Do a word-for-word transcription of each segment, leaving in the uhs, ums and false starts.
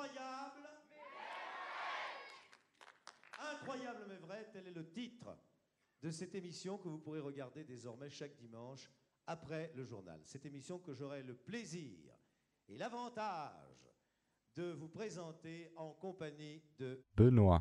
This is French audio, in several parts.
Incroyable. Incroyable mais vrai, tel est le titre de cette émission que vous pourrez regarder désormais chaque dimanche après le journal. Cette émission que j'aurai le plaisir et l'avantage de vous présenter en compagnie de Benoît.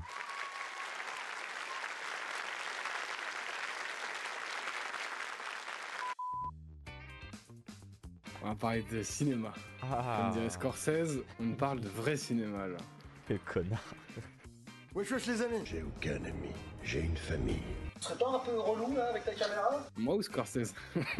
On va parler de cinéma. Ah, Comme dirait Scorsese, on parle de vrai cinéma là. quel connard. Wesh wesh les amis. J'ai aucun ami, j'ai une famille. Tu serais pas un peu relou là avec ta caméra? Moi ou Scorsese?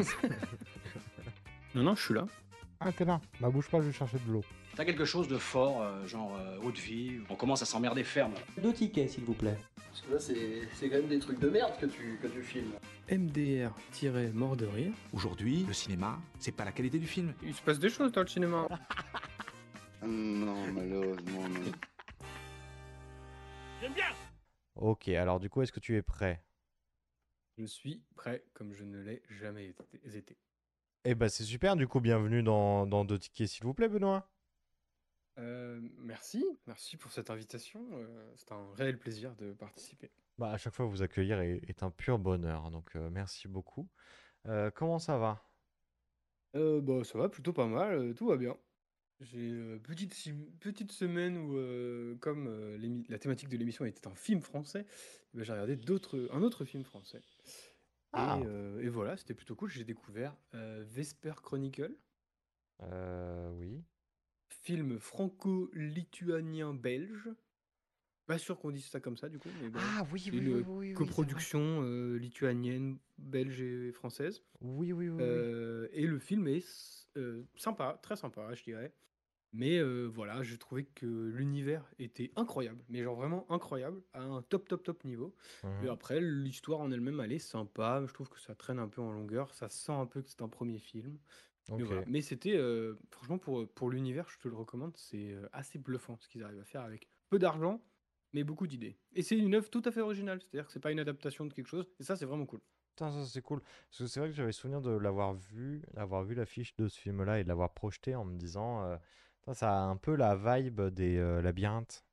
Non, non, je suis là. Ah, t'es là. Bah, bouge pas, je vais chercher de l'eau. T'as quelque chose de fort, euh, genre euh, haute vie, on commence à s'emmerder ferme. Deux tickets, s'il vous plaît. Parce que là c'est c'est quand même des trucs de merde que tu, que tu filmes. M D R-mort de rire. Aujourd'hui, le cinéma, c'est pas la qualité du film. Il se passe des choses dans le cinéma. Non, malheureusement, non. Ok, alors du coup, est-ce que tu es prêt? Je suis prêt comme je ne l'ai jamais été- été. Eh bah, c'est super. Du coup, bienvenue dans, dans Deux tickets, s'il vous plaît, Benoît. Euh, merci, merci pour cette invitation. euh, c'est un réel plaisir de participer. Bah, à chaque fois, vous accueillir est, est un pur bonheur. Donc, euh, merci beaucoup. Euh, comment ça va? Euh, bah, ça va plutôt pas mal, euh, tout va bien. J'ai euh, petite, sim- petite semaine où, euh, comme euh, l'émi- la thématique de l'émission était un film français, eh ben, j'ai regardé d'autres, un autre film français. Ah. Et, euh, et voilà, c'était plutôt cool. J'ai découvert euh, Vesper Chronicle, Euh, oui. film franco-lituanien belge. Pas sûr qu'on dise ça comme ça du coup, mais bon. Ah, oui, C'est oui, une oui, oui, oui, c'est vrai. coproduction euh, lituanienne, belge et française. Oui, oui, oui, oui. Euh, et le film est euh, sympa, très sympa, je dirais. Mais euh, voilà, j'ai trouvé que l'univers était incroyable, mais genre vraiment incroyable, à un top, top, top niveau. Et Mhm. après, l'histoire en elle-même, elle est sympa. Je trouve que ça traîne un peu en longueur. Ça sent un peu que c'est un premier film. Mais Ok. voilà. Mais c'était, euh, franchement, pour, pour l'univers, je te le recommande. C'est euh, assez bluffant ce qu'ils arrivent à faire avec peu d'argent, mais beaucoup d'idées. Et c'est une œuvre tout à fait originale. C'est-à-dire que c'est pas une adaptation de quelque chose. Et ça, c'est vraiment cool. Putain, ça c'est cool. Parce que c'est vrai que j'avais souvenir de l'avoir vu, d'avoir vu l'affiche de ce film-là et de l'avoir projeté en me disant, euh, Putain, ça a un peu la vibe des euh, Labyrinthes.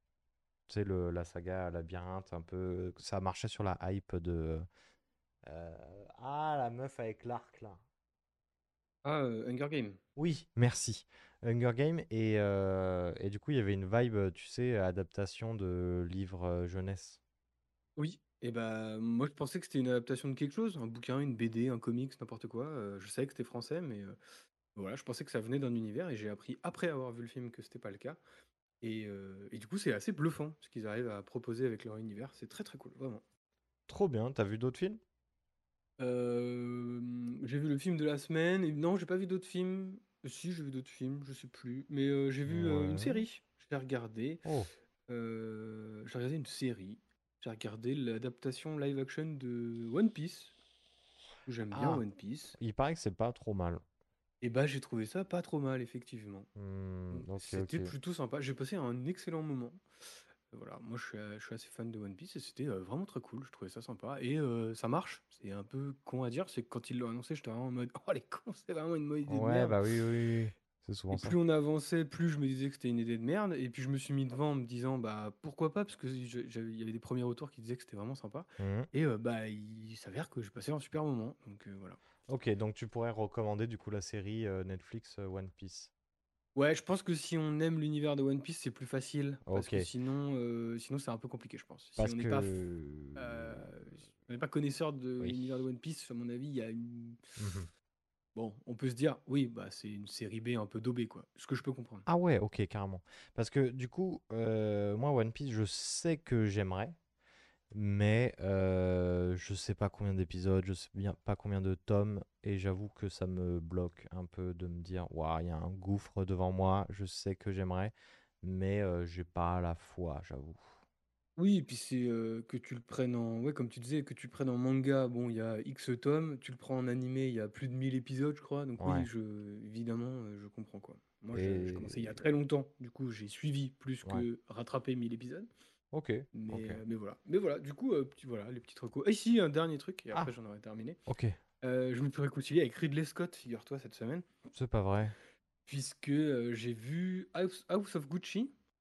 Tu sais, le, la saga Labyrinthe, un peu. Ça marchait sur la hype de. euh, Ah, la meuf avec l'arc là. Ah, euh, Hunger Games. Oui, merci. Hunger Games. Et, euh, et du coup, il y avait une vibe, tu sais, adaptation de livres euh, jeunesse. Oui, et bah moi je pensais que c'était une adaptation de quelque chose, un bouquin, une B D, un comics, n'importe quoi. Euh, je savais que c'était français, mais euh, voilà, je pensais que ça venait d'un univers et j'ai appris après avoir vu le film que c'était pas le cas. Et, euh, et du coup, c'est assez bluffant ce qu'ils arrivent à proposer avec leur univers. C'est très très cool, vraiment. Trop bien. T'as vu d'autres films? Euh, j'ai vu le film de la semaine. Et non, j'ai pas vu d'autres films. Si, j'ai vu d'autres films, je sais plus. Mais euh, j'ai vu euh, une Ouais. série. Je l'ai regardé. Oh. Euh, j'ai regardé une série. J'ai regardé l'adaptation live action de One Piece. J'aime bien Ah, One Piece. il paraît que c'est pas trop mal. Et bah j'ai trouvé ça pas trop mal, effectivement. Hmm, ok, C'était ok. plutôt sympa. J'ai passé un excellent moment. Euh, Voilà, moi je suis, euh, je suis assez fan de One Piece et c'était euh, vraiment très cool. Je trouvais ça sympa. Et euh, ça marche. C'est un peu con à dire. C'est que quand ils l'ont annoncé, j'étais vraiment en mode oh les cons, c'est vraiment une mauvaise idée de Ouais, merde. bah oui, oui, oui. C'est Et souvent ça. plus on avançait, plus je me disais que c'était une idée de merde. Et puis je me suis mis devant en me disant bah pourquoi pas, parce que je- j'avais- il y avait des premiers retours qui disaient que c'était vraiment sympa. Mhm. Et euh, bah il s'avère que j'ai passé un super moment. Donc euh, voilà. Ok, donc tu pourrais recommander du coup la série euh, Netflix euh, One Piece. Ouais, je pense que si on aime l'univers de One Piece, c'est plus facile. Parce Ok, que sinon, euh, sinon c'est un peu compliqué, je pense. Si parce on n'est pas, f- que... euh, si on n'est pas connaisseur de Oui. l'univers de One Piece, à mon avis, il y a une. Mhm. Bon, on peut se dire, oui, bah c'est une série B un peu daubée, quoi. Ce que je peux comprendre. Ah ouais, ok, carrément. Parce que du coup, euh, moi One Piece, je sais que j'aimerais, mais euh, je sais pas combien d'épisodes, je sais bien pas combien de tomes, et j'avoue que ça me bloque un peu de me dire, waouh, il y a un gouffre devant moi, je sais que j'aimerais, mais euh, j'ai pas la foi, j'avoue. Oui, et puis c'est euh, que tu le prennes en. Ouais, comme tu disais, que tu le prennes en manga, bon, il y a X tomes. Tu le prends en animé, il y a plus de mille épisodes, je crois. Donc oui, Ouais. je, évidemment, euh, je comprends, quoi. Moi, je, je commençais il y a Et... très longtemps. Du coup, j'ai suivi plus Ouais. que rattrapé mille épisodes. Ok, Mais, ok. euh, mais voilà. Mais voilà, du coup, euh, petit, voilà, les petites recos. Et ici, un dernier truc, et après Ah, j'en aurai terminé. ok, Euh, je me suis réconcilié avec Ridley Scott, figure-toi, cette semaine, c'est pas vrai. puisque euh, j'ai vu House, House of Gucci.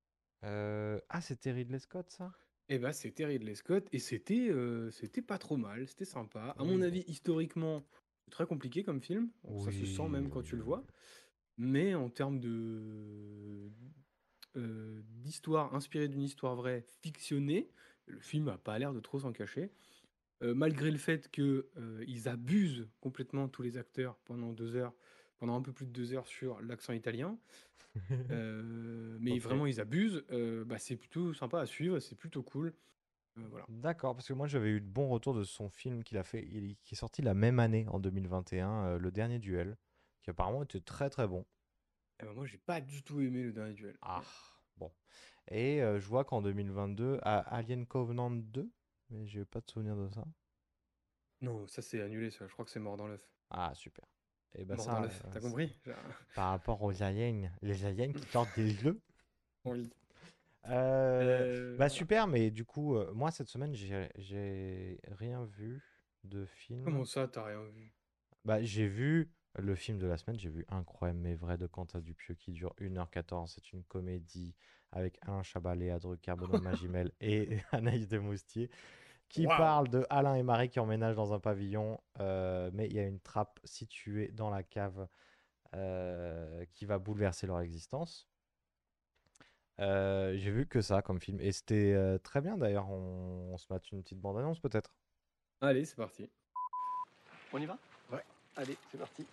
Euh, Ah, c'était Ridley Scott, ça? Et bah, c'était Ridley Scott et c'était euh, c'était pas trop mal, c'était sympa. À mon Oui, avis, historiquement, c'est très compliqué comme film. Bon, ça se sent oui, même quand oui, tu le oui. vois. Mais en termes de euh, d'histoire inspirée d'une histoire vraie, fictionnée, le film a pas l'air de trop s'en cacher. Euh, malgré le fait que euh, ils abusent complètement tous les acteurs pendant deux heures, pendant un peu plus de deux heures sur l'accent italien. Euh, mais Ok. vraiment, ils abusent. Euh, bah, c'est plutôt sympa à suivre, c'est plutôt cool. Euh, voilà. D'accord, parce que moi j'avais eu de bons retours de son film qu'il a fait, il- qui est sorti la même année, en deux mille vingt et un, euh, Le Dernier Duel, qui apparemment était très très bon. Eh ben, moi, j'ai pas du tout aimé le dernier duel. Ah, Ouais. bon. Et euh, je vois qu'en deux mille vingt-deux, à Alien Covenant deux, mais j'ai pas de souvenir de ça. Non, ça c'est annulé, ça. Je crois que c'est mort dans l'œuf. Ah, super. Et bah Mort dans ça, l'œuf, euh, t'as c'est- compris? Genre, par rapport aux aliens, les aliens qui sortent des œufs. oui. Euh, Euh, Bah voilà. super, mais du coup, euh, moi cette semaine, j'ai j'ai rien vu de film. Comment ça, t'as rien vu? Bah, j'ai vu le film de la semaine, j'ai vu Incroyable mais vrai de Quentin Dupieux qui dure une heure quatorze. C'est une comédie avec Alain Chabat, Léa Drucker, Benoît Magimel et Anaïs de Moustier qui Waouh! parle de Alain et Marie qui emménagent dans un pavillon, euh, mais il y a une trappe située dans la cave euh, qui va bouleverser leur existence. Euh, j'ai vu que ça comme film et c'était euh, très bien d'ailleurs. On, on se mate une petite bande-annonce peut-être. Allez, c'est parti. On y va? Ouais. Allez, c'est parti.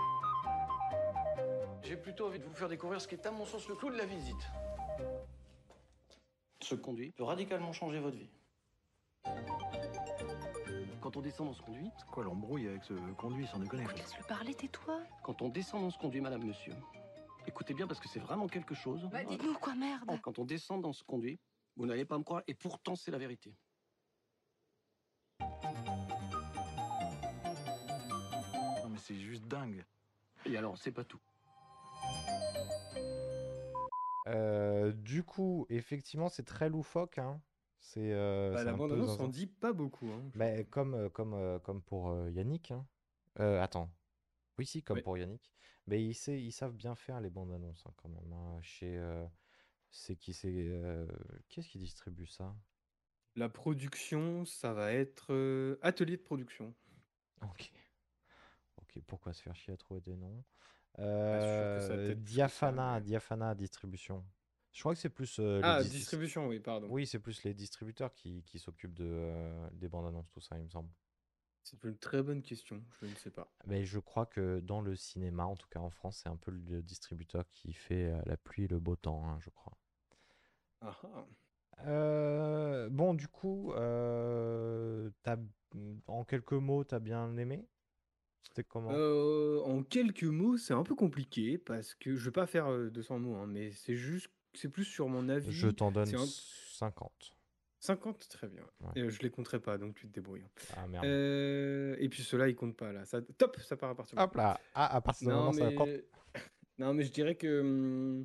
J'ai plutôt envie de vous faire découvrir ce qui est à mon sens le clou de la visite. Ce conduit peut radicalement changer votre vie. Quand on descend dans ce conduit, C'est quoi l'embrouille avec ce conduit, sans déconner? Écoute, laisse-le parler, tais-toi. quand on descend dans ce conduit, madame, monsieur, écoutez bien parce que c'est vraiment quelque chose. Bah, dis-nous quoi, merde. Quand on descend dans ce conduit, vous n'allez pas me croire, et pourtant c'est la vérité. Non mais c'est juste dingue. Et alors, c'est pas tout. Euh, du coup, effectivement, c'est très loufoque, hein. C'est euh, Bah, c'est la un peu bande-annonce en zinzin. dit pas beaucoup, hein, je Mais trouve. comme, euh, comme, euh, comme pour euh, Yannick, hein. Euh, attends. Oui, si, comme Ouais. pour Yannick. Mais ils, sait- ils savent bien faire les bandes annonces, hein, quand même, hein. Chez, euh, c'est qui c'est euh, qui est-ce qui distribue ça? La production, ça va être euh, atelier de production. Ok. Ok, pourquoi se faire chier à trouver des noms? Pas sûr que ça a Euh, peut-être plus que ça, Diafana, mais. Diafana Distribution. Je crois que c'est plus euh, les Ah, dis- distribution, oui, pardon. oui, c'est plus les distributeurs qui, qui s'occupent de, euh, des bandes annonces, tout ça, il me semble. C'est une très bonne question, je ne sais pas. Mais je crois que dans le cinéma, en tout cas en France, c'est un peu le distributeur qui fait euh, la pluie et le beau temps, hein, je crois. Ah ah. Euh, bon, du coup, euh, t'as- en quelques mots, t'as bien aimé? C'était comment? Euh, en quelques mots, c'est un peu compliqué parce que je vais pas faire euh, deux cents mots, hein, mais c'est juste, c'est plus sur mon Je avis. t'en donne C'est un cinquante. cinquante, très bien. Ouais. Euh, je les compterai pas, donc tu te débrouilles, hein. Ah merde. Euh, et puis ceux-là, ils comptent pas là. Ça, top, ça part à partir de Hop là! Ah, à partir de Non maintenant, ça compte. mais, non mais je dirais que hum,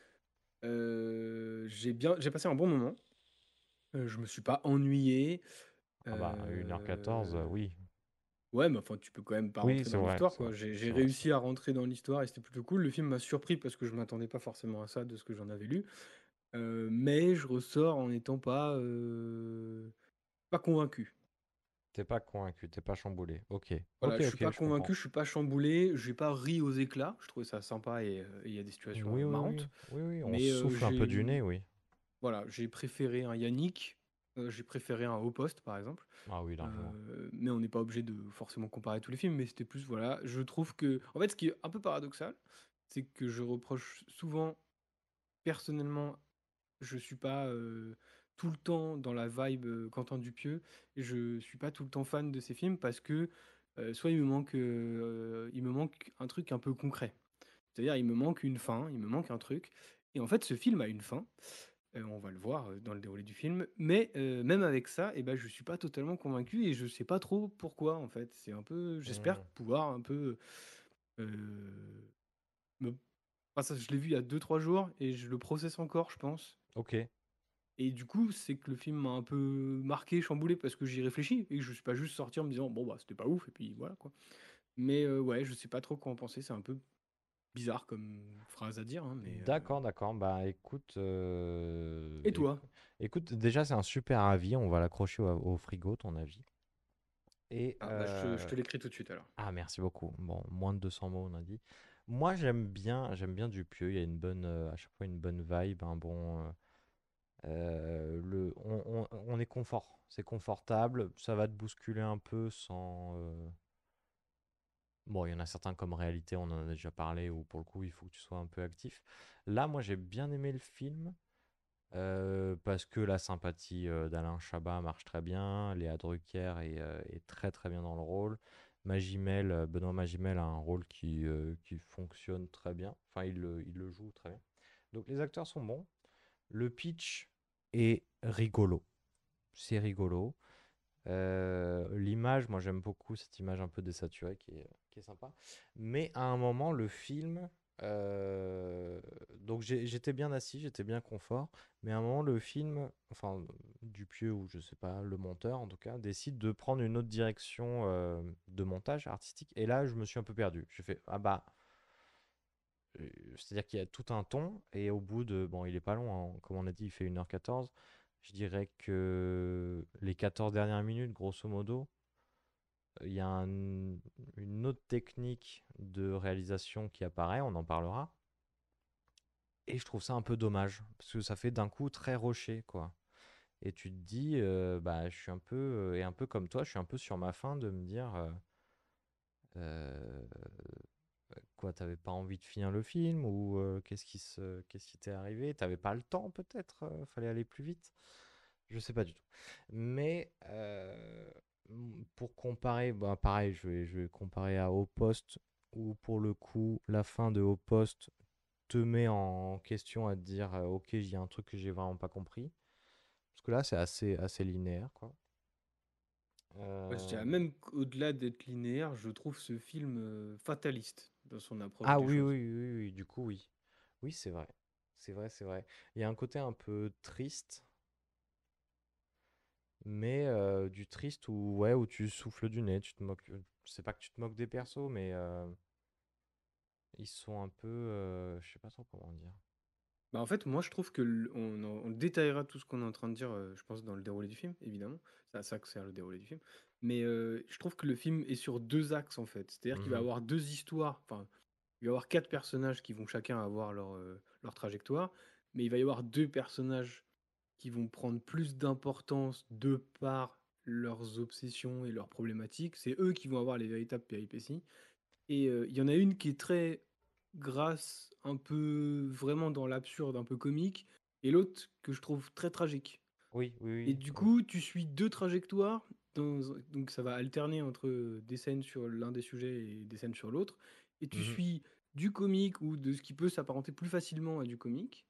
euh, j'ai bien, j'ai passé un bon moment. Euh, je me suis pas ennuyé. Ah bah, une heure quatorze, Euh, oui. Ouais, mais enfin, tu peux quand même pas Oui, rentrer c'est dans vrai, l'histoire, c'est quoi. vrai, J'ai j'ai c'est vrai, c'est réussi vrai. à rentrer dans l'histoire et c'était plutôt cool. Le film m'a surpris parce que je m'attendais pas forcément à ça de ce que j'en avais lu. Euh, mais je ressors en n'étant pas, euh, pas convaincu. T'es pas convaincu, t'es pas chamboulé. Ok, Voilà, ok, je suis ok, pas je comprends. convaincu, je suis pas chamboulé, j'ai pas ri aux éclats. Je trouvais ça sympa et euh, et il y a des situations Oui, euh, oui, oui, marrantes. oui, oui, on Mais euh, souffle un peu j'ai, du nez, oui. voilà, j'ai préféré un Yannick, euh, j'ai préféré un Haut Poste, par exemple. Ah oui, largement. Euh, mais on n'est pas obligé de forcément comparer tous les films, mais c'était plus, voilà, je trouve que, en fait, ce qui est un peu paradoxal, c'est que je reproche souvent, personnellement, je suis pas euh, tout le temps dans la vibe euh, Quentin Dupieux, et je suis pas tout le temps fan de ces films parce que euh, soit il me manque, euh, il me manque un truc un peu concret. C'est-à-dire, il me manque une fin, il me manque un truc. Et en fait, ce film a une fin. Euh, on va le voir euh, dans le déroulé du film. Mais euh, même avec ça, eh ben, je suis pas totalement convaincu et je sais pas trop pourquoi, en fait. C'est un peu. J'espère Hmm, pouvoir un peu. euh, me... enfin, ça, je l'ai vu il y a deux trois jours et je le processe encore, je pense. ok. Et du coup, c'est que le film m'a un peu marqué, chamboulé parce que j'y réfléchis et que je suis pas juste sorti en me disant bon, bah, c'était pas ouf et puis voilà quoi. Mais euh, ouais, je sais pas trop quoi en penser. C'est un peu bizarre comme phrase à dire, hein, mais. euh, D'accord, d'accord. Bah écoute, euh, Et éc- toi? écoute, déjà c'est un super avis. On va l'accrocher au, au frigo, ton avis. Et Ah, bah, je, te- je euh, te l'écris tout de suite alors. ah, merci beaucoup. Bon, moins de deux cents mots, on a dit. Moi, j'aime bien, j'aime bien Dupieux. Il y a une bonne, euh, à chaque fois une bonne vibe, un bon. euh, euh, le, on, on- on est confort, c'est confortable. Ça va te bousculer un peu sans. euh, Bon, il y en a certains comme Réalité, on en a déjà parlé, où pour le coup, il faut que tu sois un peu actif. Là, moi, j'ai bien aimé le film. Euh, parce que la sympathie euh, d'Alain Chabat marche très bien, Léa Drucker est, euh, est très très bien dans le rôle. Magimel, euh, Benoît Magimel a un rôle qui, euh, qui fonctionne très bien, enfin il, le- il le joue très bien. Donc les acteurs sont bons, le pitch est rigolo, c'est rigolo. Euh, l'image, moi j'aime beaucoup cette image un peu désaturée qui est, qui est sympa. Mais à un moment, le film. euh, donc j'ai- j'étais bien assis, j'étais bien confort. Mais à un moment, le film, enfin Dupieux ou je sais pas, le monteur en tout cas, décide de prendre une autre direction euh, de montage artistique. Et là, je me suis un peu perdu. J'ai fait, ah bah. euh, C'est-à-dire qu'il y a tout un ton. Et au bout de. Bon, il est pas long, hein, comme on a dit, il fait une heure quatorze. Je dirais que les quatorze dernières minutes, grosso modo, il y a un- une autre technique de réalisation qui apparaît, on en parlera. Et je trouve ça un peu dommage, parce que ça fait d'un coup très rocher, quoi. Et tu te dis, euh, bah, je suis un peu, euh, et un peu comme toi, je suis un peu sur ma faim de me dire, euh, euh, quoi, t'avais pas envie de finir le film, ou euh, qu'est-ce qui se, qu'est-ce qui t'est arrivé? T'avais pas le temps, peut-être, euh, fallait aller plus vite. Je sais pas du tout. Mais euh, m- pour comparer, bah pareil, je vais, je vais comparer à Au Poste, où pour le coup, la fin de Au Poste te met en question à te dire, euh, ok, il y a un truc que j'ai vraiment pas compris. Parce que là, c'est assez, assez linéaire, quoi. Ouais, je Euh, dirais même qu'au-delà d'être linéaire, je trouve ce film euh, fataliste dans son approche Ah des oui, choses. oui, oui, oui, du coup, oui. Oui, c'est vrai. C'est vrai, c'est vrai. Il y a un côté un peu triste, mais euh, du triste où, ouais, où tu souffles du nez, tu te moques. euh, C'est pas que tu te moques des persos, mais euh, ils sont un peu. euh, je sais pas trop comment dire. Bah, en fait, moi, je trouve que l- on, en- on détaillera tout ce qu'on est en train de dire, euh, je pense, dans le déroulé du film, évidemment. C'est à ça que sert le déroulé du film. Mais euh, je trouve que le film est sur deux axes, en fait. C'est-à-dire qu'il va Mhm. avoir deux histoires. Enfin, il va y avoir quatre personnages qui vont chacun avoir leur, euh, leur trajectoire. Mais il va y avoir deux personnages qui vont prendre plus d'importance de par leurs obsessions et leurs problématiques. C'est eux qui vont avoir les véritables péripéties. Et euh, il y en a une qui est très grâce, un peu vraiment dans l'absurde, un peu comique, et l'autre que je trouve très tragique. Oui, oui, Et oui, du oui. coup, tu suis deux trajectoires, dans- donc ça va alterner entre des scènes sur l'un des sujets et des scènes sur l'autre, et tu Mhm. suis du comique ou de ce qui peut s'apparenter plus facilement à du comique,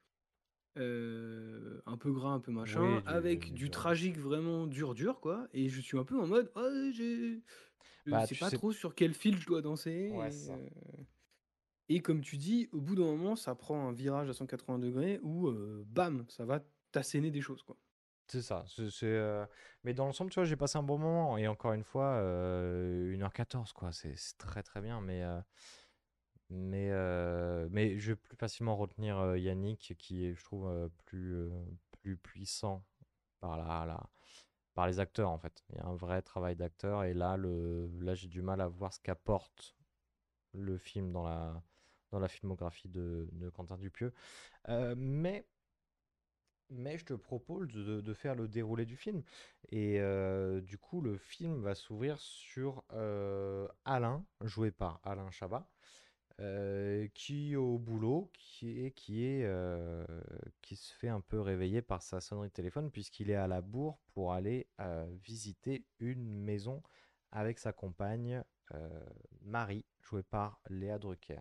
euh, un peu gras, un peu machin, Oui, du, avec du du dur, dur. tragique vraiment dur, dur, quoi. Et je suis un peu en mode, oh, j'ai... Je Bah, sais tu pas sais. trop sur quel fil je dois danser. Ouais, c'est Et, ça. euh, et comme tu dis, au bout d'un moment, ça prend un virage à cent quatre-vingts degrés où, euh, bam, ça va t'asséner des choses, quoi. C'est ça. c'est, c'est, euh, Mais dans l'ensemble, tu vois, j'ai passé un bon moment. Et encore une fois, euh, une heure quatorze, quoi. C'est c'est très, très bien. Mais, euh, mais, euh, mais je vais plus facilement retenir euh, Yannick, qui est, je trouve, euh, plus, euh, plus puissant par la, la- par les acteurs, en fait. Il y a un vrai travail d'acteur. Et là, le, là j'ai du mal à voir ce qu'apporte le film dans la, dans la filmographie de, de Quentin Dupieux. Euh, mais Mais je te propose de, de faire le déroulé du film. Et euh, du coup, le film va s'ouvrir sur euh, Alain, joué par Alain Chabat, euh, qui est au boulot, qui est, qui est, euh, qui se fait un peu réveiller par sa sonnerie de téléphone, puisqu'il est à la bourre pour aller euh, visiter une maison avec sa compagne euh, Marie, jouée par Léa Drucker.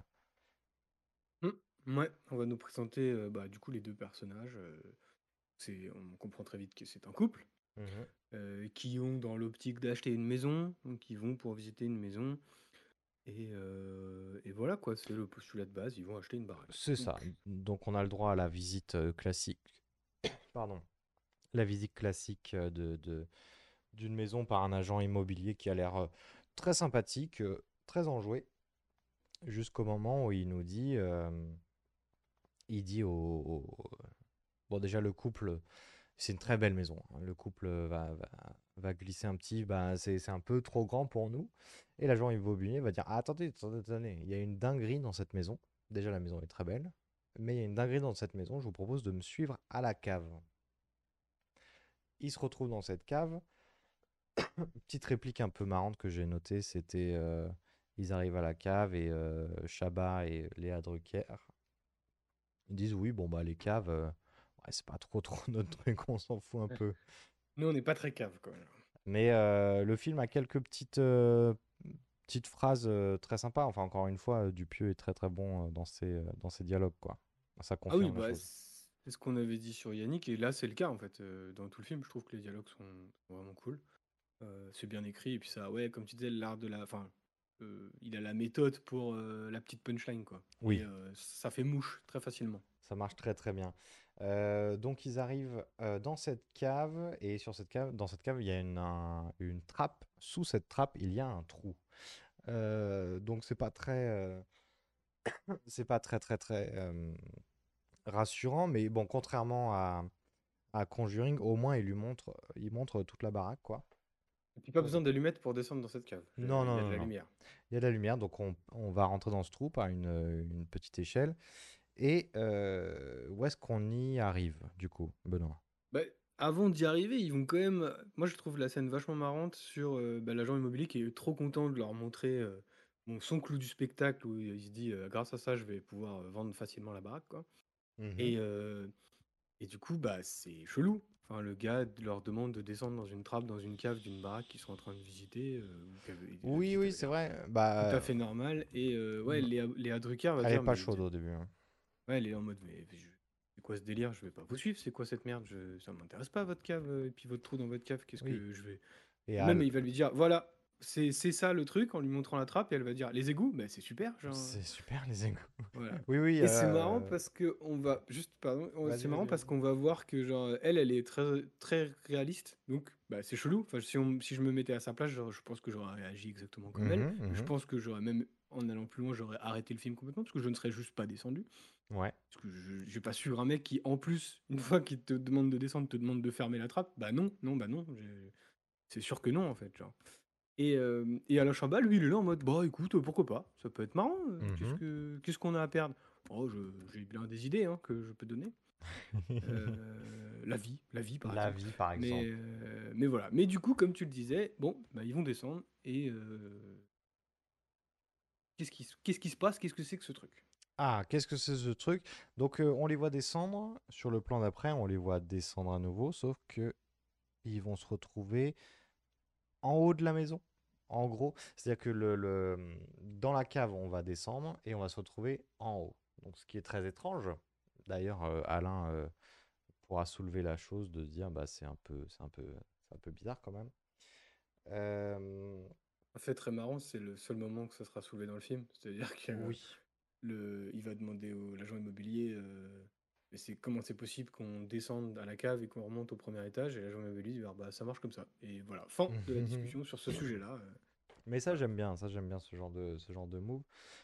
Hmm, ouais, on va nous présenter euh, bah, du coup les deux personnages. euh, c'est, on comprend très vite que c'est un couple Mhm. euh, qui ont dans l'optique d'acheter une maison, donc qui vont pour visiter une maison. Et, euh, et voilà quoi, c'est le postulat de base, ils vont acheter une baraque. C'est ça. Donc, Donc on a le droit à la visite euh, classique. Pardon. La visite classique euh, de, de- d'une maison par un agent immobilier qui a l'air euh, très sympathique, euh, très enjoué. jusqu'au moment où il nous dit, euh, il dit au, au- bon déjà le couple, c'est une très belle maison, hein. Le couple va, va, va glisser un petit, bah c'est c'est un peu trop grand pour nous. Et l'agent immobilier va dire, ah, attendez, attendez, attendez, il y a une dinguerie dans cette maison. Déjà la maison est très belle, mais il y a une dinguerie dans cette maison. Je vous propose de me suivre à la cave. Il se retrouve dans cette cave. Petite réplique un peu marrante que j'ai notée, c'était euh, ils arrivent à la cave et euh, Chabat et Léa Drucker ils disent oui, bon bah les caves, euh, ouais, c'est pas trop trop notre truc, on s'en fout un peu. Nous, on n'est pas très cave quand même. Mais euh, le film a quelques petites, euh, petites phrases euh, très sympas. Enfin, encore une fois, euh, Dupieux est très très bon euh, dans ses, euh, dans ses dialogues, quoi. Ça Ah oui, confirme la bah, chose. c'est ce qu'on avait dit sur Yannick, et là, c'est le cas en fait. Euh, dans tout le film, je trouve que les dialogues sont sont vraiment cool. Euh, c'est bien écrit, et puis ça, ouais, comme tu disais, l'art de la. Enfin, euh, il a la méthode pour euh, la petite punchline, quoi. Et Oui, euh, ça fait mouche très facilement. ça marche très très bien. Euh, donc ils arrivent euh, dans cette cave et sur cette cave, dans cette cave, il y a une, un- une trappe. Sous cette trappe, il y a un trou. Euh, donc c'est pas très, euh, c'est pas très très très euh, rassurant, mais bon, contrairement à, à Conjuring, au moins il lui montre, il montre toute la baraque, quoi. Et puis pas besoin d'allumettes pour descendre dans cette cave. Non, Euh, Il non, y a de non, la non. lumière. Il y a de la lumière, donc on, on va rentrer dans ce trou par une, une petite échelle. Et euh, où est-ce qu'on y arrive, du coup, Benoît? Bah, avant d'y arriver, ils vont quand même. Moi, je trouve la scène vachement marrante sur euh, bah, l'agent immobilier qui est trop content de leur montrer euh, bon, son clou du spectacle où il se dit euh, grâce à ça, je vais pouvoir euh, vendre facilement la baraque, quoi. Mhm. Et, euh, et du coup, bah, c'est chelou. Enfin, le gars leur demande de descendre dans une trappe, dans une cave d'une baraque qu'ils sont en train de visiter. Euh, où qu'elle- et la Oui, visite, oui, elle a c'est l'air vrai. tout à Bah, fait normale. Et euh, ouais, m- Léa, Léa Drucker va elle est dire, pas mais vous chaude êtes. au début, hein. Ouais, elle est en mode, mais je- c'est quoi ce délire? Je vais pas vous suivre, c'est quoi cette merde? Je... Ça m'intéresse pas votre cave, euh, et puis votre trou dans votre cave, qu'est-ce Oui. que je vais. Et Et même, Al, il va lui dire, voilà, c'est c'est ça le truc, en lui montrant la trappe, et elle va dire, les égouts? Bah, c'est super, genre. c'est super les égouts. Voilà. Oui, oui. Et c'est marrant euh, parce que on va juste pardon, on- Vas-y, c'est marrant vas-y, parce vas-y. qu'on va voir que genre elle elle est très très réaliste. Donc bah c'est chelou. Enfin si on si je me mettais à sa place, genre, je pense que j'aurais réagi exactement comme elle. Mhm, Je mhm. pense que j'aurais même en allant plus loin, j'aurais arrêté le film complètement parce que je ne serais juste pas descendu. Ouais. Parce que je j'ai pas suivre un mec qui en plus une fois qu'il te demande de descendre te demande de fermer la trappe. Bah non, non, bah non, j'ai- c'est sûr que non en fait, genre. Et, euh, et Alain Chabat, lui, il est là en mode, bah écoute, euh, pourquoi pas, ça peut être marrant, euh, qu'est-ce Mhm. que qu'est-ce qu'on a à perdre? Oh, je- j'ai bien des idées hein, que je peux donner. Euh, la vie, la vie par La exemple. vie, par Mais, exemple. euh, mais voilà. Mais du coup, comme tu le disais, bon, bah, ils vont descendre et euh, qu'est-ce qui, se- qu'est-ce qui se passe? Qu'est-ce que c'est que ce truc? Ah, qu'est-ce que c'est ce truc? Donc, euh, on les voit descendre. Sur le plan d'après, on les voit descendre à nouveau, sauf que ils vont se retrouver en haut de la maison. En gros, c'est-à-dire que le, le- dans la cave, on va descendre et on va se retrouver en haut. Donc, ce qui est très étrange. D'ailleurs, euh, Alain euh, pourra soulever la chose de se dire, bah, c'est un peu, c'est un peu, c'est un peu bizarre quand même. Euh, Un fait très marrant, c'est le seul moment que ça sera soulevé dans le film. C'est-à-dire que euh, oui. le, il va demander au l'agent immobilier, euh, mais c'est comment c'est possible qu'on descende à la cave et qu'on remonte au premier étage, et l'agent immobilier dit, ah, bah ça marche comme ça. Et voilà, fin de la discussion sur ce sujet-là. euh, Mais ça, voilà. j'aime bien. Ça, j'aime bien ce genre de, ce genre de move.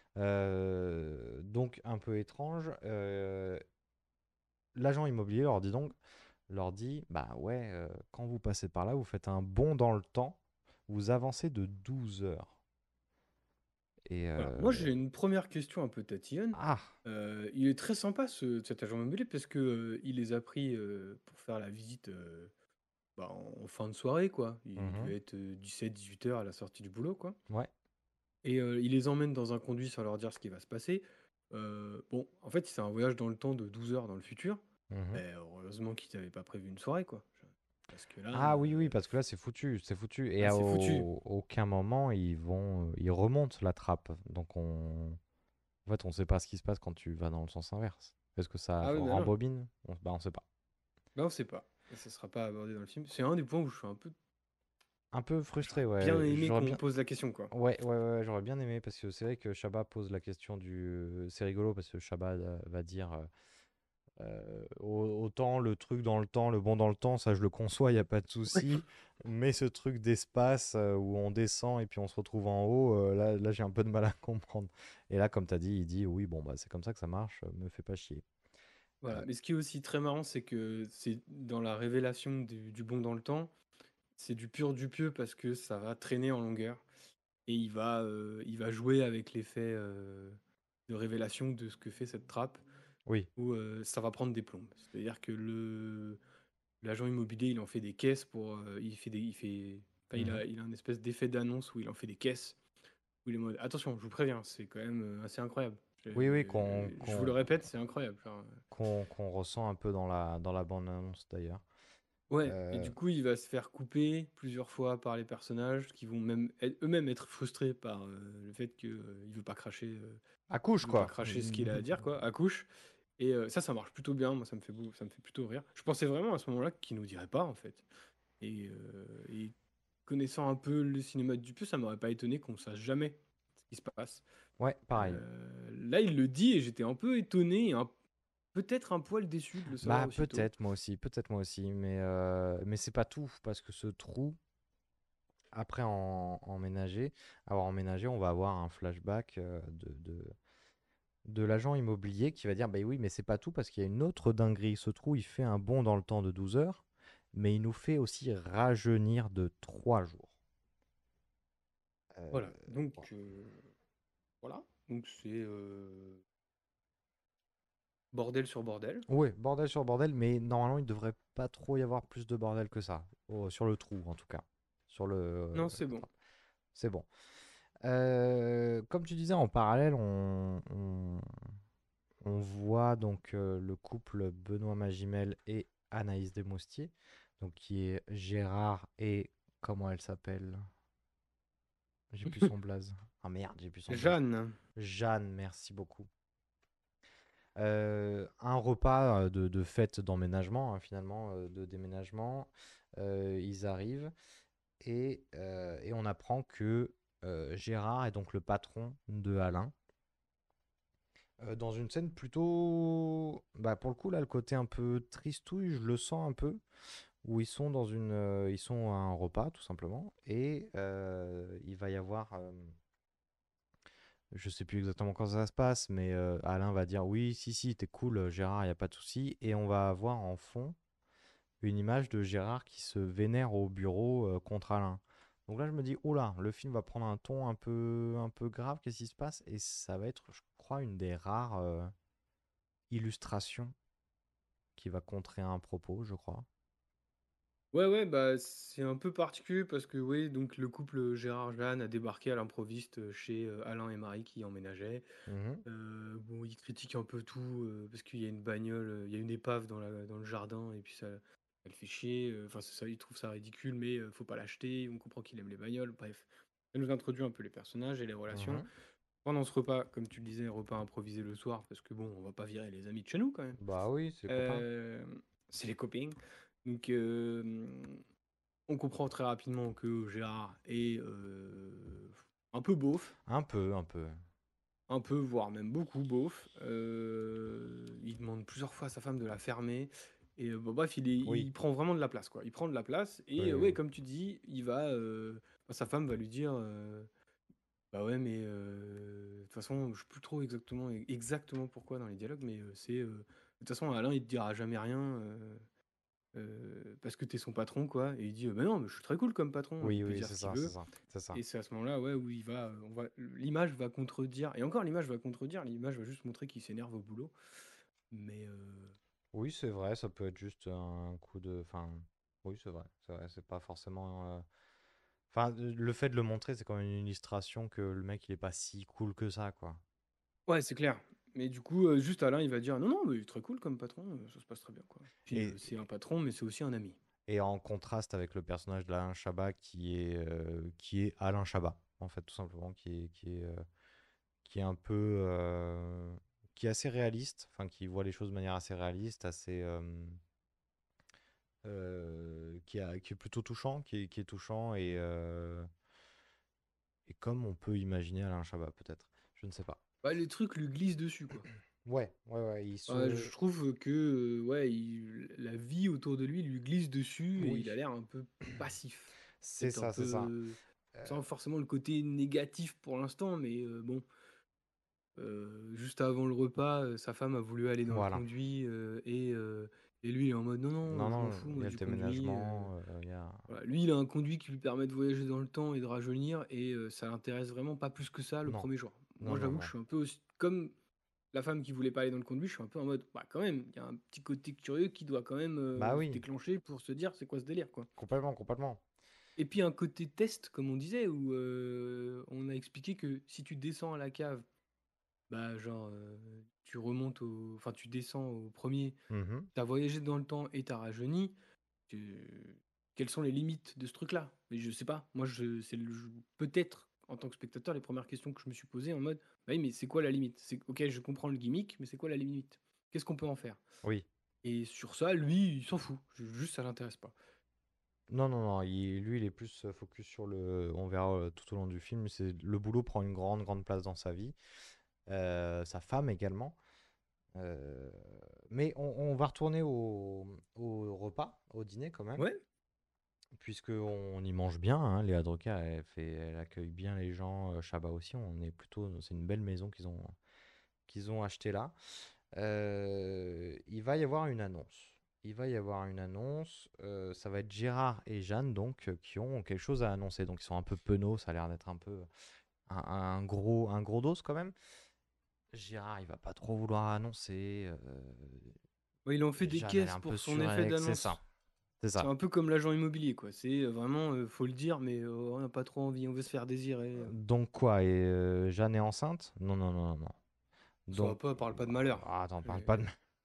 Euh, donc, un peu étrange. Euh, l'agent immobilier leur dit donc, leur dit, bah ouais, euh, quand vous passez par là, vous faites un bond dans le temps, vous avancez de douze heures. Et Voilà. euh, Moi, j'ai une première question un peu tatillonne. ah, Euh, il est très sympa ce, cet agent immobilier parce que euh, il les a pris euh, pour faire la visite euh, bah, en, en fin de soirée, quoi. Il mhm, devait être dix-sept dix-huit heures à la sortie du boulot, quoi. ouais, Et euh, il les emmène dans un conduit sans leur dire ce qui va se passer. Euh, bon, en fait, c'est un voyage dans le temps de douze heures dans le futur. mhm. Eh, heureusement qu'ils n'avaient pas prévu une soirée, quoi. Je- Parce que là, Ah oui, oui, euh, parce que là, c'est foutu, c'est foutu. Et ah, à c'est foutu. au- aucun moment, ils vont, euh, ils remontent la trappe. Donc, on, en fait, on sait pas ce qui se passe quand tu vas dans le sens inverse. Est-ce que ça Ah oui, bah non. rembobine? On, bah, on sait pas. Là, on sait pas. Et ça sera pas abordé dans le film. C'est un des points où je suis un peu. Un peu J'aurais frustré, bien ouais. aimé J'aurais qu'on me bien, pose la question, quoi. ouais, ouais, ouais, ouais, j'aurais bien aimé parce que c'est vrai que Chabat pose la question du. C'est rigolo parce que Chabat euh, va dire, euh, Euh, au- autant le truc dans le temps, le bond dans le temps, ça je le conçois, il n'y a pas de souci. Mais ce truc d'espace euh, où on descend et puis on se retrouve en haut, euh, là, là j'ai un peu de mal à comprendre. Et là, comme tu as dit, il dit oui, bon, bah, c'est comme ça que ça marche, euh, me fais pas chier. Voilà. Euh, Mais ce qui est aussi très marrant, c'est que c'est dans la révélation du, du bond dans le temps, c'est du pur du pieux parce que ça va traîner en longueur et il va, euh, il va jouer avec l'effet euh, de révélation de ce que fait cette trappe oui, où euh, ça va prendre des plombes. C'est-à-dire que le l'agent immobilier, il en fait des caisses pour, euh, il fait des, il fait, enfin, il mhm. a, il a un espèce d'effet d'annonce où il en fait des caisses où il est en mode attention, je vous préviens, c'est quand même euh, assez incroyable. Je, Oui, oui, qu'on je vous le qu'on répète, c'est incroyable. Genre, qu'on qu'on ressent un peu dans la, dans la bande-annonce d'ailleurs. ouais, et Euh, du coup, il va se faire couper plusieurs fois par les personnages qui vont même être- eux-mêmes être frustrés par euh, le fait qu'il ne veut pas cracher, euh, Accouche, il veut pas quoi. cracher ce qu'il a à dire, quoi, à couche. Et euh, ça, ça marche plutôt bien. Moi, ça me fait beau, ça me fait plutôt rire. Je pensais vraiment à ce moment-là qu'il nous dirait pas, en fait. Et, euh, et connaissant un peu le cinéma de Dupieux, ça m'aurait pas étonné qu'on sache jamais ce qui se passe. Ouais, pareil. Euh, là, il le dit et j'étais un peu étonné, et un- peut-être un poil déçu de le savoir Bah aussitôt. peut-être moi aussi, peut-être moi aussi, mais euh, mais c'est pas tout parce que ce trou après en emménager, avoir emménagé, on va avoir un flashback euh, de, de de l'agent immobilier qui va dire bah oui mais c'est pas tout parce qu'il y a une autre dinguerie. Ce trou il fait un bond dans le temps de douze heures, mais il nous fait aussi rajeunir de trois jours. Euh, Voilà. Donc, voilà. euh, voilà. Donc, c'est euh, bordel sur bordel. Ouais, bordel sur bordel, mais normalement il devrait pas trop y avoir plus de bordel que ça, au- sur le trou en tout cas, sur le, euh, Non, c'est la bon. trappe. C'est bon. Euh, comme tu disais, en parallèle, on, on- on voit donc euh, le couple Benoît Magimel et Anaïs Desmoustiers, donc qui est Gérard et comment elle s'appelle? J'ai plus son blaze. Ah merde, j'ai plus son blaze. Jeanne. Jeanne, merci beaucoup. Euh, un repas euh, de, de fête d'emménagement, hein, finalement, euh, de déménagement. Euh, ils arrivent et, euh, et on apprend que euh, Gérard est donc le patron de Alain. Euh, dans une scène plutôt... Bah, pour le coup, là, le côté un peu tristouille, je le sens un peu, où ils sont dans une... euh, ils sont à un repas, tout simplement, et euh, il va y avoir... euh, je sais plus exactement quand ça se passe, mais euh, Alain va dire oui, si, si, t'es cool, euh, Gérard, il n'y a pas de souci. Et on va avoir en fond une image de Gérard qui se vénère au bureau euh, contre Alain. Donc là, je me dis, oh là, le film va prendre un ton un peu, un peu grave, qu'est-ce qui se passe? Et ça va être, je crois, une des rares euh, illustrations qui va contrer un propos, je crois. Ouais, ouais, bah c'est un peu particulier parce que oui, donc le couple Gérard-Jeanne a débarqué à l'improviste chez euh, Alain et Marie qui emménageaient. Mhm, Euh, bon, ils critiquent un peu tout euh, parce qu'il y a une bagnole, euh, il y a une épave dans la, dans le jardin et puis ça, elle fait chier. euh, Enfin, c'est ça, ils trouvent ça ridicule, mais euh, faut pas l'acheter. On comprend qu'il aime les bagnoles. Bref, ça nous introduit un peu les personnages et les relations. mhm. Pendant ce repas, comme tu le disais, repas improvisé le soir parce que bon, on va pas virer les amis de chez nous quand même. Bah oui, c'est copain. Euh, c'est les copines. Donc, euh, on comprend très rapidement que Gérard est euh, un peu beauf, Un peu, un peu. un peu, voire même beaucoup beauf. Euh, il demande plusieurs fois à sa femme de la fermer. Et euh, bon, bref, il, est- Oui, il prend vraiment de la place, quoi. Il prend de la place. Et oui, euh, oui, ouais, oui. comme tu dis, il va. euh, enfin, sa femme va lui dire. euh, bah ouais, mais euh, de toute façon, je sais plus trop exactement, exactement pourquoi dans les dialogues, mais euh, c'est. euh, de toute façon, Alain, il te dira jamais rien. euh, euh, parce que t'es son patron, quoi. Et il dit, euh, bah non, mais je suis très cool comme patron, il Oui, peut oui, dire c'est ce qu'il ça, c'est veut. ça, c'est ça. Et c'est à ce moment-là, ouais, où il va, euh, on va, l'image va contredire. Et encore, l'image va contredire. L'image va juste montrer qu'il s'énerve au boulot. Mais euh, Oui, c'est vrai, ça peut être juste un coup de... Enfin, oui, c'est vrai, c'est vrai, c'est pas forcément... euh, Enfin, le fait de le montrer, c'est quand même une illustration que le mec, il est pas si cool que ça, quoi. ouais, c'est clair. Mais du coup, euh, juste Alain, il va dire, non, non, mais il est très cool comme patron, euh, ça se passe très bien, quoi. Puis Et, euh, c'est un patron, mais c'est aussi un ami. et en contraste avec le personnage d'Alain Chabat, qui est, euh, qui est Alain Chabat, en fait, tout simplement, qui est, qui est, euh, qui est un peu... euh, qui est assez réaliste, enfin, qui voit les choses de manière assez réaliste, assez... euh, euh, qui, a- qui est plutôt touchant, qui est, qui est touchant et, euh, et comme on peut imaginer Alain Chabat, peut-être. Je ne sais pas. Bah, les trucs lui glissent dessus, quoi. Ouais, ouais, ouais, il Ouais, se... je trouve que euh, ouais, il- la vie autour de lui lui glisse dessus et il a Oui, l'air un peu passif. c'est Peut-être un ça, c'est ça. peu Euh, sans forcément le côté négatif pour l'instant, mais euh, bon, euh, juste avant le repas, euh, sa femme a voulu aller dans le voilà. conduit euh, et, euh, et lui il est en mode non, non, Non, euh, je m'en non, fous il y moi a le du conduit. euh, déménagement, euh, il y a... voilà. Lui il a un conduit qui lui permet de voyager dans le temps et de rajeunir et euh, ça l'intéresse vraiment pas plus que ça le Non, premier jour. non, Moi non, j'avoue que je non. suis un peu aussi, comme la femme qui voulait pas aller dans le conduit, je suis un peu en mode, bah quand même, il y a un petit côté curieux qui doit quand même Bah euh, se oui, déclencher pour se dire c'est quoi ce délire, quoi. complètement, complètement. Et puis un côté test, comme on disait, où euh, on a expliqué que si tu descends à la cave, bah genre euh, tu remontes au, enfin tu descends au premier, Mhm. t'as voyagé dans le temps et t'as rajeuni. tu- Quelles sont les limites de ce truc-là? Mais je sais pas. Moi, je, c'est le- je- peut-être en tant que spectateur les premières questions que je me suis posées en mode, bah oui, mais c'est quoi la limite? C'est ok, je comprends le gimmick, mais c'est quoi la limite? Qu'est-ce qu'on peut en faire? Oui. Et sur ça, lui, il s'en fout. Je- Juste, ça l'intéresse pas. Non, non, non, il- lui, il est plus euh, focus sur le... On verra euh, tout au long du film, c'est le boulot prend une grande, grande place dans sa vie. Euh, sa femme également. Euh, Mais on, on va retourner au, au repas, au dîner quand même, Ouais. puisqu'on y mange bien, hein. Léa Drucker, elle fait, elle accueille bien les gens. euh, Chabat aussi, on est plutôt, c'est une belle maison qu'ils ont, qu'ils ont achetée là. Euh, il va y avoir une annonce. Il va y avoir une annonce. Euh, ça va être Gérard et Jeanne donc euh, qui ont quelque chose à annoncer. Donc ils sont un peu penauds, ça a l'air d'être un peu un, un gros, un gros dos quand même. Gérard, il va pas trop vouloir annoncer. euh, Ouais, il en fait des Jeanne, elle est caisses un peu pour son effet surex, c'est ça. d'annonce. C'est C'est ça. un peu comme l'agent immobilier, quoi. C'est euh, vraiment, euh, faut le dire, mais euh, on n'a pas trop envie. On veut se faire désirer. Donc quoi? Et euh, Jeanne est enceinte? Non, non, non, non, non. Soit Donc, pas, parle pas de malheur. ah, attends, parle pas de... Et-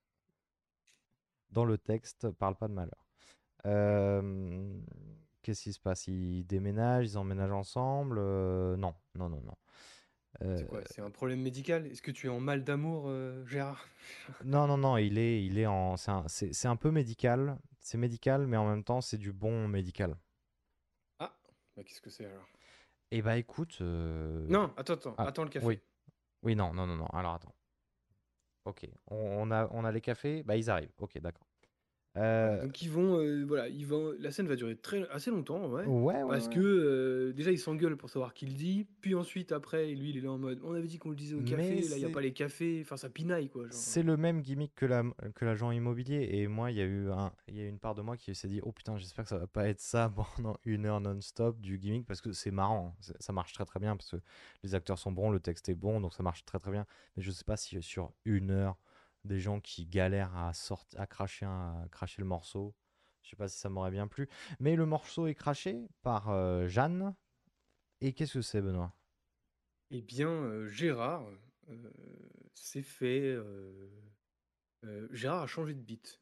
Dans le texte, parle pas de malheur. voilà. Euh, Qu'est-ce qui se passe? Ils déménagent, ils emménagent ensemble? Euh, non, non, non, non. Euh, C'est quoi? C'est un problème médical? Est-ce que tu es en mal d'amour, euh, Gérard? non, non, non, il est, il est en... C'est un, c'est- c'est un peu médical. C'est médical, mais en même temps, c'est du bon médical. Ah, bah qu'est-ce que c'est alors? Eh bah écoute... euh, Non, attends, attends, Ah, attends le oui. café. Oui, non, non, non, non. Alors attends. Ok. On, on a, on a les cafés. Bah ils arrivent. Ok, d'accord. Voilà, Euh, donc ils vont, euh, voilà, ils vont, la scène va durer très, assez longtemps, ouais, Ouais, ouais, parce que ouais. euh, déjà ils s'engueulent pour savoir qui le dit, puis ensuite après, lui il est là en mode, on avait dit qu'on le disait au Mais café, là il y a pas c'est les cafés, enfin ça pinaille quoi, genre. c'est le même gimmick que la, que l'agent immobilier. Et moi, il y a eu un, il y a une part de moi qui s'est dit, oh putain, j'espère que ça va pas être ça pendant une heure non-stop du gimmick parce que c'est marrant, hein. C'est- Ça marche très très bien parce que les acteurs sont bons, le texte est bon, donc ça marche très très bien. Mais je sais pas si sur une heure, des gens qui galèrent à sortir, à cracher un- à cracher le morceau, je sais pas si ça m'aurait bien plu. Mais le morceau est craché par euh, Jeanne. Et qu'est-ce que c'est, Benoît? Eh bien, euh, Gérard euh, s'est fait, euh, euh, Gérard a changé de beat.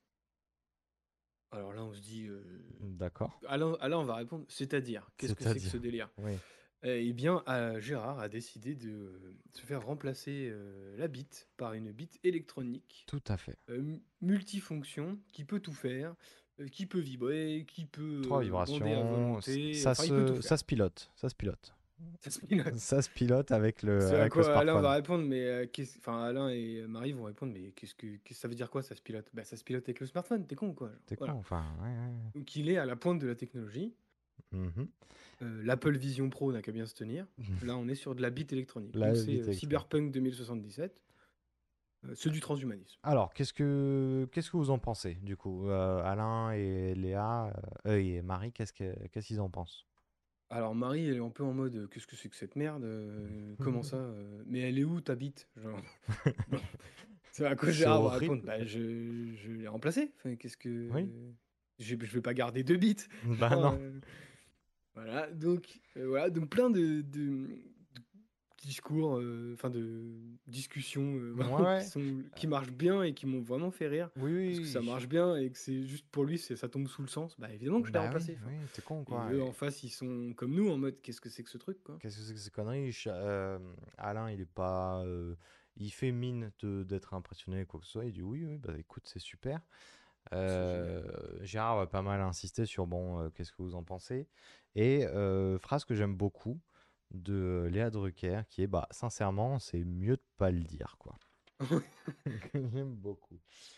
Alors là on se dit, euh, D'accord. Alain, Alain on va répondre, c'est-à-dire, qu'est-ce que c'est que ce C'est-à-dire, délire? oui, Euh, Eh bien, euh, Gérard a décidé de euh, se faire remplacer euh, la bite par une bite électronique tout à fait. euh, m- multifonction qui peut tout faire, euh, qui peut vibrer, qui peut Trois euh, bander à vibrations, s- volonté, ça enfin il peut tout se, faire. ça se pilote, ça se pilote. Ça se pilote. Ça se pilote avec le, Ce à avec le quoi Alain va smartphone. répondre, mais euh, qu'est-ce- enfin Alain et Marie vont répondre, mais qu'est-ce que, qu'est-ce que ça veut dire quoi ça se pilote? Bah ça se pilote avec le smartphone, t'es con quoi. Genre. T'es con, Voilà. enfin, ouais, ouais. Donc il est à la pointe de la technologie. Mhm. Euh, L'Apple Vision Pro n'a qu'à bien se tenir. Là on est sur de la bite électronique. La Donc c'est vite euh, électronique. Cyberpunk deux mille soixante-dix-sept. Euh, ceux du transhumanisme. Alors, qu'est-ce que, qu'est-ce que vous en pensez, du coup? Euh, Alain et Léa, euh, euh, et Marie, qu'est-ce que, qu'est-ce qu'ils en pensent? Alors Marie, elle est un peu en mode, euh, qu'est-ce que c'est que cette merde? euh, Comment ça? euh, Mais elle est où ta bite? Genre, bon, c'est à quoi C'est Gérard va répondre? horrible. Bah je, je l'ai remplacé. Enfin, qu'est-ce Oui. que... Je, je vais pas garder deux bits. Bah Genre, non. euh, voilà, donc, euh, voilà, donc plein de, de- de discours, euh, enfin de discussions euh, Ouais, vraiment qui ouais. sont, qui marchent bien et qui m'ont vraiment fait rire. Oui, Parce que ça oui. marche bien et que c'est juste pour lui, c'est, ça tombe sous le sens. Bah évidemment que je l'ai Bah oui, remplacé. Enfin, oui, t'es con, et quoi. eux en face, ils sont comme nous en mode, qu'est-ce que c'est que ce truc, quoi. Qu'est-ce que c'est que ces conneries? Cha- euh, Alain, il est pas. euh, il fait mine de- d'être impressionné, quoi que ce soit. Il dit oui, oui, bah écoute, c'est super. C'est Euh, génial. Gérard va pas mal insister sur bon, euh, qu'est-ce que vous en pensez? Et euh, phrase que j'aime beaucoup de Léa Drucker qui est bah, sincèrement, c'est mieux de pas le dire, quoi. que j'aime beaucoup.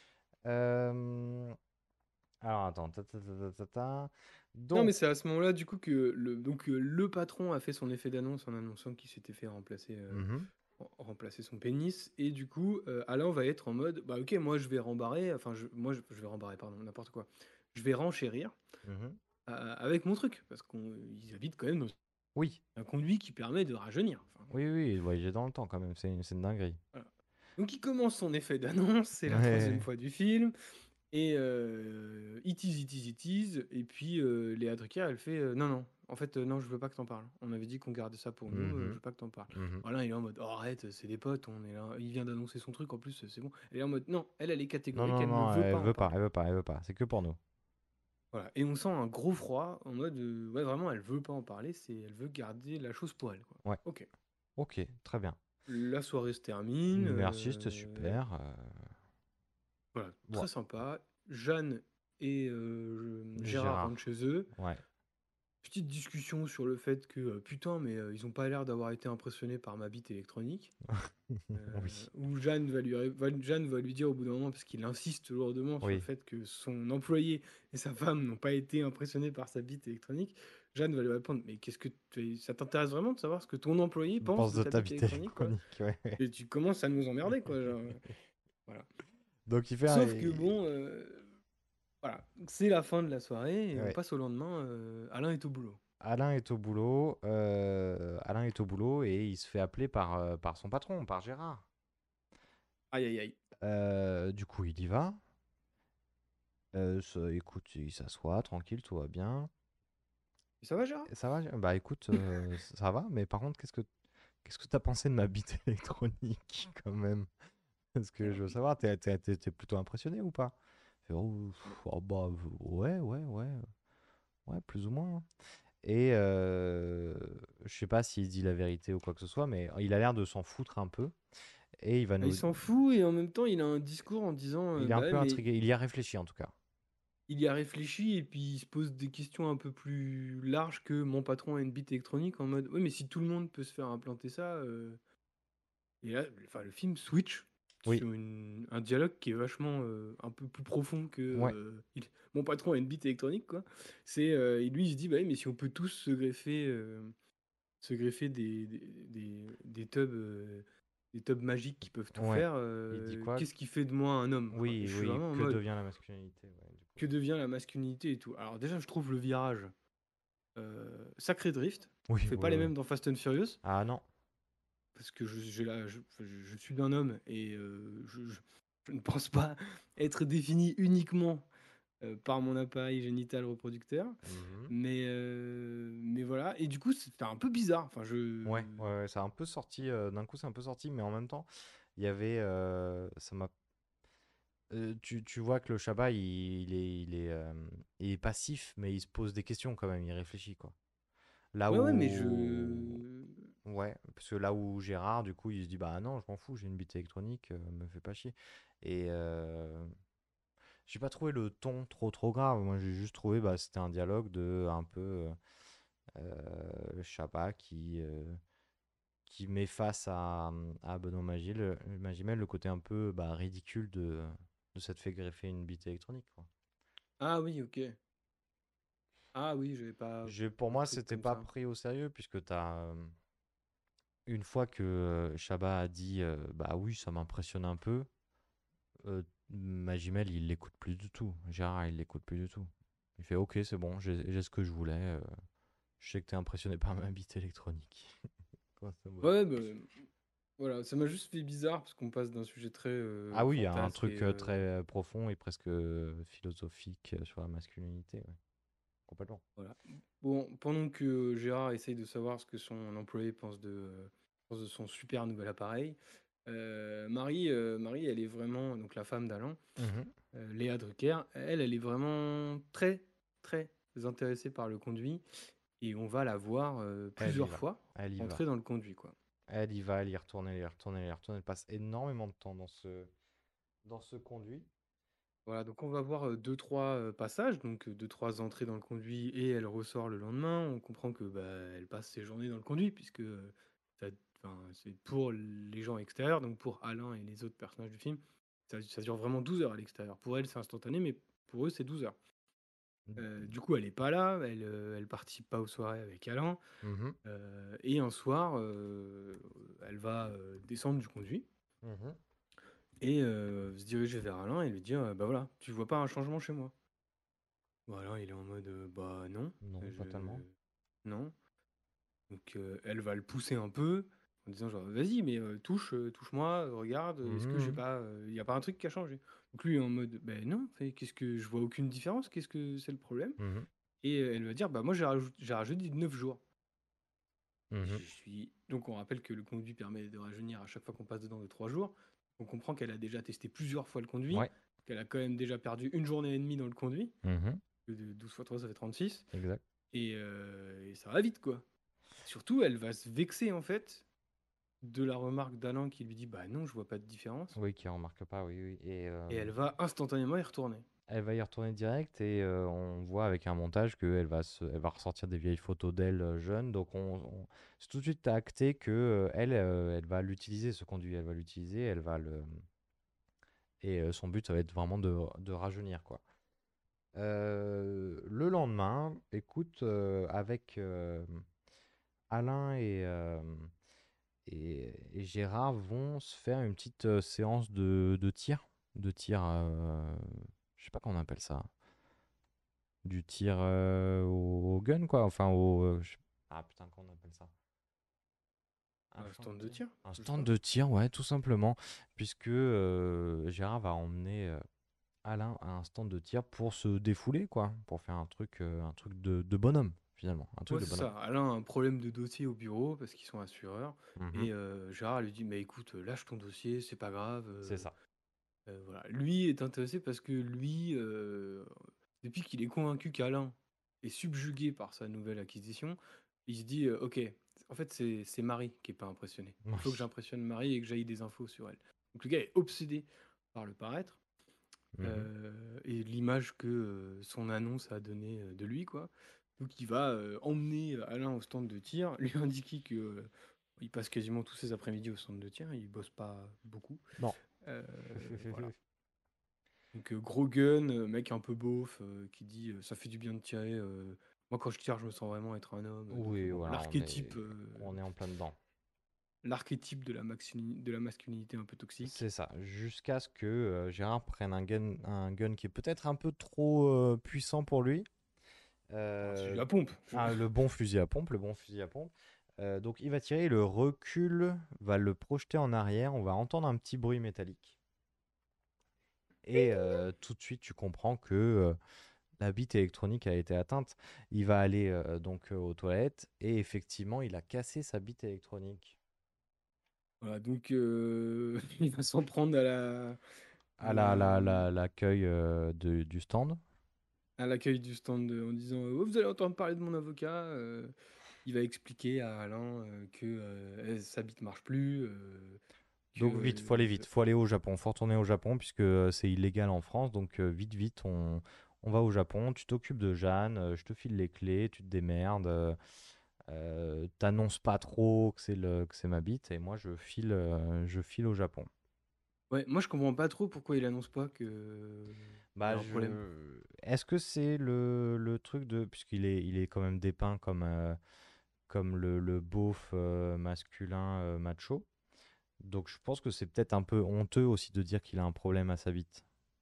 Euh, Alors attends, ta, ta, ta, ta, ta, ta. Non, mais Donc, c'est à ce moment-là, du coup, que le, donc, euh, le patron a fait son effet d'annonce en annonçant qu'il s'était fait remplacer, euh, mhm, rem- remplacer son pénis. Et du coup, euh, Alain va être en mode, bah ok, moi je vais rembarrer, enfin, je, moi je, je vais rembarrer, pardon, n'importe quoi. Je vais renchérir mhm. euh, avec mon truc, parce qu'ils habitent quand même dans Oui, un conduit qui permet de rajeunir. Enfin, oui, oui, il voyageait dans le temps quand même, c'est une, c'est une dinguerie. voilà. Donc il commence son effet d'annonce, c'est la troisième Ouais, fois du film. Et euh, it is, it is, it is. Et puis euh, Léa Drucker, elle fait euh, non, non, en fait, euh, non, je veux pas que t'en parles. On avait dit qu'on gardait ça pour nous, euh, je mhm, veux pas que t'en parles. mhm. Voilà, il est en mode oh, arrête, c'est des potes, on est là. Il vient d'annoncer son truc, en plus, c'est bon. Elle est en mode non, elle, elle est Non, catégorique, non, elle ne non, veut pas elle en veut pas, parler. elle veut pas, elle veut pas, c'est que pour nous. Voilà. Et on sent un gros froid en mode euh, ouais, vraiment, elle veut pas en parler, c'est elle veut garder la chose pour elle, quoi. Ouais, Ok. ok, très bien. La soirée se termine. Merci, c'était euh, super. euh, Voilà, ouais. très sympa. Jeanne et euh, Gérard Gérard, rentrent chez eux. ouais. Petite discussion sur le fait que euh, putain, mais euh, ils ont pas l'air d'avoir été impressionnés par ma bite électronique. Euh, Oui, où Jeanne va lui, ré- va- Jeanne va lui dire au bout d'un moment, parce qu'il insiste lourdement sur le oui. fait que son employé et sa femme n'ont pas été impressionnés par sa bite électronique. Jeanne va lui répondre, mais qu'est-ce que tu- ça t'intéresse vraiment de savoir ce que ton employé Je pense pense de de ta ta bite bite électronique, quoi? électronique, ouais. Et tu commences à nous emmerder, quoi. Genre, euh, voilà. Donc il fait un... Sauf que bon, euh, voilà, c'est la fin de la soirée et on ouais. passe au lendemain. euh, Alain est au boulot. Alain est au boulot, euh, Alain est au boulot et il se fait appeler par, euh, par son patron, par Gérard. Aïe aïe aïe. Euh, du coup, il y va. Euh, ça- écoute, il s'assoit, tranquille, tout va bien. Et ça va, Gérard? Et ça va? Bah écoute, euh, ça va, mais par contre, qu'est-ce que qu'est-ce que t'as pensé de ma bite électronique quand même? Parce que je veux savoir, t'es t'es- t'es- t'es plutôt impressionné ou pas? Il fait, oh, pff, oh, bah ouais, ouais, ouais, ouais, plus ou moins, hein. Et euh, je sais pas s'il dit la vérité ou quoi que ce soit, mais il a l'air de s'en foutre un peu. Et il va Ah, il nous. s'en fout et en même temps, il a un discours en disant euh, Il est un bah ouais, peu mais intrigué. Il y a réfléchi en tout cas. il y a réfléchi et puis il se pose des questions un peu plus larges que mon patron a une bite électronique en mode oui, mais si tout le monde peut se faire implanter ça. euh, Et là, enfin, le film switch Oui, sur une- un dialogue qui est vachement euh, un peu plus profond que ouais, euh, il- mon patron a une bite électronique, quoi. C'est euh, et lui il se dit bah oui, mais si on peut tous se greffer euh, se greffer des, des, des, des tubs, euh, des tubs magiques qui peuvent tout ouais. faire. Il dit euh, quoi? qu'est-ce qui fait de moi un homme, quoi. Et Oui, je suis oui. vraiment en Que mode, devient la masculinité? Ouais, du coup. que devient la masculinité et tout. Alors déjà, je trouve le virage euh, sacré drift. Oui, On fait pas oui, les oui. mêmes dans Fast and Furious, Ah non. parce que je, j'ai la- je, je- je suis d'un homme et euh, je, je- je ne pense pas être défini uniquement euh, par mon appareil génital reproducteur. Mhm. Mais, euh, mais voilà, et du coup, c'était un peu bizarre. Enfin, je... Ouais, ouais, ouais, c'est un peu sorti. euh, D'un coup, c'est un peu sorti, mais en même temps, il y avait. euh, ça m'a. euh, tu, tu vois que le Shabbat, il, il est, il est, euh, il est passif, mais il se pose des questions quand même. Il réfléchit, quoi. Là Ouais, ouais, mais où. je... Ouais, parce que là où Gérard, du coup, il se dit, bah non, je m'en fous, j'ai une bite électronique, euh, me fais pas chier. Et euh, j'ai pas trouvé le ton trop trop grave. Moi, j'ai juste trouvé, bah, c'était un dialogue de un peu euh, euh, Chabat qui euh, qui met face à, à Benoît Magimel, Magimel le côté un peu bah, ridicule de de s'être fait greffer une bite électronique, quoi. Ah oui, ok. Ah oui, j'avais pas J'ai, pour moi, compris c'était comme pas ça. pris au sérieux puisque t'as euh, une fois que euh, Chabat a dit, euh, bah oui, ça m'impressionne un peu. euh, Magimel, il l'écoute plus du tout. Gérard, il l'écoute plus du tout. Il fait ok, c'est bon, j'ai j'ai ce que je voulais. euh, je sais que t'es impressionné par ma bite électronique. Grosso modo. Ouais, bah, voilà, ça m'a juste fait bizarre parce qu'on passe d'un sujet très Ah euh, oui, il y a un fantasque et... truc euh, euh, très euh, profond et presque euh, philosophique euh, sur la masculinité. Ouais. Complètement. voilà. Bon, pendant que Gérard essaye de savoir ce que son employé pense de, euh, pense de son super nouvel appareil, euh, Marie, euh, Marie, elle est vraiment, donc la femme d'Alain, Mhm. euh, Léa Drucker, elle, elle est vraiment très, très intéressée par le conduit et on va la voir euh, Elle y plusieurs va. fois Elle y va. entrer dans le conduit, quoi. Elle y va, elle y retourne, elle y retourne, elle y retourne. Elle passe énormément de temps dans ce, dans ce conduit. Voilà, donc on va voir euh, deux, trois euh, passages, donc euh, deux, trois entrées dans le conduit et elle ressort le lendemain. On comprend que bah, elle passe ses journées dans le conduit puisque euh, ça- enfin, c'est pour les gens extérieurs, donc pour Alain et les autres personnages du film, ça, ça dure vraiment douze heures à l'extérieur. Pour elle, c'est instantané, mais pour eux, c'est douze heures. Euh, du coup, elle est pas là, elle, euh, elle participe pas aux soirées avec Alain. Mhm, euh, et un soir, euh, elle va euh, descendre du conduit mhm. et euh, se diriger vers Alain et lui dire euh, bah voilà, tu vois pas un changement chez moi? Bah, Alain, il est en mode euh, bah non, Non, pas tellement. je... non. Donc euh, elle va le pousser un peu en disant genre vas-y mais euh, touche, euh, touche-moi, euh, regarde, euh, est-ce que j'ai Mhm, pas, il y a pas un truc qui a changé? Donc lui est en mode ben non, fait, qu'est-ce que je vois aucune différence, qu'est-ce que c'est le problème? mhm, Et euh, elle va dire bah moi j'ai rajouté, j'ai rajouté neuf jours. mhm. Je suis donc on rappelle que le conduit permet de rajeunir à chaque fois qu'on passe dedans de trois jours. On comprend qu'elle a déjà testé plusieurs fois le conduit, Ouais, qu'elle a quand même déjà perdu une journée et demie dans le conduit. mhm, De douze fois trois ça fait trente-six. exact. Et, euh, et ça va vite quoi. Surtout elle va se vexer en fait de la remarque d'Alain qui lui dit bah non je vois pas de différence Oui, qui remarque pas, oui, oui. Et euh, et elle va instantanément y retourner. elle va y retourner direct et euh, on voit avec un montage qu'elle va, se, elle va ressortir des vieilles photos d'elle euh, jeune. Donc on, on- c'est tout de suite acté que euh, elle, euh, elle va l'utiliser ce conduit, elle va l'utiliser, elle va le et euh, son but ça va être vraiment de, de rajeunir quoi. Euh, le lendemain, écoute, euh, avec euh, Alain et, euh, et, et Gérard vont se faire une petite euh, séance de, de tir, de tir, euh, je sais pas comment on appelle ça. Du tir euh, au, au gun, quoi. Enfin, au. euh, je- Ah putain, comment on appelle ça? Un Un champ stand de de tir. tir, Un je sais stand pas. de tir, ouais, tout simplement. Puisque euh, Gérard va emmener euh, Alain à un stand de tir pour se défouler, quoi. Pour faire un truc, euh, un truc de, de bonhomme, finalement. Un truc Ouais de c'est bonhomme. ça, Alain a un problème de dossier au bureau parce qu'ils sont assureurs Mhm, et euh, Gérard lui dit mais écoute euh, lâche ton dossier c'est pas grave, c'est euh, ça. euh, voilà. Lui est intéressé parce que lui euh, depuis qu'il est convaincu qu'Alain est subjugué par sa nouvelle acquisition, il se dit euh, ok en fait c'est c'est Marie qui est pas impressionnée, il faut que Oui. j'impressionne Marie et que j'aille des infos sur elle. Donc le gars est obsédé par le paraître Mhm. euh, et l'image que euh, son annonce a donné euh, de lui, quoi. Donc il va euh, emmener Alain au stand de tir, lui indiquer que euh, il passe quasiment tous ses après-midi au stand de tir, il bosse pas beaucoup. Non. Euh, voilà. Donc euh, gros gun, euh, mec un peu beauf, euh, qui dit euh, ça fait du bien de tirer. euh, moi quand je tire, je me sens vraiment être un homme. Donc euh, Oui, bon, voilà, on l'archétype, est, euh, on est en plein dedans. l'archétype de la, maxi- de la masculinité un peu toxique. C'est ça, jusqu'à ce que euh, Gérard prenne un gun, un gun qui est peut-être un peu trop euh, puissant pour lui. Un Euh, fusil à pompe. ah, le bon fusil à pompe, le bon fusil à pompe. Euh, donc il va tirer, le recul va le projeter en arrière, on va entendre un petit bruit métallique. Et euh, tout de suite tu comprends que euh, la bite électronique a été atteinte. Il va aller euh, donc euh, aux toilettes et effectivement il a cassé sa bite électronique. Voilà, donc euh, il va s'en prendre à la, à À la, la, la, la- l'accueil euh, de- du stand. à l'accueil du stand euh, en disant euh, Oh, vous allez entendre parler de mon avocat. euh, il va expliquer à Alain euh, que euh, sa bite marche plus, euh, que Donc vite, faut aller vite, euh, faut aller au Japon, faut retourner au Japon puisque euh, c'est illégal en France. Donc euh, vite, vite, on, on va au Japon. Tu t'occupes de Jeanne, euh, je te file les clés, tu te démerdes, euh, euh, t'annonces pas trop que c'est le, que c'est ma bite et moi je file, euh, je file au Japon. ouais, moi je comprends pas trop pourquoi il annonce pas que il y Bah a un problème. je, est-ce que c'est le, le truc de, puisqu'il est, il est quand même dépeint comme, euh, comme le, le beauf euh, masculin euh, macho. Donc je pense que c'est peut-être un peu honteux aussi de dire qu'il a un problème à sa bite.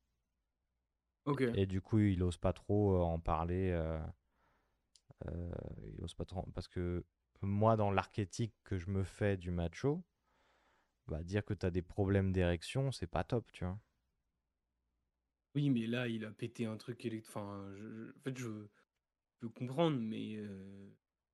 Ok. Et du coup, il ose pas trop euh, en parler. euh, euh, il ose pas trop parce que moi, dans l'archétype que je me fais du macho, bah, dire que tu as des problèmes d'érection, c'est pas top, tu vois. Oui, mais là il a pété un truc élect- Enfin, je- je- en fait je peux comprendre, mais euh,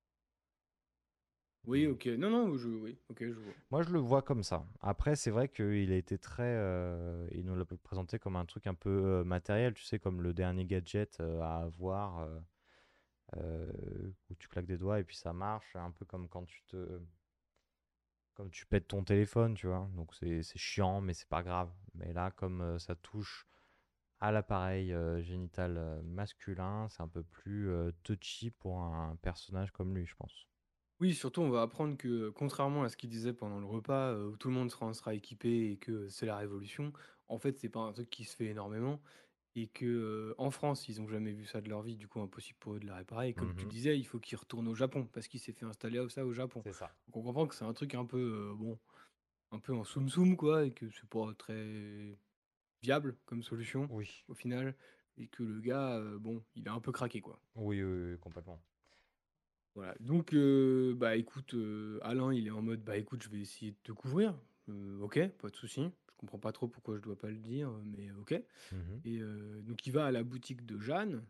oui, Hmm. ok. Non, non, je, oui, ok, je vois. Moi, je le vois comme ça. Après, c'est vrai qu'il a été très. Euh, il nous l'a présenté comme un truc un peu euh, matériel, tu sais, comme le dernier gadget euh, à avoir, euh, euh, où tu claques des doigts et puis ça marche, un peu comme quand tu te. Comme tu pètes ton téléphone, tu vois. Donc c'est c'est chiant, mais c'est pas grave. Mais là, comme euh, ça touche à l'appareil euh, génital euh, masculin, c'est un peu plus euh, touchy pour un personnage comme lui, je pense. Oui, surtout, on va apprendre que, contrairement à ce qu'il disait pendant le repas, heu, où tout le monde sera sera équipé et que c'est la révolution, en fait, c'est pas un truc qui se fait énormément et que, heu, en France, ils ont jamais vu ça de leur vie, du coup, impossible pour eux de la réparer et comme tu Mhm. disais, il faut qu'il retourne au Japon parce qu'il s'est fait installer à ça au Japon. C'est ça. Donc on comprend que c'est un truc un peu, heu, bon, un peu en soum-soum, quoi et que c'est pas très viable comme solution, Oui. au final et que le gars, heu, bon, il a un peu craqué, quoi. Oui, oui, oui, complètement. Voilà, donc heu, bah, écoute, heu, Alain, il est en mode: «Bah, écoute, je vais essayer de te couvrir». Heu, OK, pas de souci. Je comprends pas trop pourquoi je dois pas le dire, mais OK Mhm. et heu, donc il va à la boutique de Jeanne,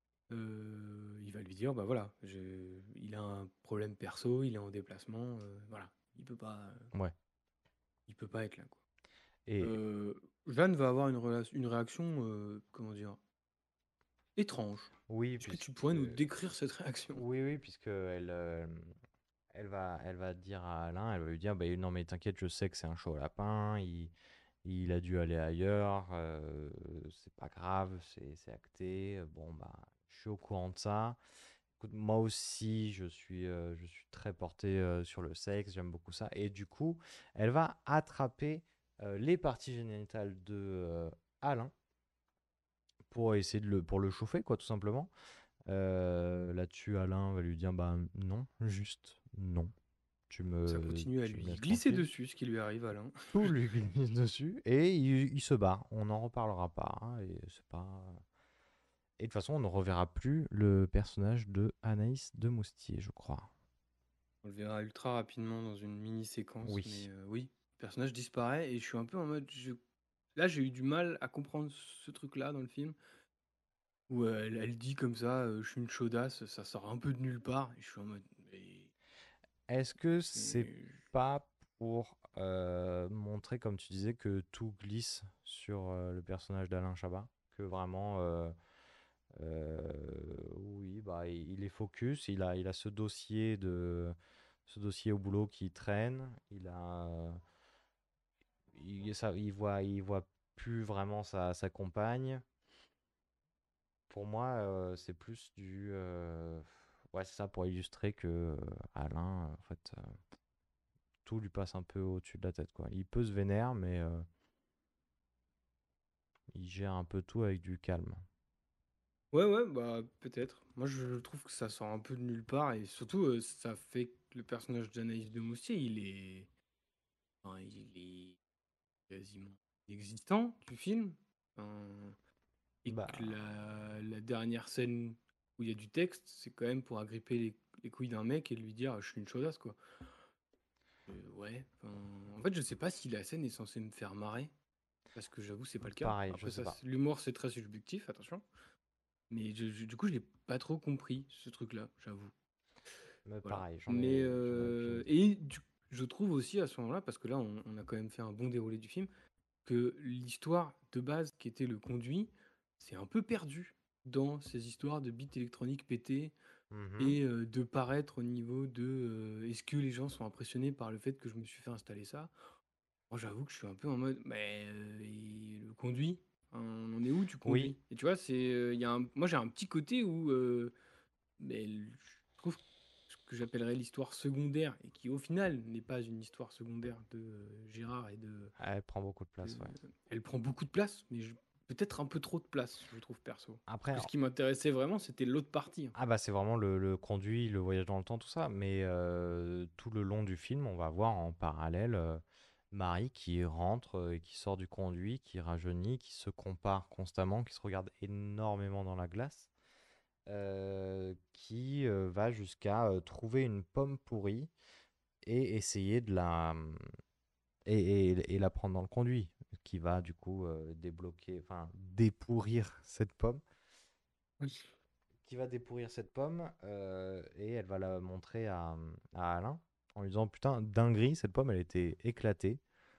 heu, il va lui dire: «Bah, voilà, je il a un problème perso, il est en déplacement, heu, voilà, il peut pas, heu, Ouais. il peut pas être là, quoi». Et Heu, Jeanne va avoir une rela une réaction, heu, comment dire? Étrange. oui, Est-ce que puisque tu pourrais nous décrire cette réaction? oui, oui, puisque elle, euh, elle va, elle va dire à Alain, elle va lui dire, bah, non mais t'inquiète, je sais que c'est un chaud lapin, il, il a dû aller ailleurs, euh, c'est pas grave, c'est, c'est acté. Bon bah, je suis au courant de ça. Écoute, moi aussi, je suis, euh, je suis très porté euh, sur le sexe, j'aime beaucoup ça. Et du coup, elle va attraper euh, les parties génitales de euh, Alain pour essayer de le, pour le chauffer, quoi, tout simplement. Euh, là-dessus, Alain va lui dire, bah non, juste non. Tu Ça me, continue à tu me lui laisses glisser tranquille. dessus, ce qui lui arrive, Alain. Tout lui glisse dessus et il, il se barre. On n'en reparlera pas. Hein, et c'est pas. Et de toute façon, on ne reverra plus le personnage de Anaïs de Moustier, je crois. On le verra ultra rapidement dans une mini séquence, mais Oui. heu, oui, le personnage disparaît et je suis un peu en mode je là, j'ai eu du mal à comprendre ce truc-là dans le film où, heu, elle elle dit comme ça, heu: «Je suis une chaudasse», ça sort un peu de nulle part et je suis en mode: «Mais Est-ce que c'est mais» pas pour euh, montrer, comme tu disais, que tout glisse sur euh, le personnage d'Alain Chabat? Que vraiment, euh, euh, oui, bah, il il est focus, il a, il a ce dossier de, ce dossier au boulot qui traîne, il a, il, ça, il voit, il voit plus vraiment sa, sa compagne. Pour moi, euh, c'est plus du, euh, ouais, c'est ça pour illustrer que euh, Alain, en fait. Euh, tout lui passe un peu au-dessus de la tête, quoi. Il peut se vénère, mais euh, il gère un peu tout avec du calme. ouais, ouais, bah, peut-être. Moi, je trouve que ça sort un peu de nulle part et surtout, heu, ça fait que le personnage d'Anaïs de Moustier, il est enfin, il est quasiment inexistant du film. Enfin et Bah, que la, la dernière scène où il y a du texte, c'est quand même pour agripper les, les couilles d'un mec et lui dire je suis une chaudasse quoi. Euh, ouais. enfin, En fait, je sais pas si la scène est censée me faire marrer parce que j'avoue c'est pas le cas. pareil, je Après sais ça, pas. c'est- l'humour c'est très subjectif, attention. Mais je- je- du coup, je l'ai pas trop compris ce truc-là, j'avoue. Mais Voilà. pareil, j'en Mais ai, j'en ai aucune euh, idée. et du- je trouve aussi à ce moment-là, parce que là on, on a quand même fait un bon déroulé du film, que l'histoire de base qui était le conduit, c'est un peu perdu dans ces histoires de beats électroniques pétés Mhm. et euh, de paraître au niveau de euh, est-ce que les gens sont impressionnés par le fait que je me suis fait installer ça. Moi j'avoue que je suis un peu en mode mais euh, et le conduit, Enfin, on en est où tu Oui, conduis? Et tu vois, c'est euh, il y a un- moi j'ai un petit côté où euh, mais l- je trouve ce que j'appellerais l'histoire secondaire et qui au final n'est pas une histoire secondaire de euh, Gérard et de elle prend beaucoup de euh, place, ouais. elle prend beaucoup de place, mais je- peut-être un peu trop de place, je trouve, perso. Parce Après, que ce qui m'intéressait vraiment, c'était l'autre partie, en ah fait. bah c'est vraiment le, le conduit, le voyage dans le temps, tout ça. Mais euh, tout le long du film, on va voir en parallèle euh, Marie qui rentre euh, et qui sort du conduit, qui rajeunit, qui se compare constamment, qui se regarde énormément dans la glace. Euh, qui euh, va jusqu'à euh, trouver une pomme pourrie et essayer de la et, et- et la prendre dans le conduit, qui va du coup euh, débloquer, enfin dépourrir cette pomme, Oui. qui va dépourrir cette pomme euh, et elle va la montrer à, à Alain en lui disant putain dinguerie cette pomme elle était éclatée.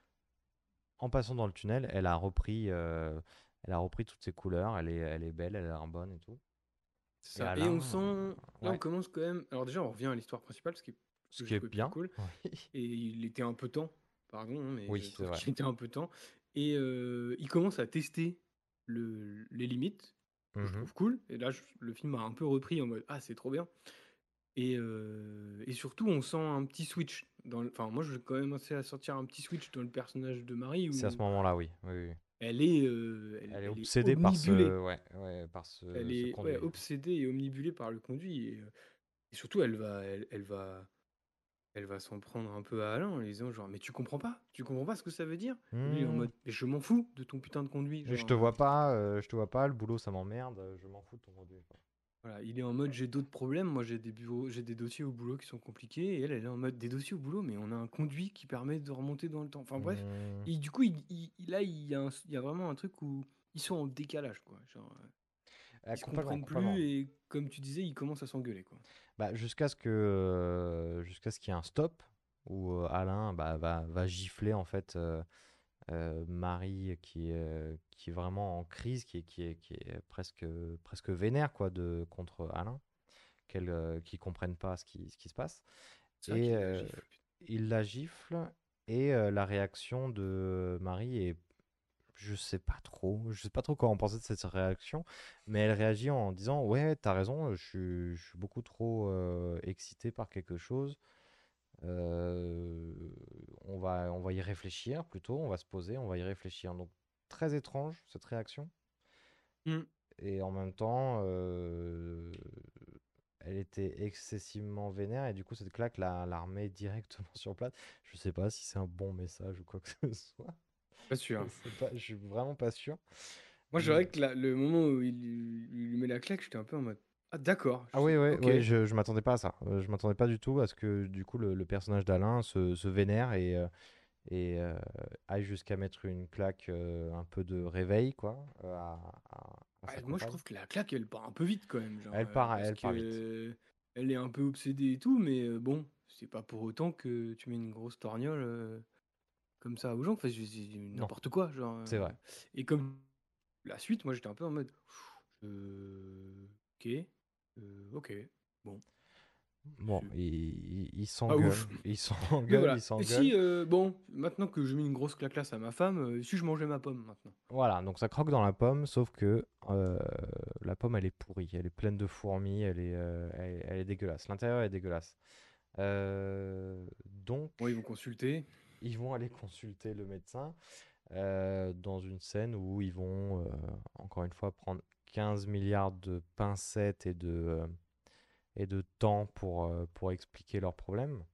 En passant dans le tunnel, elle a repris, euh, elle a repris toutes ses couleurs, elle est, elle est belle, elle a l'air bonne et tout. C'est Et ça. Et on Alain, sent. euh, Là, on ouais, commence quand même. Alors, déjà, on revient à l'histoire principale, ce, qui... ce ce que qui j'ai est trouvé plutôt bien. cool. Oui, Et il était un peu temps, pardon, hein, mais je oui c'est trouve vrai. qu'il était un peu temps. Et euh, il commence à tester le... les limites, que je Mhm. trouve cool. Et là, je- le film a un peu repris en mode ah, c'est trop bien. Et, euh, et surtout, on sent un petit switch. Dans le- Enfin, moi, je vais quand même commencer à sortir un petit switch dans le personnage de Marie C'est à ce où moment-là, oui. oui, oui. elle est, euh, elle, Elle est elle est obsédée par omnibulée. ce, ouais, ouais, par ce, Elle ce est ouais, conduit. obsédée et omnibulée par le conduit. Et, euh, et surtout, elle va, elle, elle va, elle va s'en prendre un peu à Alain en lui disant genre, mais tu comprends pas, tu comprends pas ce que ça veut dire? Et lui, il est en Hmm. mode, mais je m'en fous de ton putain de conduit. Je Genre, te euh, vois pas, euh, je te vois pas, le boulot ça m'emmerde, euh, je m'en fous de ton conduit, quoi. voilà, il est en mode, j'ai d'autres problèmes. Moi, j'ai des bureaux, j'ai des dossiers au boulot qui sont compliqués. Et elle, elle est en mode, des dossiers au boulot, mais on a un conduit qui permet de remonter dans le temps. Enfin bref, Hmm. et du coup, il, il- il- là, il y a, un- il y a vraiment un truc où ils sont en décalage, quoi. Genre, euh, Ah, ils se complètement, comprennent complètement. plus et comme tu disais, ils commencent à s'engueuler, quoi. Bah, jusqu'à ce que, euh, jusqu'à ce qu'il y ait un stop où euh, Alain bah, va, va gifler en fait euh, euh, Marie qui est, euh, qui est vraiment en crise, qui est, qui est, qui est presque, presque vénère quoi, de, contre Alain, qu'elle, euh, qui comprennent pas ce qui, ce qui se passe. C'est vrai Et qu'il la euh, gifle. il la gifle et euh, la réaction de Marie est, je sais pas trop, je sais pas trop comment penser de cette réaction, mais elle réagit en disant ouais, t'as raison, je suis, je suis beaucoup trop euh, excité par quelque chose. Euh, on va, on va y réfléchir plutôt, on va se poser, on va y réfléchir. Donc très étrange cette réaction. Hmm. Et en même temps, euh, elle était excessivement vénère et du coup cette claque la, la remet directement sur place. Je sais pas si c'est un bon message ou quoi que ce soit. Pas Je sûr. sais pas, je suis vraiment pas sûr. Moi, c'est Mm. vrai que la- le moment où il, lui il lui met la claque, j'étais un peu en mode, ah d'accord, Ah je oui, sais- ouais, ok. ouais, je, je m'attendais pas à ça. Euh, je m'attendais pas du tout à ce que du coup le, le personnage d'Alain se, se vénère et, euh, et euh, aille jusqu'à mettre une claque euh, un peu de réveil quoi euh, à, à- à Ouais, sa moi, je compagne. trouve que la claque, elle part un peu vite quand même, genre, Elle euh, part, parce elle part vite. que elle est un peu obsédée et tout, mais euh, bon, c'est pas pour autant que tu mets une grosse torgnole euh, comme ça aux gens. Enfin, c'est c'est Non, n'importe quoi, genre. c'est euh. vrai. Et comme la suite, moi, j'étais un peu en mode, euh, ok, euh, ok, bon, Bon, c'est ils il, pas s'engueulent, ouf. ils Mais s'engueulent, ils voilà. Et si, s'engueulent. euh, bon, maintenant que je mets une grosse claque à ma femme, euh, si je mangeais ma pomme maintenant. Voilà, donc ça croque dans la pomme, sauf que euh, la pomme elle est pourrie, elle est pleine de fourmis, elle est, euh, elle, elle est dégueulasse. L'intérieur est dégueulasse. Euh, donc, Bon, ils vont consulter. ils vont aller consulter le médecin euh, dans une scène où ils vont, euh, encore une fois, prendre quinze milliards de pincettes et de, euh, et de temps pour, euh, pour expliquer leurs problèmes.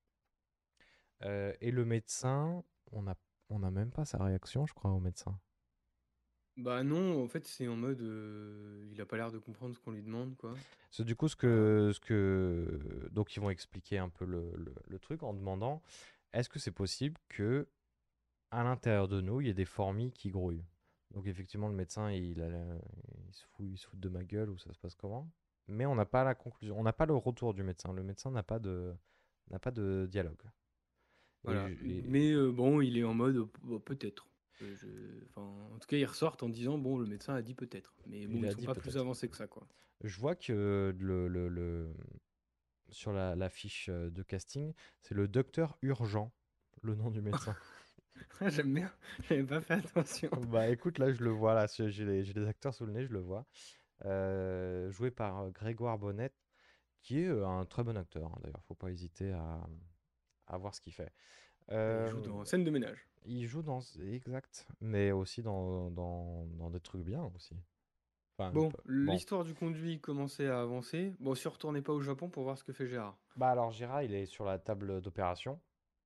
Euh, et le médecin, on n'a on a même pas sa réaction, je crois, au médecin. Bah non, en fait, c'est en mode, euh, il a pas l'air de comprendre ce qu'on lui demande, quoi. C'est du coup ce Voilà. que, ce que... Donc ils vont expliquer un peu le, le- le truc en demandant est-ce que c'est possible que à l'intérieur de nous, il y ait des fourmis qui grouillent. Donc effectivement, le médecin, il, a la- il se fout, il se fout de ma gueule ou ça se passe comment. Mais on n'a pas la conclusion, on n'a pas le retour du médecin. Le médecin n'a pas de, n'a pas de dialogue. Et, Voilà. je- et Mais euh, bon, il est en mode, euh, bon, peut-être. Euh, je- Enfin, en tout cas, ils ressortent en disant, bon, le médecin a dit peut-être. Mais bon, il ils a sont dit pas plus peut-être. avancés que ça, quoi. Je vois que le, le- le- sur la, la fiche euh, de casting, c'est le docteur urgent, le nom du médecin. J'aime bien, j'avais pas fait attention. Bah écoute, là je le vois, là j'ai j'ai les, j'ai les acteurs sous le nez, je le vois. Euh, joué par euh, Grégoire Bonnet, qui est euh, un très bon acteur, hein, d'ailleurs, faut pas hésiter à, à voir ce qu'il fait. Et il Euh, joue dans Scène de ménage. il joue dans... Exact, mais aussi dans, dans, dans des trucs bien aussi. Enfin, Bon, peu- bon. l'histoire du conduit commençait à avancer. Bon, si on retournait pas au Japon pour voir ce que fait Gérard. Bah alors Gérard, il est sur la table d'opération.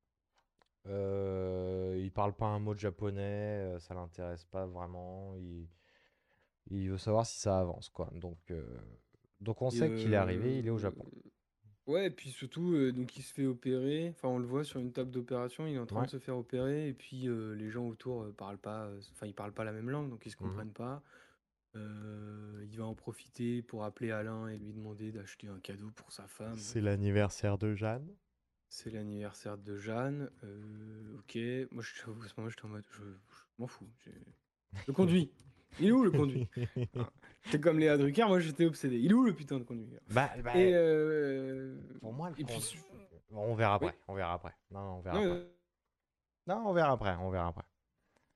Euh, il parle pas un mot de japonais, euh, ça l'intéresse pas vraiment. Il, il veut savoir si ça avance, quoi. Donc, euh, donc on Et sait qu'il est arrivé, il est au euh, Japon. ouais, et puis surtout, euh, donc il se fait opérer. Enfin, on le voit sur une table d'opération, il est en train Ouais. de se faire opérer. Et puis euh, les gens autour euh, parlent pas, euh, enfin, ils parlent pas la même langue, donc ils se Mhm. comprennent pas. Euh, il va en profiter pour appeler Alain et lui demander d'acheter un cadeau pour sa femme. C'est l'anniversaire de Jeanne. C'est l'anniversaire de Jeanne. Euh, ok, moi je, à ce moment j'étais en mode, je, je m'en fous. j'ai- Le conduit. Il est où le conduit? Hein, T'es comme Léa Drucker, moi j'étais obsédé. Il est où le putain de conduit? Bah, bah, Et euh, pour moi, le et puis conduit- on verra oui. après, on verra après. Non, non, on verra Non, après. euh, Non, on verra après, on verra après.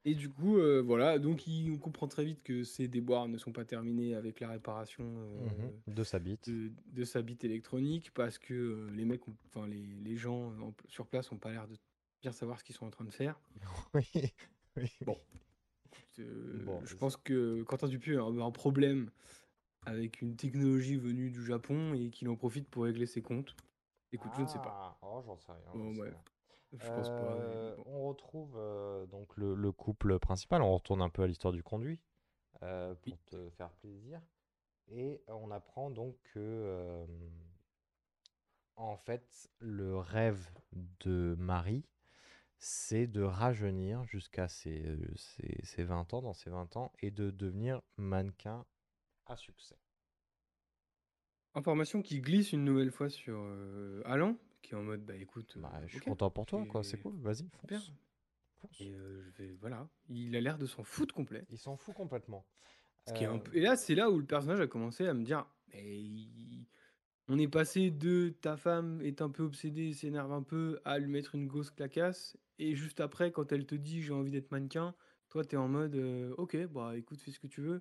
Et du coup, euh, voilà, donc il- on comprend très vite que ces déboires ne sont pas terminés avec la réparation Mhm. euh, De sa bite. de, de sa bite électronique parce que euh, les mecs, ont- enfin les, les gens en- sur place n'ont pas l'air de bien savoir ce qu'ils sont en train de faire. Oui, oui, Bon, oui. écoute, euh, Bon, je c'est- pense que Quentin Dupieux a un, un problème avec une technologie venue du Japon et qu'il en profite pour régler ses comptes. Écoute, je ne sais pas. Ah, oh, j'en sais rien, j'en Bon, sais bref, rien. je pense pas, mais Euh, bon. on retrouve euh, donc le, le couple principal. On retourne un peu à l'histoire du conduit euh, Oui. pour te faire plaisir. Et on apprend donc que, euh, en fait, le rêve de Marie, c'est de rajeunir jusqu'à ses, euh, ses, ses vingt ans, dans ses vingt ans, et de devenir mannequin à succès. Information qui glisse une nouvelle fois sur euh, Alan, qui est en mode, bah écoute, Bah, euh, je suis ok, content pour toi, quoi. C'est c'est cool. Vas-y, super. fonce. Fonce. Et euh, je vais, voilà, il a l'air de s'en foutre complet. Il s'en fout complètement. Ce qui est un Euh, peu... Et là, c'est là où le personnage a commencé à me dire, mais il- on est passé de ta femme est un peu obsédée, s'énerve un peu, à lui mettre une grosse clacasse. Et juste après, quand elle te dit j'ai envie d'être mannequin, toi t'es en mode euh, ok, bah écoute, fais ce que tu veux.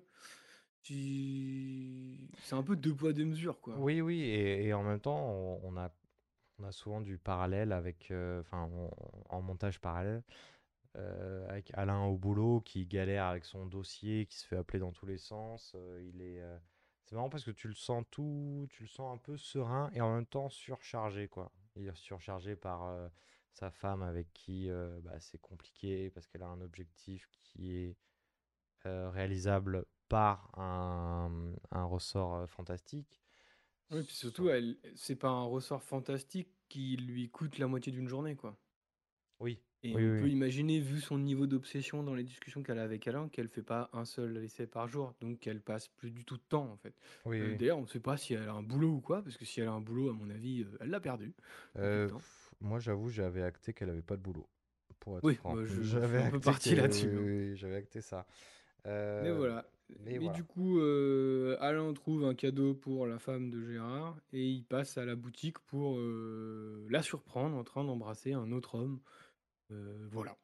Tu... C'est un peu deux poids deux mesures, quoi. Oui, oui, et, et en même temps, on, on a, on a souvent du parallèle avec, euh, enfin, on- en montage parallèle, euh, avec Alain au boulot qui galère avec son dossier, qui se fait appeler dans tous les sens. euh, il est, euh, c'est marrant parce que tu le sens tout, tu le sens un peu serein et en même temps surchargé, quoi. Il est surchargé par euh, sa femme avec qui euh, bah, c'est compliqué parce qu'elle a un objectif qui est euh, réalisable par un, un ressort euh, fantastique. Oui, puis surtout, Son- elle, c'est pas un ressort fantastique qui lui coûte la moitié d'une journée, quoi. Oui, Et oui, on oui, peut imaginer, vu son niveau d'obsession dans les discussions qu'elle a avec Alain, qu'elle fait pas un seul essai par jour, donc qu'elle passe plus du tout de temps, en fait. oui, Euh, oui. d'ailleurs, on ne sait pas si elle a un boulot ou quoi, parce que si elle a un boulot, à mon avis, euh, elle l'a perdu depuis le Euh, temps. pff, moi, j'avoue, j'avais acté qu'elle avait pas de boulot, pour être Oui, franc. moi, je, je suis J'avais un peu acté parti que, oui, là-dessus, hein. oui, oui, j'avais acté ça. Mais Euh, voilà. mais Mais voilà. du coup, euh, Alain trouve un cadeau pour la femme de Gérard et il passe à la boutique pour euh, la surprendre en train d'embrasser un autre homme. Euh, voilà.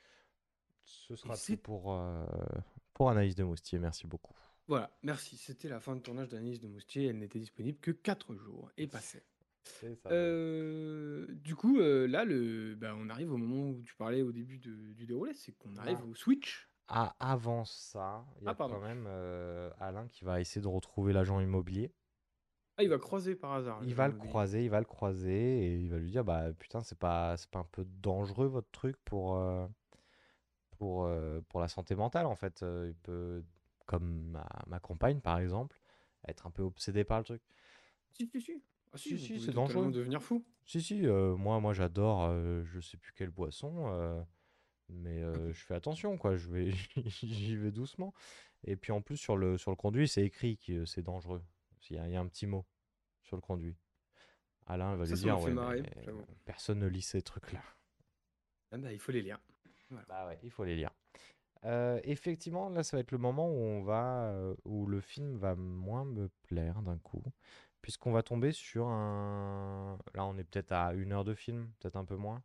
Ce Et sera tout c'est pour, euh, pour Anaïs de Moustier. Merci beaucoup. voilà, merci. C'était la fin de tournage d'Anaïs de Moustier. Elle n'était disponible que quatre jours et passait. C'est ça. Euh, du coup, euh, là, le, bah, on arrive au moment où tu parlais au début de- du déroulé, c'est qu'on arrive Non. au Switch. Ah, avant ça, il y Ah, a pardon. quand même euh, Alain qui va essayer de retrouver l'agent immobilier. Ah, il va croiser par hasard Il l'agent va le immobilier. croiser, il va le croiser et il va lui dire bah putain c'est pas c'est pas un peu dangereux votre truc pour euh, pour euh, pour la santé mentale en fait. Euh, il peut comme ma, ma compagne par exemple être un peu obsédée par le truc. Si, si, si. Ah, si, Si vous si pouvez c'est totalement dangereux. devenir fou. Si si euh, moi moi j'adore euh, je sais plus quelle boisson euh, mais euh, je fais attention quoi, je vais j'y vais doucement et puis en plus sur le sur le conduit c'est écrit que c'est dangereux. Il y a, il y a un petit mot sur le conduit. Alain va Ça, lui ça m'a dire fait ouais mais marrer, j'avoue. personne ne lit ces trucs là. Ah, bah, il faut les lire. Voilà. Bah ouais, il faut les lire. Euh, effectivement, là, ça va être le moment où on va, euh, où le film va moins me plaire d'un coup, puisqu'on va tomber sur un. Là, on est peut-être à une heure de film, peut-être un peu moins.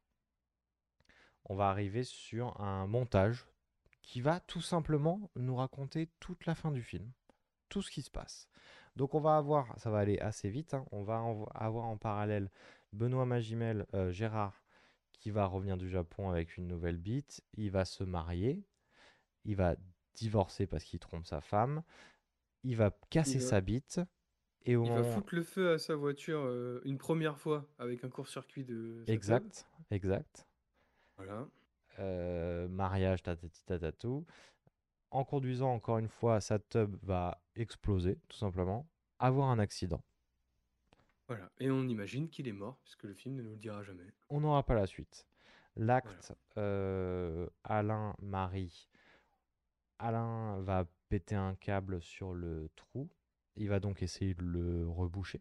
On va arriver sur un montage qui va tout simplement nous raconter toute la fin du film, tout ce qui se passe. Donc, on va avoir, ça va aller assez vite, hein, on va en- avoir en parallèle Benoît Magimel, euh, Gérard, qui va revenir du Japon avec une nouvelle bite. Il va se marier. Il va divorcer parce qu'il trompe sa femme, il va Il casser va, sa bite, et au il va moment foutre le feu à sa voiture euh, une première fois avec un court-circuit de sa teub. exact, exact, Voilà. euh, mariage, tatati tatatou, en conduisant encore une fois, sa tub va exploser, tout simplement, avoir un accident. Voilà. Et on imagine qu'il est mort, puisque le film ne nous le dira jamais. On n'aura pas la suite. Voilà. L'acte euh, Alain Marie, Alain va péter un câble sur le trou, il va donc essayer de le reboucher.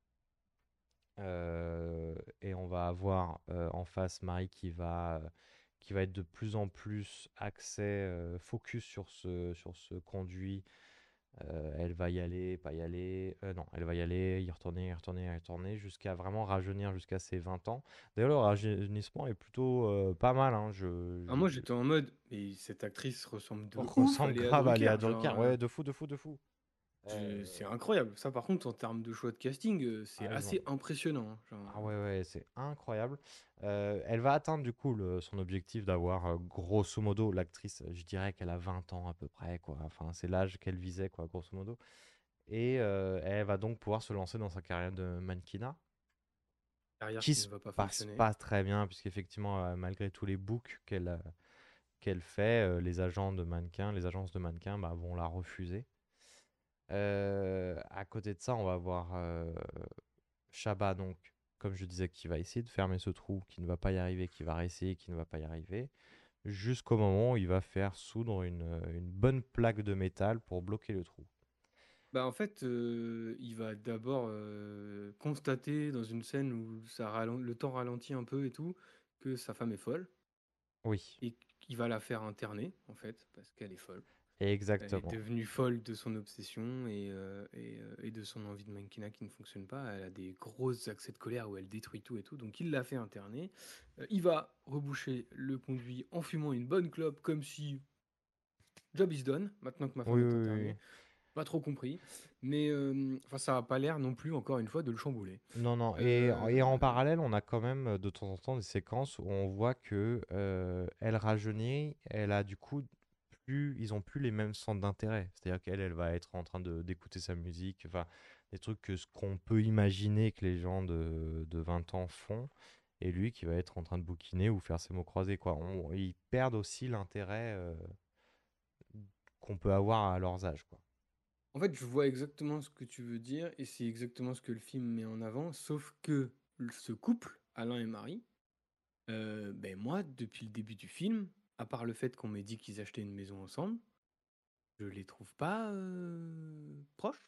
Euh, et on va avoir euh, en face Marie qui va, euh, qui va être de plus en plus axé, euh, focus sur ce, sur ce conduit Euh, elle va y aller, pas y aller. Euh, non, elle va y aller, y retourner, y retourner, y retourner, jusqu'à vraiment rajeunir jusqu'à ses vingt ans. D'ailleurs, le rajeunissement est plutôt euh, pas mal. Hein. Je, Ah, je- moi, j'étais en mode, mais cette actrice ressemble de ouf à ressemble Léa grave à Léa Drucker. Genre, Drucker. euh, Ouais, de fou, de fou, de fou. je- Euh, c'est incroyable. Ça, par contre, en termes de choix de casting, euh, c'est ah, ils ont- assez impressionnant, hein. Genre, ah ouais, ouais, c'est incroyable. Euh, elle va atteindre du coup le- son objectif d'avoir euh, grosso modo l'actrice, je dirais qu'elle a vingt ans à peu près, quoi. Enfin, c'est l'âge qu'elle visait, quoi, grosso modo. Et euh, elle va donc pouvoir se lancer dans sa carrière de mannequinat, carrière qui qui ne se va pas passe fonctionner. pas très bien, puisqu'effectivement, euh, malgré tous les books qu'elle euh, qu'elle fait, euh, les agents de mannequins, les agences de mannequins bah, vont la refuser. Euh, à côté de ça, on va avoir euh, Chabat, donc, comme je disais, qui va essayer de fermer ce trou, qui ne va pas y arriver, qui va réessayer, qui ne va pas y arriver, jusqu'au moment où il va faire soudre une, euh, une bonne plaque de métal pour bloquer le trou. Bah, en fait, euh, il va d'abord euh, constater dans une scène où ça ralen- le temps ralentit un peu et tout, que sa femme est folle Oui, et qu'il va la faire interner, en fait, parce qu'elle est folle. Elle est exactement. devenue folle de son obsession et, euh, et, euh, et de son envie de mannequinat qui ne fonctionne pas. Elle a des gros accès de colère où elle détruit tout et tout. Donc il l'a fait interner. Euh, il va reboucher le conduit en fumant une bonne clope comme si job is done, maintenant que ma femme Oui, est oui, oui. internée. Pas trop compris. Mais euh, enfin, ça n'a pas l'air non plus, encore une fois, de le chambouler. Non, non. Et, et en Euh, parallèle, on a quand même euh, de temps en temps des séquences où on voit que euh, elle rajeunit, elle a du coup plus, ils ont plus les mêmes centres d'intérêt. C'est-à-dire qu'elle, elle va être en train de d'écouter sa musique, enfin des trucs que ce qu'on peut imaginer que les gens de, de vingt ans font, et lui qui va être en train de bouquiner ou faire ses mots croisés, quoi. On- ils perdent aussi l'intérêt euh, qu'on peut avoir à leurs âges, quoi. En fait, je vois exactement ce que tu veux dire et c'est exactement ce que le film met en avant. Sauf que ce couple, Alain et Marie, euh, ben moi, depuis le début du film, à part le fait qu'on m'ait dit qu'ils achetaient une maison ensemble, je les trouve pas euh, proches.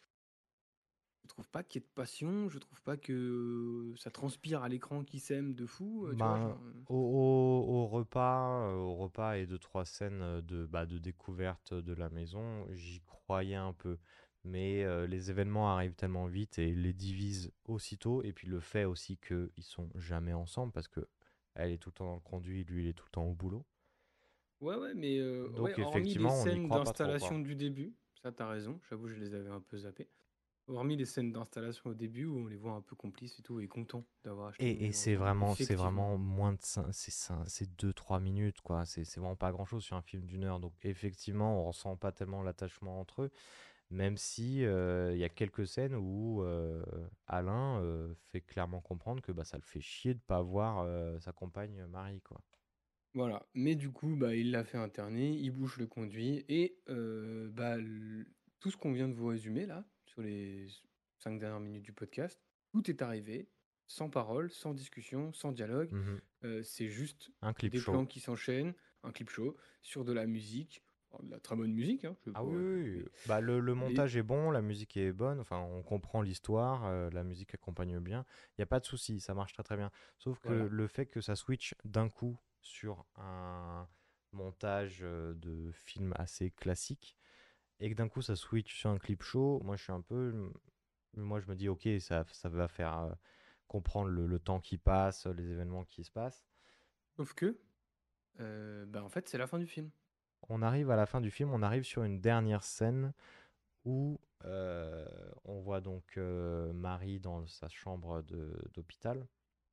Je trouve pas qu'il y ait de passion. Je trouve pas que ça transpire à l'écran qu'ils s'aiment de fou. euh, Tu vois, Ben, genre. euh, au, au- au repas, euh, au repas et deux, trois scènes euh, de, bah, de découverte de la maison, j'y croyais un peu. Mais euh, les événements arrivent tellement vite et les divisent aussitôt. Et puis le fait aussi qu'ils sont jamais ensemble parce que elle est tout le temps dans le conduit, lui il est tout le temps au boulot. Ouais, ouais, mais euh, ouais, Donc hormis les effectivement, on n'y scènes croit pas trop, quoi. d'installation du début, ça t'as raison, j'avoue, je les avais un peu zappées. Hormis les scènes d'installation au début où on les voit un peu complices et tout, et contents d'avoir acheté une Et, et maison c'est ensemble, vraiment, c'est effectivement. vraiment moins de cinq, c'est cin- c'est deux trois minutes, quoi. C'est c'est vraiment pas grand-chose sur un film d'une heure. Donc effectivement, on ressent pas tellement l'attachement entre eux. Même si euh, il y a quelques scènes où euh, Alain euh, fait clairement comprendre que bah, ça le fait chier de pas voir euh, sa compagne Marie, quoi. Voilà, mais du coup, bah, il l'a fait interner, il bouge le conduit, et euh, bah, l- tout ce qu'on vient de vous résumer là, sur les cinq dernières minutes du podcast, tout est arrivé, sans parole, sans discussion, sans dialogue. Mhm. Euh, c'est juste Un clip des show. plans qui s'enchaînent, un clip show, sur de la musique, alors, de la très bonne musique, hein, je sais Ah pas, oui, je- oui, oui. mais, Bah, le, le mais montage est bon, la musique est bonne, enfin on comprend l'histoire, euh, la musique accompagne bien, il n'y a pas de souci, ça marche très très bien. Sauf que voilà. le fait que ça switch d'un coup sur un montage euh, de film assez classique et que d'un coup ça switch sur un clip show, moi je suis un peu... Moi je me dis ok, ça, ça va faire euh, comprendre le, le temps qui passe, les événements qui se passent. Sauf que, euh, bah, en fait, c'est la fin du film. On arrive à la fin du film, on arrive sur une dernière scène où euh, on voit donc euh, Marie dans sa chambre de- d'hôpital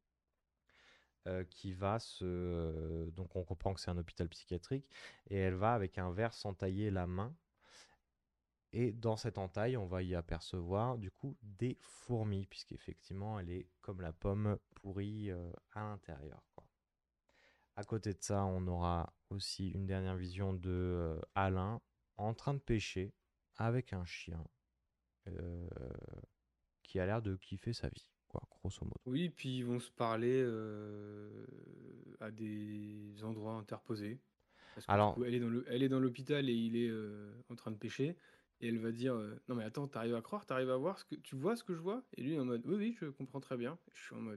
euh, qui va se... euh, donc on comprend que c'est un hôpital psychiatrique et elle va avec un verre s'entailler la main et dans cette entaille on va y apercevoir du coup des fourmis puisqu'effectivement elle est comme la pomme pourrie euh, à l'intérieur, quoi. À côté de ça on aura aussi une dernière vision de euh, Alain en train de pêcher avec un chien. Euh, qui a l'air de kiffer sa vie, quoi, grosso modo. Oui, puis ils vont se parler euh, à des endroits interposés. Parce que du Alors, coup, elle est dans le, elle est dans l'hôpital et il est euh, en train de pêcher. Et elle va dire euh, non, mais attends, t'arrives à croire, t'arrives à voir ce que tu vois ce que je vois? Et lui, en mode oui, oui, je comprends très bien. Et je suis en mode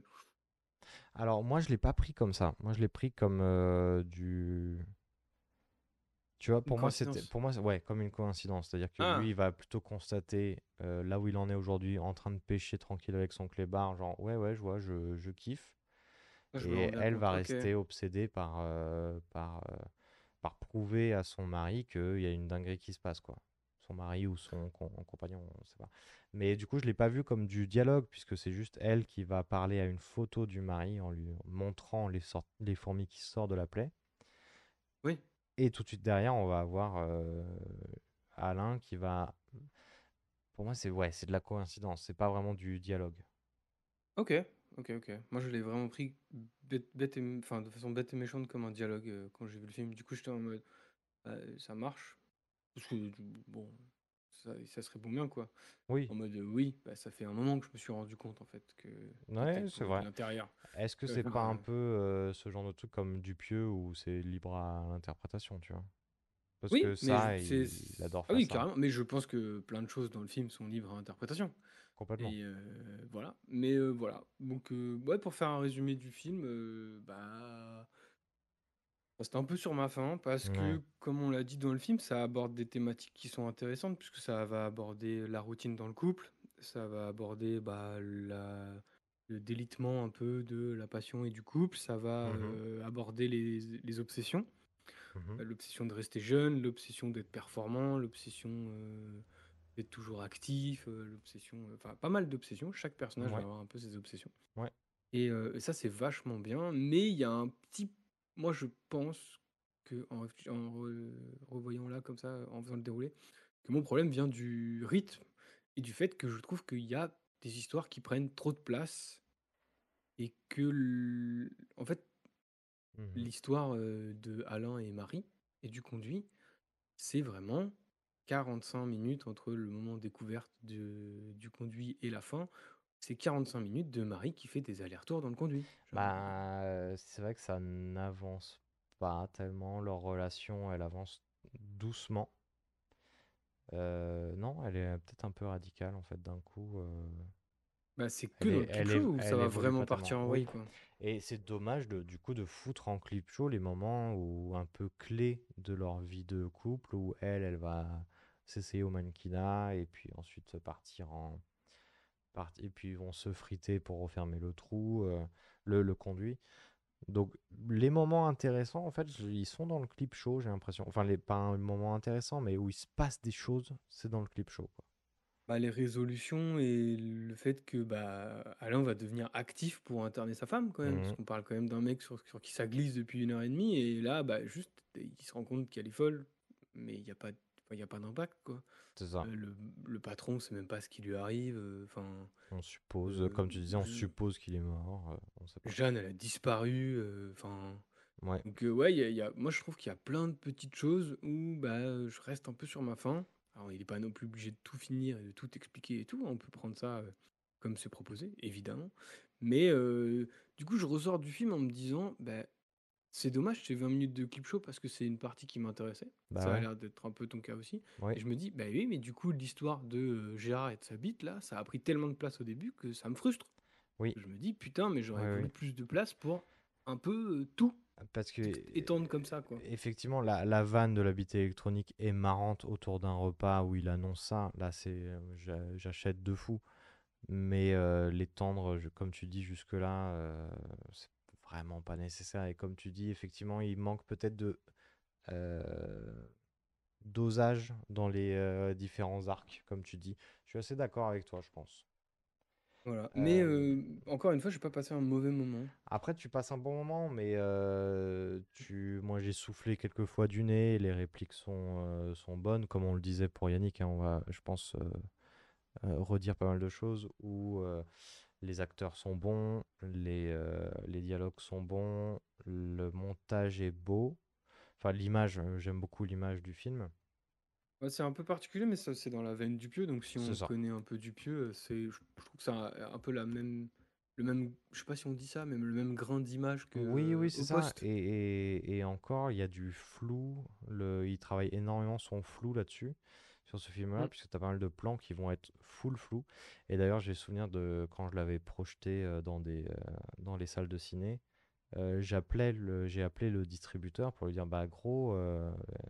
alors moi, je l'ai pas pris comme ça. Moi, je l'ai pris comme euh, du, Tu vois, Une pour moi, c'était, coïncidence. pour moi, c'est- ouais, comme une coïncidence. C'est-à-dire que Ah, lui, il va plutôt constater euh, là où il en est aujourd'hui, en train de pêcher tranquille avec son clébard, genre, ouais, ouais, je vois, je, je kiffe. là, je me rends Et bien elle va compte. Ok. rester obsédée par, euh, par, euh, par prouver à son mari qu'il y a une dinguerie qui se passe, quoi. Son mari ou son com- compagnon, on sait pas. Mais du coup, je l'ai pas vu comme du dialogue, puisque c'est juste elle qui va parler à une photo du mari en lui montrant les, sort- les fourmis qui sortent de la plaie. Oui. Et tout de suite derrière, on va avoir euh, Alain qui va. Pour moi, c'est ouais, c'est de la coïncidence, c'est pas vraiment du dialogue. Ok. Ok. Ok. Moi, je l'ai vraiment pris bête, bête et, m- enfin, de façon bête et méchante comme un dialogue euh, quand j'ai vu le film. Du coup, j'étais en mode, ah, ça marche. Parce que bon, ça, ça serait bon bien quoi. Oui, En mode euh, oui, bah, ça fait un moment que je me suis rendu compte en fait que t'étais ouais, le c'est pourri de vrai. l'intérieur. Est-ce que Euh, c'est genre, pas un euh, peu euh, ce genre de truc comme Dupieux où c'est libre à l'interprétation, tu vois? Parce Oui, que mais je- ça, c'est il, il adore ah faire oui ça, carrément. Mais je pense que plein de choses dans le film sont libres à interprétation. complètement. Et euh, voilà. Mais euh, voilà. Donc euh, ouais, pour faire un résumé du film, euh, bah c'était un peu sur ma faim parce Ouais. que, comme on l'a dit dans le film, ça aborde des thématiques qui sont intéressantes puisque ça va aborder la routine dans le couple, ça va aborder bah, la, le délitement un peu de la passion et du couple, ça va Mhm, euh, aborder les, les obsessions, mhm. euh, l'obsession de rester jeune, l'obsession d'être performant, l'obsession euh, d'être toujours actif, euh, l'obsession, euh, enfin pas mal d'obsessions. Chaque personnage va Ouais, avoir un peu ses obsessions. ouais. Et, euh, et ça, c'est vachement bien. Mais il y a un petit. Moi, je pense que en, réfléch- en re- revoyant là, comme ça, en faisant le déroulé, que mon problème vient du rythme et du fait que je trouve qu'il y a des histoires qui prennent trop de place et que, l- en fait, Mhm. l'histoire euh, de Alain et Marie et du conduit, c'est vraiment quarante-cinq minutes entre le moment découverte de- du conduit et la fin. C'est quarante-cinq minutes de Marie qui fait des allers-retours dans le conduit. Genre, Bah, euh, c'est vrai que ça n'avance pas tellement. Leur relation, elle avance doucement. Euh, non, elle est peut-être un peu radicale en fait d'un coup. euh, bah, c'est que Elle dans est, le clip elle show est, où ça elle va évolue vraiment pas partir tellement. en Oui. vrille, quoi. Et c'est dommage de, du coup de foutre en clip show les moments où un peu clés de leur vie de couple où elle, elle va s'essayer au mannequinat et puis ensuite partir en part- et puis ils vont se friter pour refermer le trou, euh, le, le conduit. Donc les moments intéressants en fait je- ils sont dans le clip show j'ai l'impression. Enfin les pas un moment intéressant mais où il se passe des choses c'est dans le clip show quoi. Bah, les résolutions et le fait que bah, Alain va devenir actif pour interner sa femme, quand même, parce Mhm. qu'on parle quand même d'un mec sur, sur qui ça glisse depuis une heure et demie, et là, bah, juste, il se rend compte qu'elle est folle, mais il n'y a pas, il y a pas d'impact, quoi. C'est ça. Euh, le, le patron sait même pas ce qui lui arrive, enfin, On suppose, euh, comme tu disais, on Je- suppose qu'il est mort. euh, on sait pas. Jeanne, elle a disparu, euh, enfin. Ouais. Donc euh, ouais, il y a- il y a- moi je trouve qu'il y a plein de petites choses où bah, euh, je reste un peu sur ma faim. Alors il n'est pas non plus obligé de tout finir et de tout expliquer et tout, on peut prendre ça euh, comme c'est proposé, évidemment. Mais euh, du coup je ressors du film en me disant, bah, c'est dommage, c'est vingt minutes de clip show parce que c'est une partie qui m'intéressait. Bah Ça a ouais. l'air d'être un peu ton cas aussi. Ouais. Et je me dis, bah oui, mais du coup l'histoire de euh, Gérard et de sa bite, là, ça a pris tellement de place au début que ça me frustre. Oui. Je me dis, putain, mais j'aurais Ouais, voulu ouais. plus de place pour un peu euh, tout Parce que ex- étendre comme ça, quoi. effectivement, la, la vanne de la bite électronique est marrante autour d'un repas où il annonce ça. Là, c'est euh, j'a- j'achète de fou. Mais euh, l'étendre, je- comme tu dis jusque-là, euh, c'est vraiment pas nécessaire. Et comme tu dis, effectivement, il manque peut-être de euh, dosage dans les euh, différents arcs, comme tu dis. Je suis assez d'accord avec toi, je pense. Voilà. Mais Euh, euh, encore une fois, j'ai pas passé un mauvais moment. Après, tu passes un bon moment, mais euh, tu... moi j'ai soufflé quelques fois du nez, les répliques sont, euh, sont bonnes, comme on le disait pour Yannick, hein, on va, je pense, euh, euh, redire pas mal de choses, où euh, les acteurs sont bons, les, euh, les dialogues sont bons, le montage est beau, enfin l'image, euh, j'aime beaucoup l'image du film, Ouais, c'est un peu particulier, mais ça, c'est dans la veine du pieux. Donc, si c'est on ça. connaît un peu du pieux, c'est, je, je trouve que ça a un peu la même, le même, je sais pas si on dit ça, mais le même grain d'image que Oui, oui, euh, c'est au ça. poste. Et, et, et encore, il y a du flou. Le, il travaille énormément son flou là-dessus, sur ce film-là, Mm. puisque tu as pas mal de plans qui vont être full flou. Et d'ailleurs, j'ai souvenir de quand je l'avais projeté euh, dans, des, euh, dans les salles de ciné, euh, j'appelais le, j'ai appelé le distributeur pour lui dire, bah gros, euh,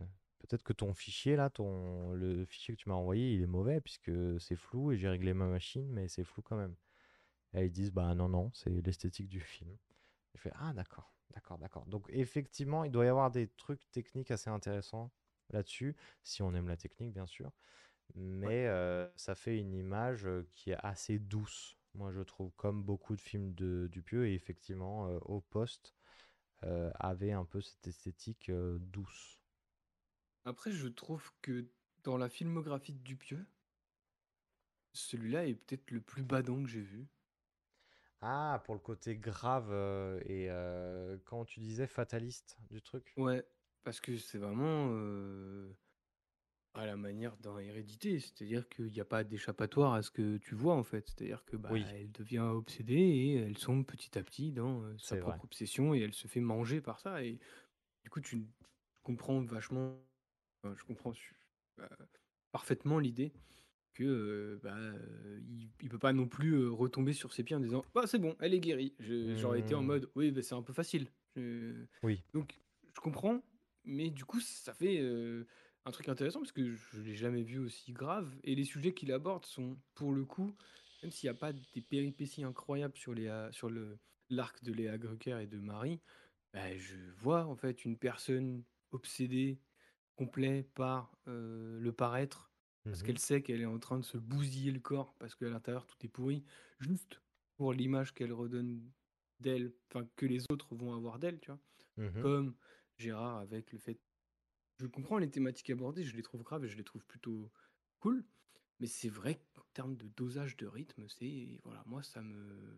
peut-être que ton fichier là, ton le fichier que tu m'as envoyé, il est mauvais puisque c'est flou et j'ai réglé ma machine, mais c'est flou quand même. Et ils disent bah non non, c'est l'esthétique du film. Je fais ah d'accord, d'accord, d'accord. Donc effectivement, il doit y avoir des trucs techniques assez intéressants là-dessus, si on aime la technique bien sûr. Ouais. Mais euh, ça fait une image euh, qui est assez douce, moi je trouve, comme beaucoup de films de Dupieux. Et effectivement, euh, Au Poste euh, avait un peu cette esthétique euh, douce. Après, je trouve que dans la filmographie de Dupieux, celui-là est peut-être le plus badant que j'ai vu. Ah, pour le côté grave euh, et euh, quand tu disais fataliste du truc. Ouais, parce que c'est vraiment euh, à la manière d'un Hérédité, c'est-à-dire qu'il n'y a pas d'échappatoire à ce que tu vois en fait. C'est-à-dire que bah Oui, elle devient obsédée et elle sombre petit à petit dans euh, sa c'est vrai. propre obsession et elle se fait manger par ça. Et du coup, tu comprends vachement, enfin, je comprends su- euh, parfaitement l'idée que euh, bah, euh, il, il peut pas non plus euh, retomber sur ses pieds en disant bah c'est bon, elle est guérie. Je- J'aurais été en Hmm, mode oui, bah, c'est un peu facile. Je- oui. Donc je comprends, mais du coup ça fait euh, un truc intéressant parce que je l'ai jamais vu aussi grave et les sujets qu'il aborde sont pour le coup, même s'il n'y a pas des péripéties incroyables sur les euh, sur le l'arc de Léa Drucker et de Marie, bah, je vois en fait une personne obsédée complet par euh, le paraître, parce Mhm, qu'elle sait qu'elle est en train de se bousiller le corps, parce qu'à l'intérieur tout est pourri, juste pour l'image qu'elle redonne d'elle, enfin que les autres vont avoir d'elle, tu vois. mhm. Comme Gérard avec le fait. Je comprends les thématiques abordées, je les trouve graves et je les trouve plutôt cool, mais c'est vrai qu'en termes de dosage de rythme, c'est. Voilà, moi ça me.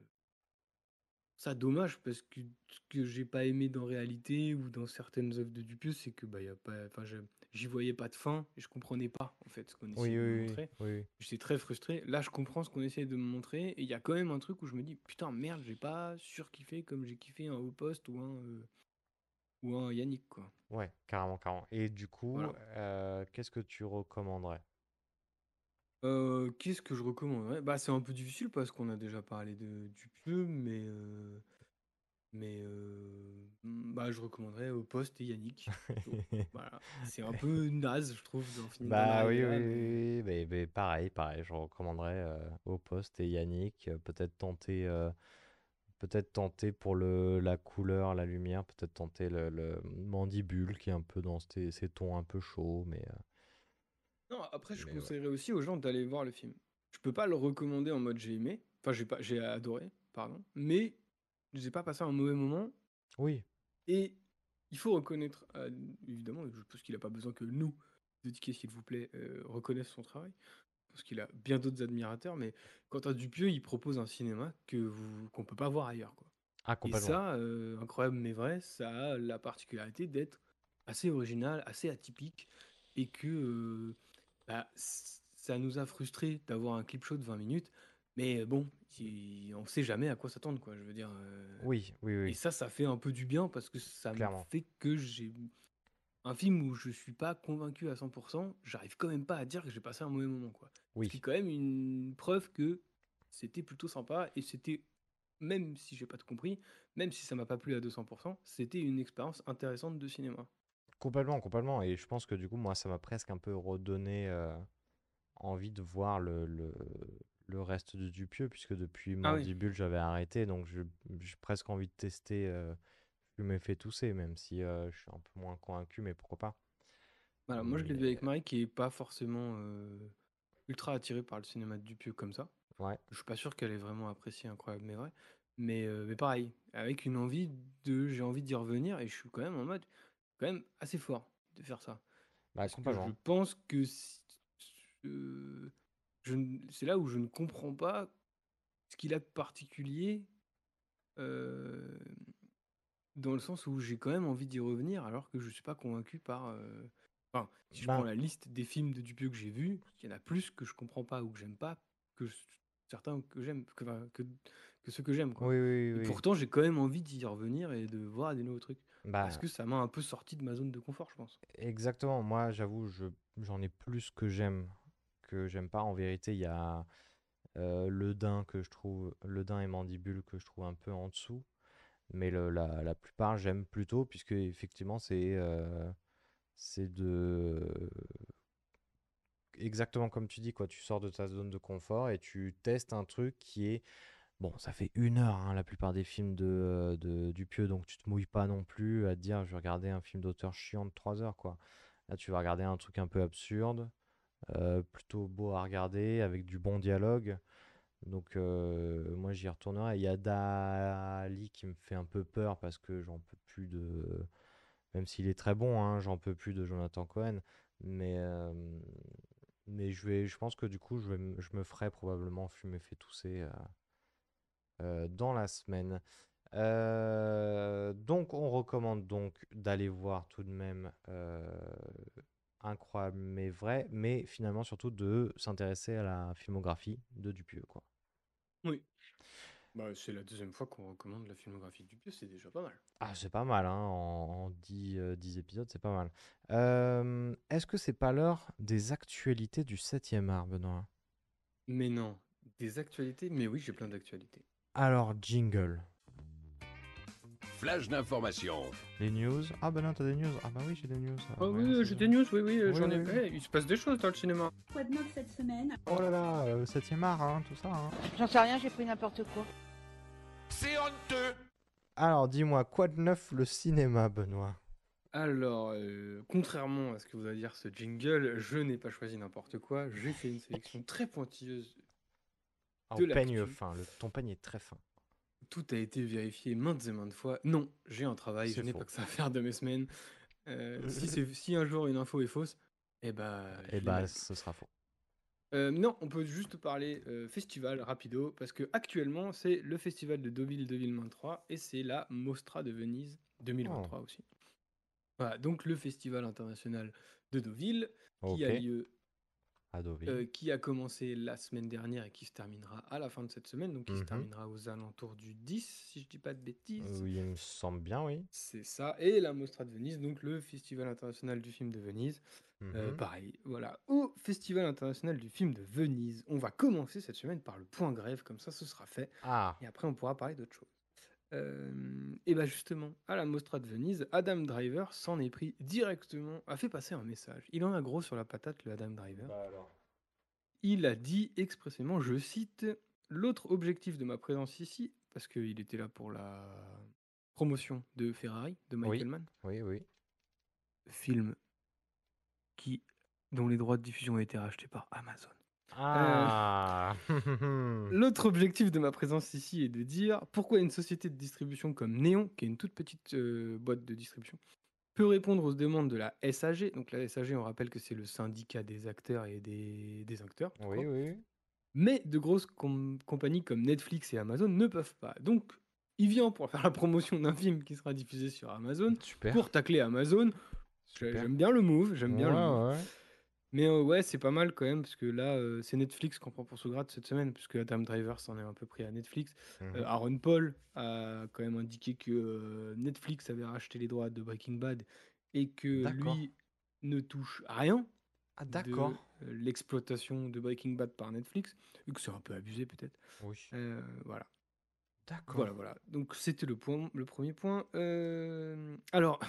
Ça dommage parce que ce que j'ai pas aimé dans Réalité ou dans certaines œuvres de Dupieux, c'est que bah y a pas, enfin je- j'y voyais pas de fin et je comprenais pas en fait ce qu'on essayait Oui, de me oui, oui, montrer. oui, oui. J'étais très frustré. Là, je comprends ce qu'on essayait de me montrer et il y a quand même un truc où je me dis putain merde, j'ai pas surkiffé comme j'ai kiffé un Haut Poste ou un euh, ou un Yannick quoi. Ouais, carrément, carrément. Et du coup, Voilà. euh, qu'est-ce que tu recommanderais? Euh, qu'est-ce que je recommanderais? Bah c'est un peu difficile parce qu'on a déjà parlé de Dupieux, mais euh, Mais euh, hmm, bah, je recommanderais Au Poste et Yannick. plutôt. Voilà. C'est un peu naze, je trouve, d'en fin- d'en Bah arriver oui, là, oui, mais oui, oui, mais, mais pareil, pareil, je recommanderais euh, Au Poste et Yannick, euh, peut-être tenter, euh, peut-être tenter pour le, la couleur, la lumière, peut-être tenter le, le Mandibule qui est un peu dans ces, ces tons un peu chauds, mais, euh, non, après, je mais ouais. conseillerais aussi aux gens d'aller voir le film. Je peux pas le recommander en mode j'ai aimé, enfin j'ai pas, j'ai adoré, pardon, mais j'ai pas passé un mauvais moment. Oui, Et il faut reconnaître, euh, évidemment, je pense qu'il a pas besoin que nous, Dédiquer s'il vous plaît, euh, reconnaissent son travail, parce qu'il a bien d'autres admirateurs, mais Quentin Dupieux, il propose un cinéma que vous qu'on peut pas voir ailleurs, quoi. ah Et complètement. ça, euh, incroyable mais vrai, ça a la particularité d'être assez original, assez atypique, et que euh, bah, c- ça nous a frustrés d'avoir un clip show de vingt minutes, mais bon, il- on sait jamais à quoi s'attendre, quoi. Je veux dire, euh, Oui, oui, et oui, ça, ça fait un peu du bien parce que ça me clairement. fait que j'ai un film où je suis pas convaincu à cent pour cent, j'arrive quand même pas à dire que j'ai passé un mauvais moment, quoi. Ce qui est Oui. quand même une preuve que c'était plutôt sympa et c'était, même si j'ai pas tout compris, même si ça m'a pas plu à deux cents pour cent, c'était une expérience intéressante de cinéma. Complètement, complètement. Et je pense que du coup, moi, ça m'a presque un peu redonné euh, envie de voir le, le, le reste de Dupieux, puisque depuis Ah oui. Mandibule, j'avais arrêté. Donc, je- j'ai presque envie de tester euh, Je me fais tousser, même si euh, je suis un peu moins convaincu, mais pourquoi pas. Voilà, moi je l'ai vu Mais avec Marie qui est pas forcément euh, ultra attirée par le cinéma de Dupieux comme ça. ouais, Je suis pas sûr qu'elle ait vraiment apprécié Incroyable mais vrai. Mais, euh, mais pareil, avec une envie de, j'ai envie d'y revenir et je suis quand même en mode, quand même assez fort de faire ça. bah Parce que je complètement. pense que si- euh, je ne- c'est là où je ne comprends pas ce qu'il a de particulier, euh, dans le sens où j'ai quand même envie d'y revenir alors que je suis pas convaincu par... euh, Enfin, si je prends Ben la liste des films de Dupieux que j'ai vus, il y en a plus que je comprends pas ou que j'aime pas que je- certains que j'aime, que, enfin, que, que ceux que j'aime, quoi. oui, oui, Et oui, oui. pourtant, j'ai quand même envie d'y revenir et de voir des nouveaux trucs. Parce Bah que ça m'a un peu sorti de ma zone de confort, je pense. exactement. Moi, j'avoue, je j'en ai plus que j'aime que j'aime pas. En vérité, il y a euh, le Dain que je trouve, le Dain et Mandibule que je trouve un peu en dessous. Mais le- la, la plupart, j'aime plutôt, puisque effectivement, c'est euh, c'est de exactement comme tu dis, quoi. Tu sors de ta zone de confort et tu testes un truc qui est bon. Ça fait une heure, hein, la plupart des films de, euh, de Dupieux, donc tu te mouilles pas non plus à te dire je vais regarder un film d'auteur chiant de trois heures, quoi. Là, tu vas regarder un truc un peu absurde, euh, plutôt beau à regarder, avec du bon dialogue. Donc, euh, moi, j'y retournerai. Il y a Dali qui me fait un peu peur parce que j'en peux plus de. Même s'il est très bon, hein, j'en peux plus de Jonathan Cohen. Mais, euh, mais je vais, je pense que du coup, je, vais, m- je me ferai probablement fumer fait tousser euh, euh, dans la semaine. Euh, donc, on recommande donc d'aller voir tout de même euh, Incroyable mais vrai, mais finalement surtout de s'intéresser à la filmographie de Dupieux, quoi. Oui. Bah, c'est la deuxième fois qu'on recommande la filmographie de Dupieux, c'est déjà pas mal. Ah, c'est pas mal, hein, en, en dix, euh, dix épisodes, c'est pas mal. Euh, est-ce que c'est pas l'heure des actualités du septième art, Benoît? Mais non, des actualités, mais oui, j'ai plein d'actualités. Alors, jingle. Flash d'information. Les news. Ah, bah non, t'as des news. Ah, bah oui, j'ai des news. Ah, Oh ouais, oui, c'est j'ai bien. des news, oui, oui, Oui, j'en ai. oui, oui. Eh, il se passe des choses dans le cinéma. Quoi de neuf cette semaine? Oh là là, euh, septième art, hein, tout ça. Hein. J'en sais rien, j'ai pris n'importe quoi. C'est honteux. Alors, dis-moi, quoi de neuf le cinéma, Benoît? Alors, euh, contrairement à ce que vous allez dire ce jingle, je n'ai pas choisi n'importe quoi. J'ai fait une sélection très pointilleuse Ah, de au peigne l'actu. fin, le, ton peigne est très fin. Tout a été vérifié maintes et maintes fois. Non, j'ai un travail, je C'est n'ai faux. pas que ça à faire de mes semaines. Euh, si, c'est- si un jour une info est fausse, eh ben, je Et l'ai bah, mal pris. ce sera faux. Euh, non, on peut juste parler euh, festival rapido parce que actuellement c'est le festival de Deauville deux mille vingt-trois et c'est la Mostra de Venise deux mille vingt-trois Oh, aussi. Voilà, donc le festival international de Deauville qui a ok, lieu, à Deauville. euh, qui a commencé la semaine dernière et qui se terminera à la fin de cette semaine, donc qui se Mhm. terminera aux alentours du dix, si je dis pas de bêtises. Oui, il me semble bien, oui. C'est ça, et la Mostra de Venise, donc le festival international du film de Venise. Euh, Mhm. pareil, voilà. Au Festival international du film de Venise, on va commencer cette semaine par le point grève, comme ça ce sera fait. Ah, Et après on pourra parler d'autre chose. Euh, et bien justement, à la Mostra de Venise, Adam Driver s'en est pris directement, a fait passer un message. Il en a gros sur la patate, le Adam Driver. bah alors. Il a dit expressément, je cite, l'autre objectif de ma présence ici, parce qu'il était là pour la promotion de Ferrari, de Michael Oui, Mann, oui, oui. film qui, dont les droits de diffusion ont été rachetés par Amazon. Euh, Ah, L'autre objectif de ma présence ici est de dire pourquoi une société de distribution comme Néon, qui est une toute petite euh, boîte de distribution, peut répondre aux demandes de la S A G. Donc la S A G, on rappelle que c'est le syndicat des acteurs et des, des acteurs, tout oui, court. oui. Mais de grosses com- compagnies comme Netflix et Amazon ne peuvent pas. Donc il vient pour faire la promotion d'un film qui sera diffusé sur Amazon, Super, pour tacler Amazon. J'ai- super. J'aime bien le move, j'aime Ouais, bien le move. ouais. Mais euh, ouais, c'est pas mal quand même, parce que là, euh, c'est Netflix qu'on prend pour ce grade cette semaine, puisque Adam Driver s'en est un peu pris à Netflix. Euh, Mhm. Aaron Paul a quand même indiqué que euh, Netflix avait racheté les droits de Breaking Bad et que D'accord. lui ne touche à rien Ah, de d'accord. euh, l'exploitation de Breaking Bad par Netflix, et que c'est un peu abusé peut-être. Oui, Euh, voilà. d'accord. Voilà, voilà. Donc c'était le point, le premier point. Euh, alors,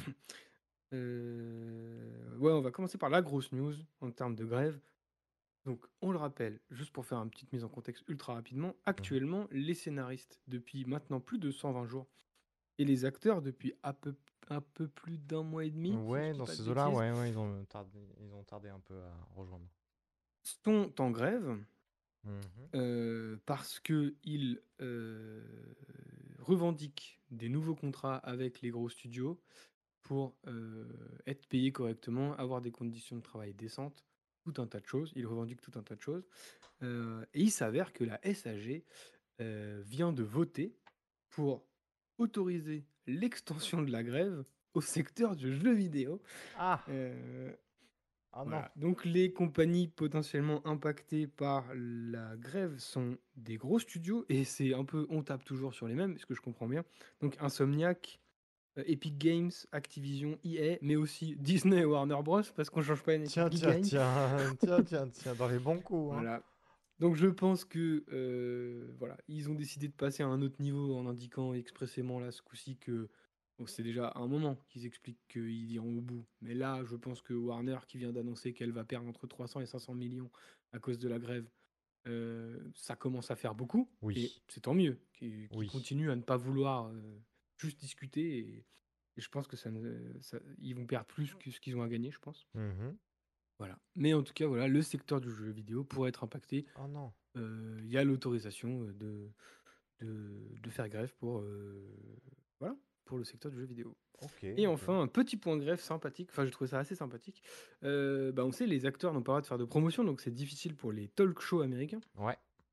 euh, ouais, on va commencer par la grosse news en termes de grève. Donc, on le rappelle, juste pour faire une petite mise en contexte ultra rapidement, Mhm. actuellement, les scénaristes, depuis maintenant plus de cent vingt jours, et les acteurs, depuis un peu, un peu plus d'un mois et demi, si je Ouais, dis dans pas de ces eaux-là, bêtises, ouais, ouais, ils ont tardé, ils ont tardé un peu à rejoindre. sont en grève Mhm. euh, parce qu'ils euh, revendiquent des nouveaux contrats avec les gros studios pour euh, être payés correctement, avoir des conditions de travail décentes, tout un tas de choses. Ils revendiquent tout un tas de choses. Euh, et il s'avère que la S A G euh, vient de voter pour autoriser l'extension de la grève au secteur du jeu vidéo. Ah, Euh, ah non. voilà. Donc les compagnies potentiellement impactées par la grève sont des gros studios, et c'est un peu, on tape toujours sur les mêmes, ce que je comprends bien. Donc Insomniac, euh, Epic Games, Activision, E A, mais aussi Disney et Warner Bros, parce qu'on change pas une équipe Tiens, qui tiens, gagne. tiens, tiens, tiens, tiens, dans les bons coups, hein. Voilà. Donc je pense que euh, voilà, ils ont décidé de passer à un autre niveau en indiquant expressément là ce coup-ci que Donc c'est déjà un moment qu'ils expliquent qu'ils iront au bout. Mais là, je pense que Warner, qui vient d'annoncer qu'elle va perdre entre trois cents et cinq cents millions à cause de la grève, euh, ça commence à faire beaucoup. Et Oui, c'est tant mieux qu'ils qu'ils oui. continuent à ne pas vouloir euh, juste discuter. Et, et je pense que ça, ne- ça- ils vont perdre plus que ce qu'ils ont à gagner, je pense. Mhm. Voilà. Mais en tout cas, voilà, le secteur du jeu vidéo pourrait être impacté. Oh non. Euh, Il y a l'autorisation euh, de, de, de faire grève pour, euh, voilà, pour le secteur du jeu vidéo. Ok, Et ok. enfin, un petit point greffe sympathique, enfin, je trouvais ça assez sympathique. Euh, bah, on sait, les acteurs n'ont pas le droit de faire de promotion, donc c'est difficile pour les talk shows américains. Ouais.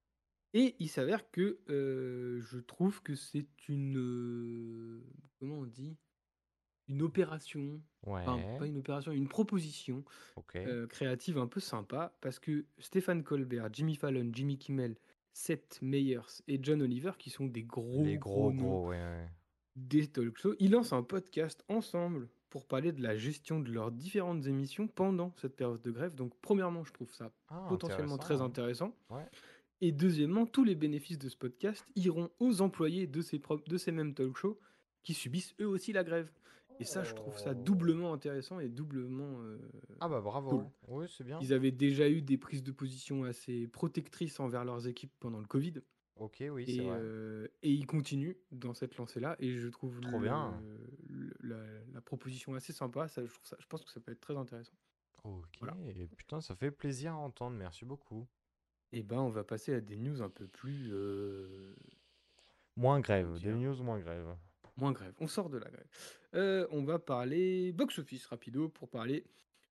Et il s'avère que euh, je trouve que c'est une. euh, comment on dit? Une opération. Enfin, pas Ouais. une opération, une proposition Ok. euh, créative un peu sympa, parce que Stéphane Colbert, Jimmy Fallon, Jimmy Kimmel, Seth Meyers et John Oliver, qui sont des Les gros, gros, gros noms gros, ouais, ouais. des talk shows, ils lancent un podcast ensemble pour parler de la gestion de leurs différentes émissions pendant cette période de grève. Donc, premièrement, je trouve ça Ah, potentiellement très intéressant, intéressant. ouais. Ouais. Et deuxièmement, tous les bénéfices de ce podcast iront aux employés de ces, pro- de ces mêmes talk shows qui subissent eux aussi la grève. Et ça, je trouve ça doublement intéressant et doublement euh, Ah bah cool. bravo. Oui, c'est bien. Ils avaient déjà eu des prises de position assez protectrices envers leurs équipes pendant le Covid. Ok, oui, c'est Et, vrai. euh, et ils continuent dans cette lancée-là. Et je trouve Trop le, bien. le- la, la proposition assez sympa. Ça, je, trouve ça, je pense que ça peut être très intéressant. Ok. Voilà. Putain, ça fait plaisir à entendre. Merci beaucoup. Et ben, on va passer à des news un peu plus. euh, Moins comment grève. Des dire news moins grève. Moins grève. On sort de la grève. Euh, on va parler box-office rapido pour parler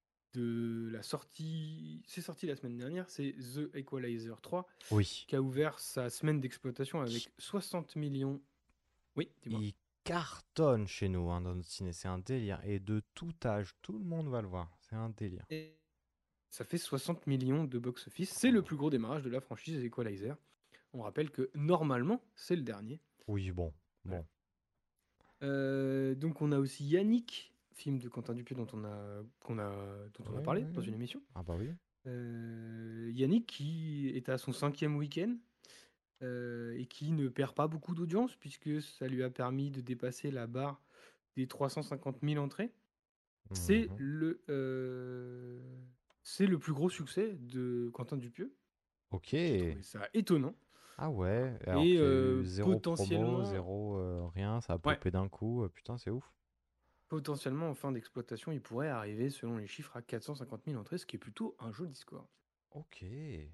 de la sortie. C'est sorti la semaine dernière. C'est The Equalizer trois Oui. qui a ouvert sa semaine d'exploitation avec soixante millions. Oui, dis-moi. Il cartonne chez nous hein, dans notre ciné. C'est un délire. Et de tout âge, tout le monde va le voir. C'est un délire. Et ça fait soixante millions de box-office. C'est le plus gros démarrage de la franchise Equalizer. On rappelle que normalement, c'est le dernier. Oui, bon. Voilà. Bon. Euh, donc on a aussi Yannick, film de Quentin Dupieux dont on a, qu'on a, dont on a Ouais, parlé ouais, dans ouais. une émission. Ah bah oui. Euh, Yannick qui est à son cinquième week-end euh, et qui ne perd pas beaucoup d'audience puisque ça lui a permis de dépasser la barre des trois cent cinquante mille entrées. C'est Mhm. le, euh, c'est le plus gros succès de Quentin Dupieux. Ok. J'ai trouvé ça étonnant. Ah ouais. Alors Et qu'il y a euh, eu zéro promo, potentiellement, zéro euh, rien. Ça a ouais, popé d'un coup. Euh, Putain, c'est ouf. potentiellement en fin d'exploitation, il pourrait arriver, selon les chiffres, à quatre cent cinquante mille entrées, ce qui est plutôt un joli score. Ok.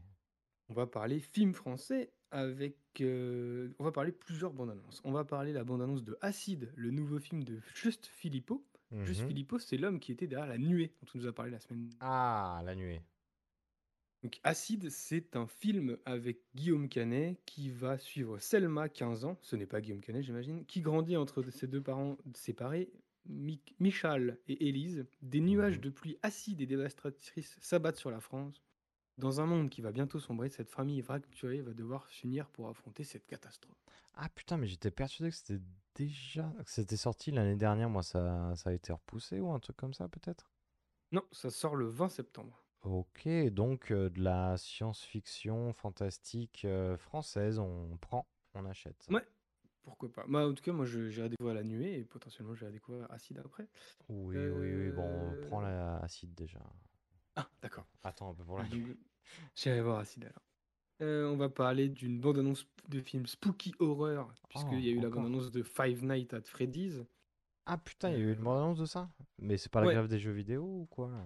On va parler film français avec. euh, on va parler plusieurs bandes annonces. On va parler la bande annonce de Acide, le nouveau film de Juste Philippot. Juste Mhm. Philippot, c'est l'homme qui était derrière La Nuée, dont on nous a parlé la semaine. Ah, la nuée. Donc Acide, c'est un film avec Guillaume Canet qui va suivre Selma, quinze ans, ce n'est pas Guillaume Canet j'imagine, qui grandit entre ses deux parents séparés, Mi- Michal et Élise. Des nuages Mhm. de pluie acides et dévastatrices s'abattent sur la France. Dans un monde qui va bientôt sombrer, cette famille fracturée va devoir s'unir pour affronter cette catastrophe. Ah putain, mais j'étais persuadé que c'était déjà. Que c'était sorti l'année dernière. Moi, ça, ça a été repoussé ou un truc comme ça, peut-être? Non, ça sort le vingt septembre. Ok, donc euh, de la science-fiction fantastique euh, française, on prend, on achète. Ouais, pourquoi pas. Bah, en tout cas, moi, je- j'irai découvrir La Nuée et potentiellement, j'irai découvrir Acide après. Oui, oui, oui, bon, on Euh... prend la acide déjà. Ah, d'accord. Attends un peu pour la Ah, nuit. donc, j'irai voir Acide alors. Euh, on va parler d'une bande-annonce de film Spooky Horror, puisqu'il Oh, y a eu la encore. bande-annonce de Five Nights at Freddy's. Ah putain, il y a eu Euh, une bande-annonce de ça? Mais c'est pas la Ouais, grève des jeux vidéo ou quoi là?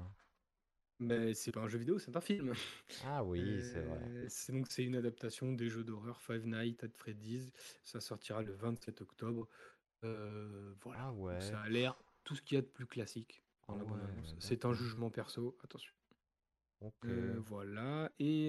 mais c'est pas un jeu vidéo, c'est un film. Ah oui, c'est vrai. Euh, c'est donc c'est une adaptation des jeux d'horreur Five Nights at Freddy's. Ça sortira le vingt-sept octobre. Euh, voilà. Ah Donc ouais. ça a l'air tout ce qu'il y a de plus classique dans Ah la ouais, bande-annonce. C'est un d'accord. jugement perso, attention. Ok. Euh, voilà. Et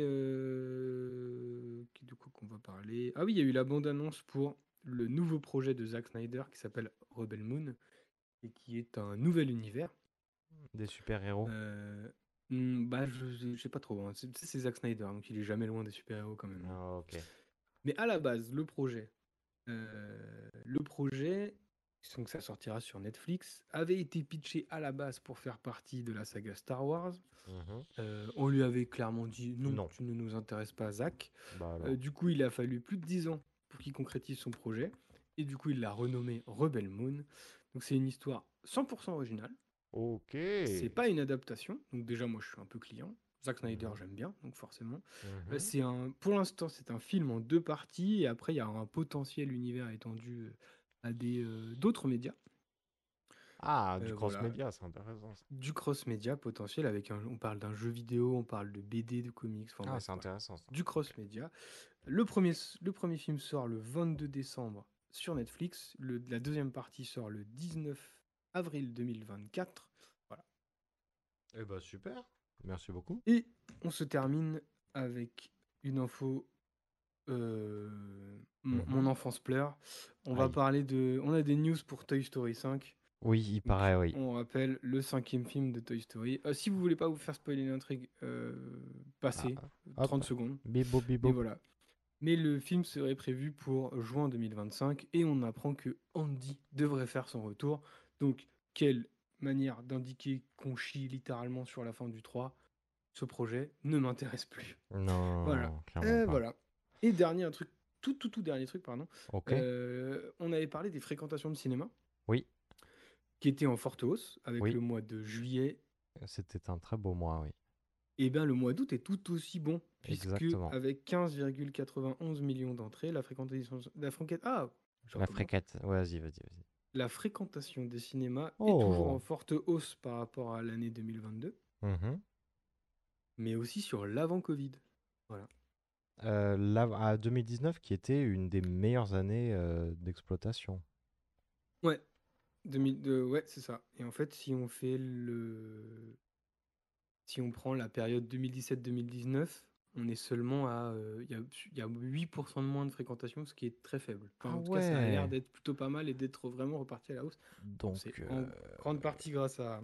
euh, qui du coup qu'on va parler. Ah oui, il y a eu la bande-annonce pour le nouveau projet de Zack Snyder qui s'appelle Rebel Moon et qui est un nouvel univers. Des super-héros. Euh, hmm, bah, je, je- je sais pas trop. Hein. C'est c'est Zack Snyder, donc il est jamais loin des super-héros quand même. Hein. Ah, ok. Mais à la base, le projet, euh, le projet, donc ça sortira sur Netflix, avait été pitché à la base pour faire partie de la saga Star Wars. Mhm. Euh, on lui avait clairement dit non, Non. tu ne nous intéresses pas, Zach. Bah alors. Euh, du coup, il a fallu plus de dix ans pour qu'il concrétise son projet. Et du coup, il l'a renommé Rebel Moon. Donc c'est une histoire cent pour cent originale. Ok. C'est pas une adaptation. Donc déjà, moi, je suis un peu client. Zack Snyder, Mhm. j'aime bien, donc forcément. Euh, Mhm. c'est un, pour l'instant, c'est un film en deux parties. Et après, il y a un potentiel univers étendu euh, à des euh, d'autres médias. Ah, du Euh, voilà, cross-média, c'est intéressant ça. du cross-média potentiel avec un, on parle d'un jeu vidéo, on parle de B D, de comics, enfin Ah, bref, c'est voilà. intéressant ça. Du Ok. cross-média. Le premier, s- le premier film sort le vingt-deux décembre sur Netflix. Le, la deuxième partie sort le dix-neuf avril deux mille vingt-quatre. Voilà. Eh bah super. Merci beaucoup. Et on se termine avec une info. euh, mon, mon Mhm. enfance pleure. On va Aïe. parler de. On a des news pour Toy Story cinq. Oui, il Donc, paraît, oui. on rappelle le cinquième film de Toy Story. Euh, si vous voulez pas vous faire spoiler l'intrigue, euh, Ah, passez hop. trente secondes. Bibou, Mais bibou. voilà. Mais le film serait prévu pour juin deux mille vingt-cinq et on apprend que Andy devrait faire son retour. Donc, quelle manière d'indiquer qu'on chie littéralement sur la fin du trois. Ce projet ne m'intéresse plus. Voilà. Non, clairement Euh, pas. voilà. Et dernier un truc, tout, tout, tout dernier truc, pardon. Ok. Euh, on avait parlé des fréquentations de cinéma Oui, qui étaient en forte hausse avec oui. le mois de juillet. C'était un très beau mois, oui. Et bien, le mois d'août est tout aussi bon, puisque Exactement. avec quinze virgule quatre-vingt-onze millions d'entrées, la fréquentation, la fréquent- ah, je La recommence. fréquette. Ouais, vas-y, vas-y, vas-y. La fréquentation des cinémas est toujours en Oh. forte hausse par rapport à l'année deux mille vingt-deux, Mhm. mais aussi sur l'avant-Covid. Voilà. Euh, là, à deux mille dix-neuf, qui était une des meilleures années euh, d'exploitation. Ouais, deux mille deux, ouais, c'est ça. Et en fait, si on fait le, si on prend la période deux mille dix-sept deux mille dix-neuf, on est seulement à, euh, il y a, il y a huit pour cent de moins de fréquentation, ce qui est très faible. Enfin, Ah en tout cas, ça a l'air ouais. d'être plutôt pas mal et d'être vraiment reparti à la hausse. Donc, C'est euh, en grande partie grâce à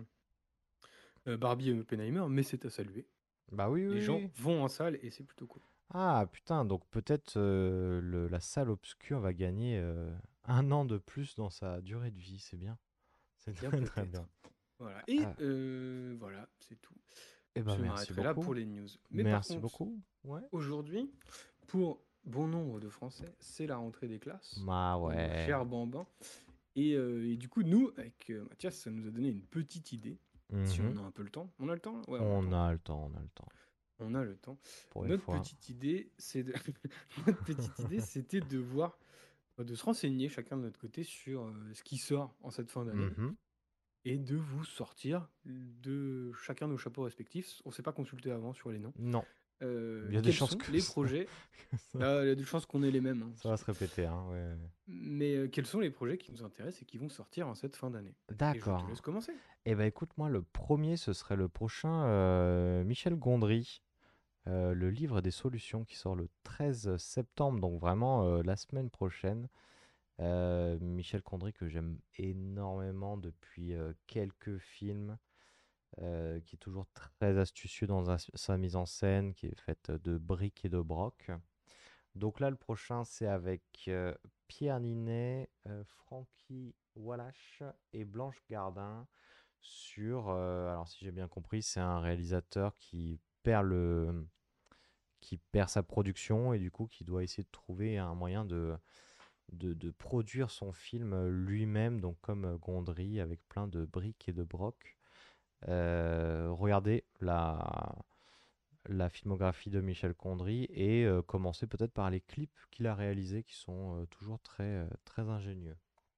euh, Barbie et Oppenheimer, mais c'est à saluer. bah oui, Les oui, gens oui. vont en salle et c'est plutôt cool. Ah putain, donc peut-être euh, le- la salle obscure va gagner euh, un an de plus dans sa durée de vie, c'est bien. C'est Eh bien, très très peut-être. bien. Voilà. Et Ah, euh, voilà, c'est tout. eh ben Je merci m'arrêterai là beaucoup. pour les news. Mais par Merci contre, beaucoup. Ouais. aujourd'hui, pour bon nombre de Français, c'est la rentrée des classes Bah pour nos ouais. chers bambins. Et, euh, et du coup, nous, avec euh, Mathias, ça nous a donné une petite idée. Si Mhm. on a un peu le temps. On a le temps là? Ouais, on a le On temps. a le temps, on a le temps. On a le temps. Pour une Notre fois. petite idée, c'est de... Notre petite idée, c'était de voir, de se renseigner chacun de notre côté sur euh, ce qui sort en cette fin d'année Mhm. et de vous sortir de chacun nos chapeaux respectifs. On ne s'est pas consulté avant sur les noms. Non, Euh, il y a des quels chances sont que les ça, projets? que ça, Bah, il y a de chances qu'on ait les mêmes, hein. ça va se répéter, hein, ouais, ouais. Mais euh, quels sont les projets qui nous intéressent et qui vont sortir en cette fin d'année? Et je te D'accord. laisse commencer. Eh ben écoute, moi, le premier, ce serait le prochain euh, Michel Gondry, euh, le livre des solutions qui sort le treize septembre, donc vraiment euh, la semaine prochaine. Euh, Michel Gondry que j'aime énormément depuis euh, quelques films, euh, qui est toujours très astucieux dans sa sa mise en scène, qui est faite de briques et de broc. Donc là, le prochain, c'est avec euh, Pierre Ninet, euh, Francky Wallace et Blanche Gardin sur, euh, alors si j'ai bien compris, c'est un réalisateur qui perd le, qui perd sa production et du coup qui doit essayer de trouver un moyen de, de, de produire son film lui-même, donc comme euh, Gondry, avec plein de briques et de broc. Euh, regardez la, la filmographie de Michel Gondry et euh, commencer peut-être par les clips qu'il a réalisés qui sont euh, toujours très, euh, très ingénieux.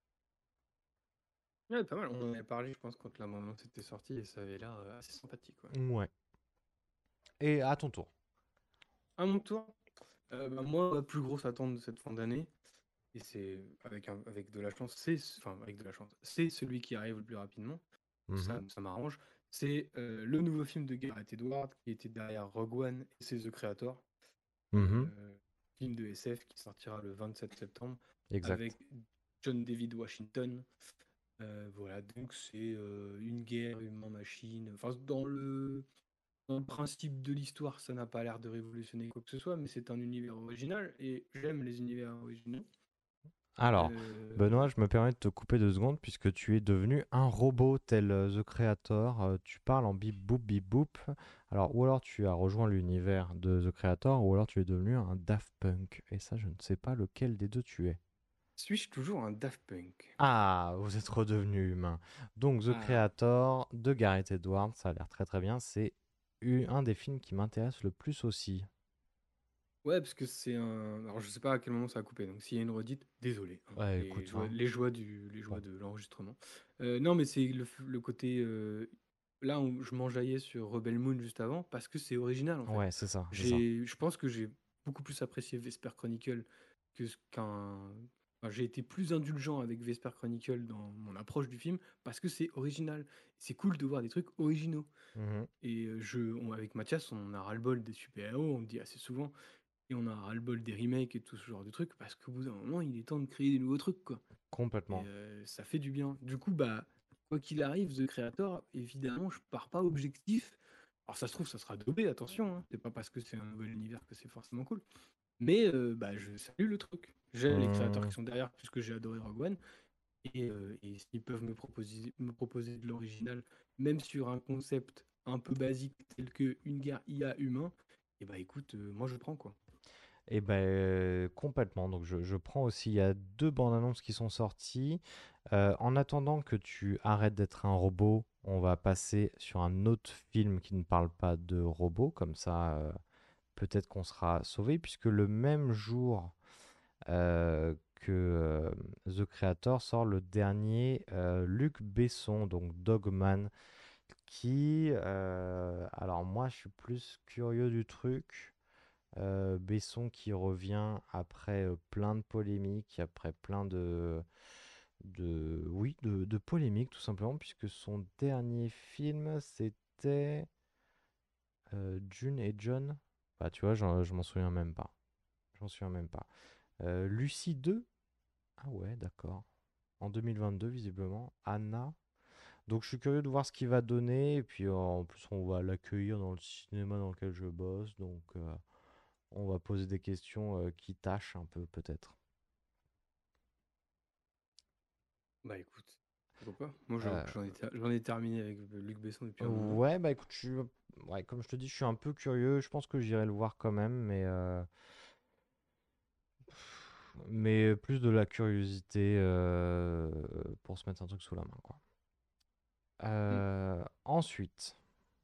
Ouais, pas mal. On en avait parlé, je pense, quand la bande était sortie et ça avait l'air euh, assez sympathique. Ouais. Ouais. Et à ton tour. À mon tour, euh, bah, moi, la plus grosse attente de cette fin d'année, et c'est avec, un- avec de la chance, c'est enfin avec de la chance, c'est celui qui arrive le plus rapidement. Ça, Mhm. ça m'arrange. C'est euh, le nouveau film de Gareth Edwards qui était derrière Rogue One et c'est The Creator, Mhm. euh, film de S F qui sortira le vingt-sept septembre Exact. avec John David Washington. Euh, voilà, donc c'est euh, une guerre humain-machine. Enfin, dans le, dans le principe de l'histoire, ça n'a pas l'air de révolutionner quoi que ce soit, mais c'est un univers original et j'aime les univers originaux. Alors, Euh, Benoît, je me permets de te couper deux secondes puisque tu es devenu un robot tel euh, The Creator. Euh, tu parles en bip boop bip boop. Alors, ou alors tu as rejoint l'univers de The Creator, ou alors tu es devenu un Daft Punk. Et ça, je ne sais pas lequel des deux tu es. Suis-je toujours un Daft Punk? Ah, vous êtes redevenu humain. Donc, The Ah. Creator de Gareth Edwards, ça a l'air très très bien. C'est u- un des films qui m'intéresse le plus aussi. Ouais, parce que c'est un. Alors, je sais pas à quel moment ça a coupé, donc s'il y a une redite, désolé, hein, Ouais, les écoute, joies, hein. les joies du, les joies Bon. de l'enregistrement. Euh, non, mais c'est le, f- le côté. euh, Là, on- je m'enjaillais sur Rebel Moon juste avant parce que c'est original en fait. Ouais, c'est ça, c'est ça. J'ai, je pense que j'ai beaucoup plus apprécié Vesper Chronicle que ce qu'un. Enfin, j'ai été plus indulgent avec Vesper Chronicle dans mon approche du film parce que c'est original. C'est cool de voir des trucs originaux. Mhm. Et euh, je, on- avec Mathias, on a ras-le-bol des super-héros, on le dit assez souvent. Et on a ras-le-bol des remakes et tout ce genre de trucs parce qu'au bout d'un moment, il est temps de créer des nouveaux trucs, quoi. Et Complètement. euh, ça fait du bien. Du coup, bah, quoi qu'il arrive, The Creator, évidemment, je pars pas objectif. Alors, ça se trouve, ça sera daubé, attention, hein. C'est pas parce que c'est un nouvel univers que c'est forcément cool. Mais euh, bah, je salue le truc. J'aime les créateurs Hmm. qui sont derrière, puisque j'ai adoré Rogue One. Et, euh, et s'ils peuvent me proposer, me proposer de l'original, même sur un concept un peu basique tel que une guerre I A humain, et bah écoute, euh, moi je prends quoi. Et ben complètement. Donc je, je prends aussi. Il y a deux bandes annonces qui sont sorties. Euh, en attendant que tu arrêtes d'être un robot, on va passer sur un autre film qui ne parle pas de robots. Comme ça, euh, peut-être qu'on sera sauvé, puisque le même jour euh, que euh, The Creator sort le dernier euh, Luc Besson, donc Dogman, qui, euh, alors moi je suis plus curieux du truc. Euh, Besson qui revient après euh, plein de polémiques, après plein de, de oui, de, de polémiques tout simplement, puisque son dernier film c'était euh, June et John. Bah tu vois, j'en- je m'en souviens même pas. Je m'en souviens même pas. Euh, Lucie deux. Ah ouais, d'accord. En deux mille vingt-deux, visiblement. Anna. Donc je suis curieux de voir ce qu'il va donner. Et puis euh, en plus, on va l'accueillir dans le cinéma dans lequel je bosse. Donc euh, on va poser des questions euh, qui tâchent un peu, peut-être. Bah écoute, pourquoi pas. Moi j'avoue Euh, que j'en ai, ter- j'en ai terminé avec euh, Luc Besson depuis un moment. ouais, bah écoute, je suis- ouais, comme je te dis, je suis un peu curieux. Je pense que j'irai le voir quand même, mais, euh, mais plus de la curiosité euh, pour se mettre un truc sous la main, quoi. Mm. Euh, ensuite,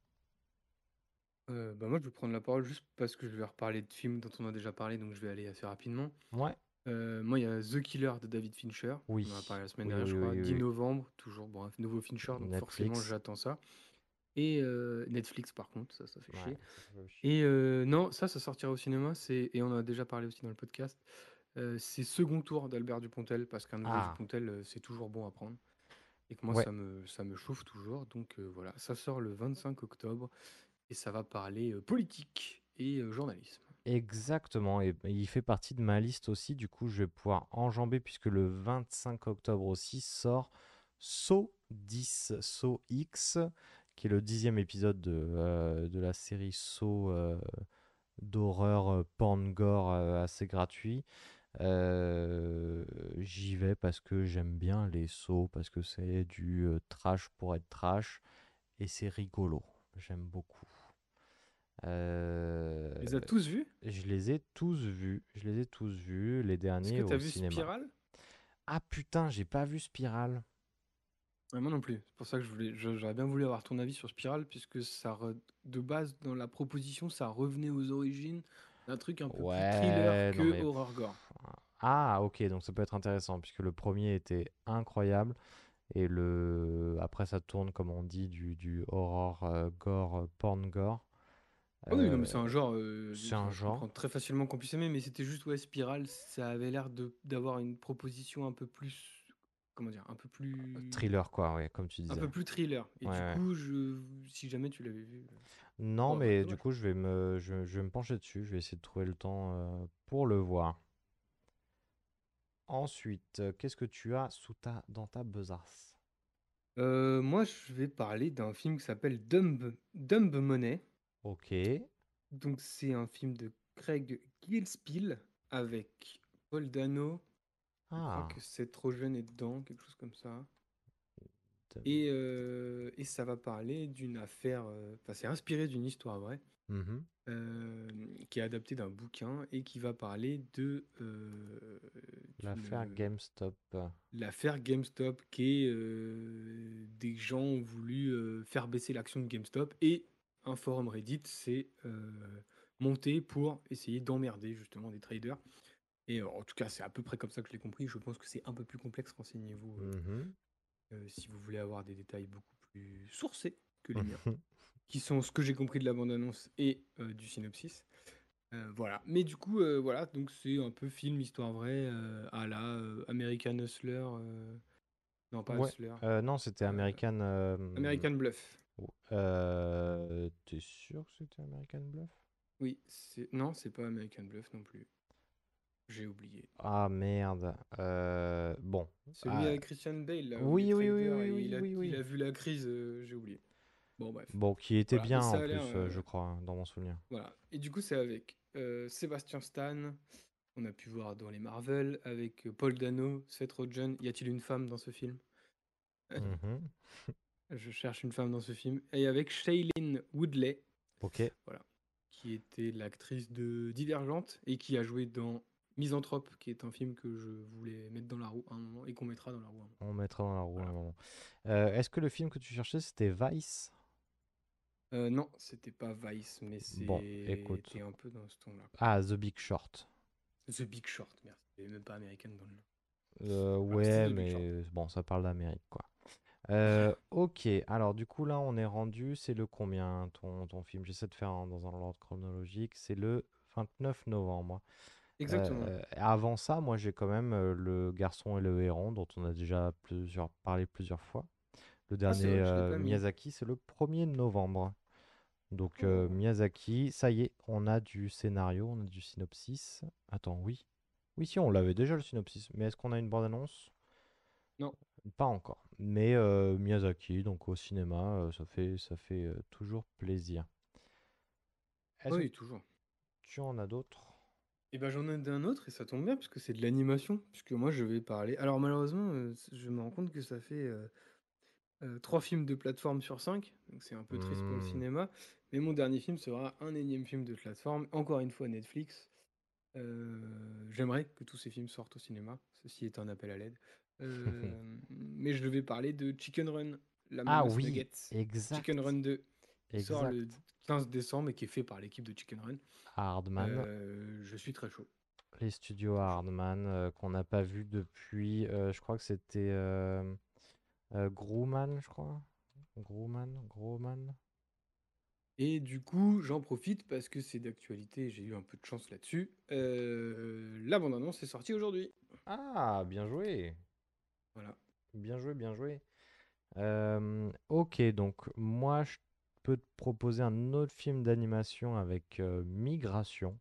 Euh, bah moi je vais prendre la parole juste parce que je vais reparler de films dont on a déjà parlé, donc je vais aller assez rapidement. ouais, Euh, moi il y a The Killer de David Fincher, oui, on en a parlé la semaine oui, dernière oui, je crois, oui, dix oui, novembre, toujours, bon, un nouveau Fincher, oui. donc forcément Netflix, j'attends ça. Et euh, Netflix par contre, ça ça fait ouais, chier. ça, ça fait chier. Et euh, non, ça ça sortira au cinéma, c'est et on en a déjà parlé aussi dans le podcast. Euh, c'est Second Tour d'Albert Dupontel, parce qu'un nouveau Ah, Dupontel, euh, c'est toujours bon à prendre. Et que moi, ouais, ça me, ça me chauffe toujours. Donc euh, voilà, ça sort le vingt-cinq octobre et ça va parler euh, politique et euh, journalisme. exactement. Et il fait partie de ma liste aussi. Du coup, je vais pouvoir enjamber puisque le vingt-cinq octobre aussi sort Saw dix, Saw X, qui est le dixième épisode de, euh, de la série Saw euh, d'horreur euh, porn gore euh, assez gratuit. Euh, j'y vais parce que j'aime bien les Saw, parce que c'est du euh, trash pour être trash et c'est rigolo. J'aime beaucoup. Euh, Tu les as tous vus? je les ai tous vus. Je les ai tous vus, les Est-ce derniers que tu as au vu cinéma. Spiral? Ah putain, j'ai pas vu Spiral. Ouais, moi non plus. C'est pour ça que je voulais, je- j'aurais bien voulu avoir ton avis sur Spiral, puisque ça re- de base, dans la proposition, ça revenait aux origines d'un truc un peu plus thriller Ouais, non que mais... horror gore. pff, ah ok, donc ça peut être intéressant, puisque le premier était incroyable. Et le... après ça tourne, comme on dit, du, du horror euh, gore, euh, porn gore. Ah oui, non, Euh, mais c'est un genre, euh, c'est un enfin, je genre. comprends très facilement qu'on puisse aimer, mais c'était juste, ouais, Spiral, ça avait l'air de d'avoir une proposition un peu plus, comment dire, un peu plus, Thriller quoi, ouais, comme tu un disais. peu plus thriller. Et Ouais, du ouais. coup, je, si jamais tu l'avais vu, euh, Non, oh, bah, mais du dommage. coup, je vais me, je, je vais me pencher dessus. Je vais essayer de trouver le temps euh, pour le voir. Ensuite, euh, qu'est-ce que tu as sous ta, dans ta besace? Euh, moi, je vais parler d'un film qui s'appelle Dumb, Dumb Money. Ok. Donc, c'est un film de Craig Gillespie avec Paul Dano. Je crois Ah, que c'est trop jeune et dedans, quelque chose comme ça. Et, euh, et ça va parler d'une affaire, euh, enfin c'est inspiré d'une histoire vraie, Mhm. euh, qui est adaptée d'un bouquin et qui va parler de euh, L'affaire d'une GameStop. l'affaire GameStop, qui est euh, des gens ont voulu euh, faire baisser l'action de GameStop et un forum Reddit s'est euh, monté pour essayer d'emmerder justement des traders. Et euh, en tout cas, c'est à peu près comme ça que je l'ai compris. Je pense que c'est un peu plus complexe. Renseignez-vous euh, Mhm. euh, si vous voulez avoir des détails beaucoup plus sourcés que les miens, Mhm. qui sont ce que j'ai compris de la bande-annonce et euh, du synopsis. Euh, voilà. Mais du coup, euh, voilà, donc c'est un peu film histoire vraie euh, à la euh, American Hustler. euh, Non, pas Ouais. Hustler. Euh, non, c'était euh, American. euh, American Bluff. ou- euh, T'es sûr que c'était American Bluff? Oui, c'est non, c'est pas American Bluff non plus. J'ai oublié. Ah merde. Euh, bon. Celui Ah, avec Christian Bale, là, où il est oui, oui, oui, trader oui, et il oui, a, oui, il oui. a vu la crise, euh, j'ai oublié. Bon, bref. Bon, qui était Voilà, mais bien ça en a l'air. plus, euh, je euh, crois, hein, dans mon souvenir. Voilà. Et du coup, c'est avec euh, Sébastien Stan, on a pu voir dans les Marvel, avec euh, Paul Dano, Seth Rogen. Y a-t-il une femme dans ce film? Mhm. Je cherche une femme dans ce film. Et avec Shailene Woodley, Ok. voilà, qui était l'actrice de Divergente et qui a joué dans Misanthrope, qui est un film que je voulais mettre dans la roue à un moment et qu'on mettra dans la roue à un moment. On mettra dans la roue un Voilà. moment. Euh, est-ce que le film que tu cherchais, c'était Vice? Euh, non, c'était pas Vice, mais Bon, écoute. c'était un peu dans ce ton-là. Ah, The Big Short. The Big Short, merci. Il n'y même pas américaine dans le nom. Euh, Voilà, c'était ouais, The Big Short. mais bon, ça parle d'Amérique, quoi. Euh, ok, alors du coup, là, on est rendu. C'est le combien, ton, ton film? J'essaie de faire en- dans un ordre chronologique. C'est le vingt-neuf novembre. Exactement. Euh, avant ça, moi, j'ai quand même euh, Le Garçon et le Héron, dont on a déjà plusieurs, parlé plusieurs fois. Le Ah, c'est dernier vrai que je l'ai euh, pas mis. Miyazaki, c'est le premier novembre. Donc, euh, Oh. Miyazaki, ça y est, on a du scénario, on a du synopsis. Attends, oui. Oui, si, on l'avait déjà le synopsis. Mais est-ce qu'on a une bande-annonce? Non. Pas encore. Mais euh, Miyazaki, donc au cinéma, euh, ça fait, ça fait euh, toujours plaisir. Est-ce que Oui, toujours. tu en as d'autres? Et ben j'en ai d'un autre et ça tombe bien puisque c'est de l'animation, puisque moi je vais parler. Alors malheureusement, euh, c- je me rends compte que ça fait euh, euh, trois films de plateforme sur cinq, donc c'est un peu triste pour le Hmm. cinéma. Mais mon dernier film sera un énième film de plateforme, encore une fois Netflix. Euh, J'aimerais que tous ces films sortent au cinéma, ceci est un appel à l'aide. Euh, mais je vais parler de Chicken Run, la Ah Mama's oui, Nuggets. Chicken exact, Run deux, qui sort le exact. quinze décembre et qui est fait par l'équipe de Chicken Run. Hardman, Euh, je suis très chaud. les studios Très chaud. Hardman, euh, qu'on n'a pas vu depuis, euh, je crois que c'était euh, euh, Grumman, je crois. Grumman, Grumman. Et du coup, j'en profite parce que c'est d'actualité, j'ai eu un peu de chance là-dessus. Euh, la bande-annonce est sortie aujourd'hui. Ah, bien joué, Voilà. bien joué, bien joué. Euh, ok, donc moi je peux te proposer un autre film d'animation avec euh, Migration.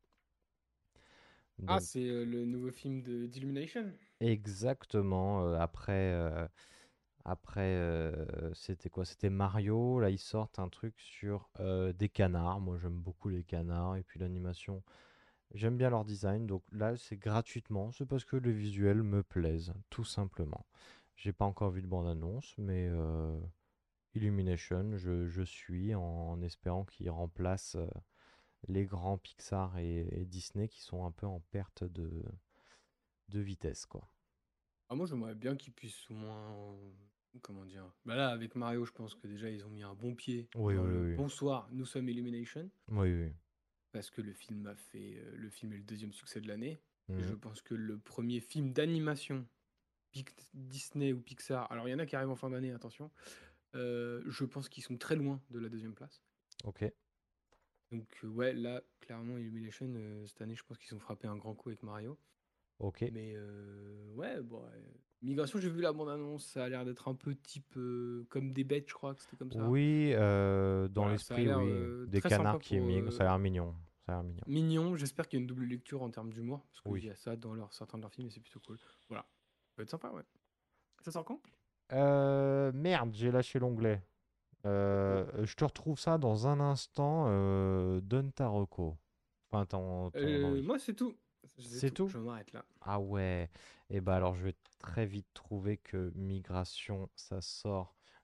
Ah, Donc c'est euh, le nouveau film de d'Illumination? exactement, euh, après, euh, après euh, c'était quoi? C'était Mario, là ils sortent un truc sur euh, des canards. Moi j'aime beaucoup les canards et puis l'animation, j'aime bien leur design. Donc là c'est gratuitement, c'est parce que les visuels me plaisent, tout simplement. J'ai pas encore vu de bande-annonce, mais euh, Illumination, je, je suis en, en espérant qu'ils remplacent euh, les grands Pixar et, et Disney qui sont un peu en perte de, de vitesse, quoi. Ah, moi, j'aimerais bien qu'ils puissent au moins. Comment dire? Bah là, avec Mario, je pense que déjà, ils ont mis un bon pied Oui, dans oui, le oui. bonsoir, nous sommes Illumination. Oui, oui. Parce que le film a fait. euh, Le film est le deuxième succès de l'année. Et je Mhm. pense que le premier film d'animation Pic- Disney ou Pixar. Alors, il y en a qui arrivent en fin d'année, attention. Euh, je pense qu'ils sont très loin de la deuxième place. Ok, Donc, euh, ouais, là, clairement, Illumination, euh, cette année, je pense qu'ils ont frappé un grand coup avec Mario. ok. Mais euh, ouais, bon, ouais. Migration, j'ai vu la bande-annonce, ça a l'air d'être un peu type euh, comme des bêtes, je crois que c'était comme ça. Oui, euh, dans Voilà, ça a l'esprit, l'air oui. euh, Des très canards sympa qui pour émigrent, ça a euh, l'air mignon. Ça a l'air mignon. mignon. J'espère qu'il y a une double lecture en termes d'humour, parce qu'il y Oui. a ça dans leur, certains de leurs films et c'est plutôt cool. Voilà, ça va être sympa, ouais. Ça sort quand? Euh, merde, j'ai lâché l'onglet. Oh, oh. Euh, je te retrouve ça dans un instant. Euh, donne ta reco. Enfin, ton, ton Euh, envie. moi, c'est tout. C'est C'est tout, tout? je m'arrête là. Ah ouais. Et bah alors je vais très vite trouver que Migration, ça sort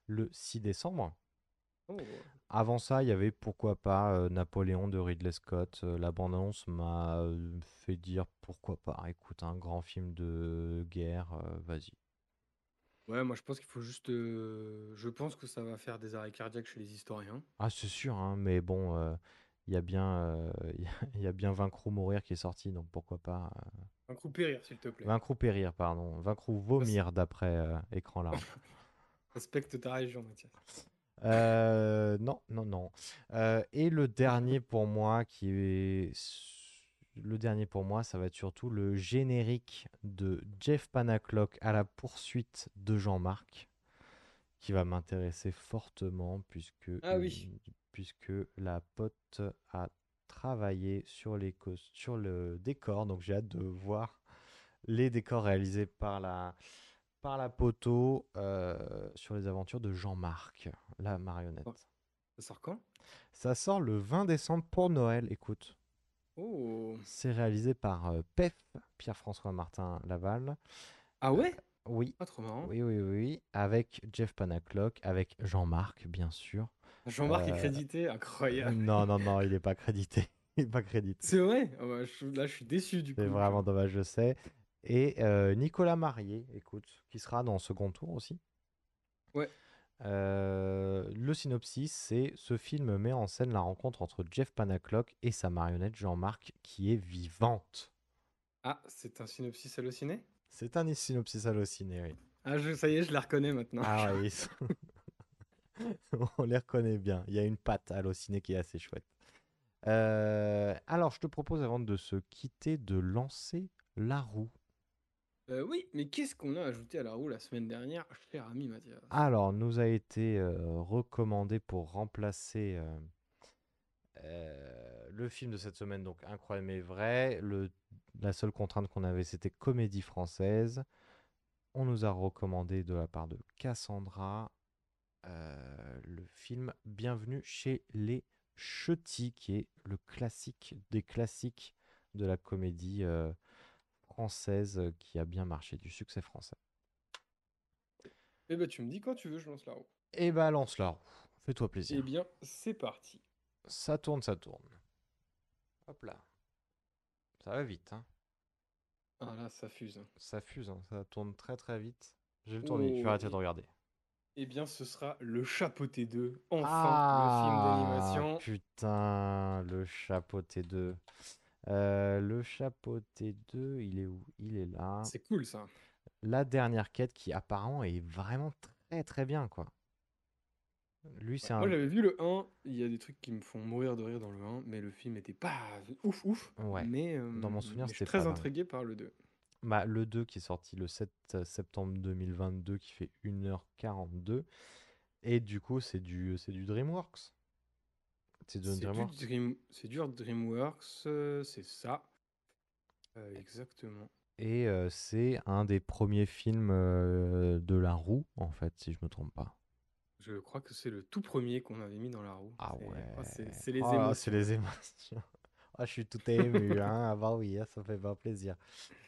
le six décembre. Oh. Avant ça, il y avait pourquoi pas euh, Napoléon de Ridley Scott. Euh, la bande-annonce m'a euh, fait dire pourquoi pas. Écoute, un grand film de guerre, euh, vas-y. Ouais, moi je pense qu'il faut juste. euh, Je pense que ça va faire des arrêts cardiaques chez les historiens. Ah, c'est sûr, hein, mais bon, euh, il y a bien, euh, il y a, il y a bien Vaincre ou mourir qui est sorti, donc pourquoi pas. euh, Un coup périr, s'il te plaît. Vaincre ou périr, pardon. Vaincre ou Res- vomir, d'après euh, Écran Large. Respecte ta région, Mathias. Euh, non, non, non. Euh, et le dernier pour moi, qui est... Le dernier pour moi, ça va être surtout le générique de Jeff Panaclock à la poursuite de Jean-Marc, qui va m'intéresser fortement puisque, Ah une- oui. puisque la pote a travaillé sur, les cos- sur le décor, donc j'ai hâte de voir les décors réalisés par la, par la poteau euh, sur les aventures de Jean-Marc, la marionnette. Oh, ça sort quand? Ça sort le vingt décembre pour Noël, écoute. Oh. C'est réalisé par euh, P E F, Pierre-François Martin Laval. Ah Euh, ouais? oui, Pas trop marrant. oui, oui, oui, avec Jeff Panaclock, avec Jean-Marc, bien sûr. Jean-Marc est Euh, crédité, incroyable. non, non, non, il n'est pas crédité. Il n'est pas crédité. C'est vrai? Ah bah, je- Là, je suis déçu du coup. C'est tu vraiment vois. dommage, je sais. Et euh, Nicolas Marié, écoute, qui sera dans le second tour aussi. Ouais. Euh, le synopsis, c'est ce film met en scène la rencontre entre Jeff Panaclock et sa marionnette Jean-Marc qui est vivante. Ah, c'est un synopsis halluciné? C'est un synopsis halluciné, oui. Ah, je, ça y est, je la reconnais maintenant. Ah oui, ils sont- on les reconnaît bien. Il y a une patte hallucinée qui est assez chouette. Euh, alors, je te propose avant de se quitter de lancer la roue. Euh, oui, mais qu'est-ce qu'on a ajouté à la roue la semaine dernière, cher ami Mathias? Alors, nous a été euh, recommandé pour remplacer euh, euh, le film de cette semaine, donc Incroyable mais vrai. Le, la seule contrainte qu'on avait, c'était comédie française. On nous a recommandé de la part de Cassandra euh, le film Bienvenue chez les Ch'tis, qui est le classique des classiques de la comédie euh, française euh, qui a bien marché, du succès français. Eh ben, tu me dis quand tu veux, je lance la roue. Et bah lance la roue, fais-toi Eh plaisir. bien, c'est parti. Ça tourne, ça tourne. Hop là. Ça va vite, hein. Ah là, ça fuse. Ça fuse, hein. Ça tourne très très vite. Je vais le tourner, je vais Oh, arrêter et- de regarder. Eh bien, ce sera Le Chapeauté deux, enfin, Ah, le film d'animation. putain, le chapeauté deux. Euh, le chapeauté deux, il est où? Il est là. C'est cool ça. La dernière quête qui apparemment est vraiment très très bien, quoi. Lui, c'est Ouais, un... moi, j'avais vu le un, il y a des trucs qui me font mourir de rire dans le un, mais le film était pas ouf ouf. Ouais, Mais, euh, dans mon souvenir, mais je suis c'était très pas dingue. intrigué par le deux. Bah, le deux qui est sorti le sept septembre deux mille vingt-deux, qui fait une heure quarante-deux. Et du coup, c'est du, c'est du DreamWorks. C'est de C'est du DreamWorks. Dream... c'est du DreamWorks, euh, c'est ça. Euh, exactement. Et euh, c'est un des premiers films euh, de la roue, en fait, si je me trompe pas. Je crois que c'est le tout premier qu'on avait mis dans la roue. Ah C'est- ouais. oh, c'est c'est les Oh là, émotions. c'est les émotions. Ah, je suis tout ému, hein. Ah bah oui, hein, ça fait pas plaisir.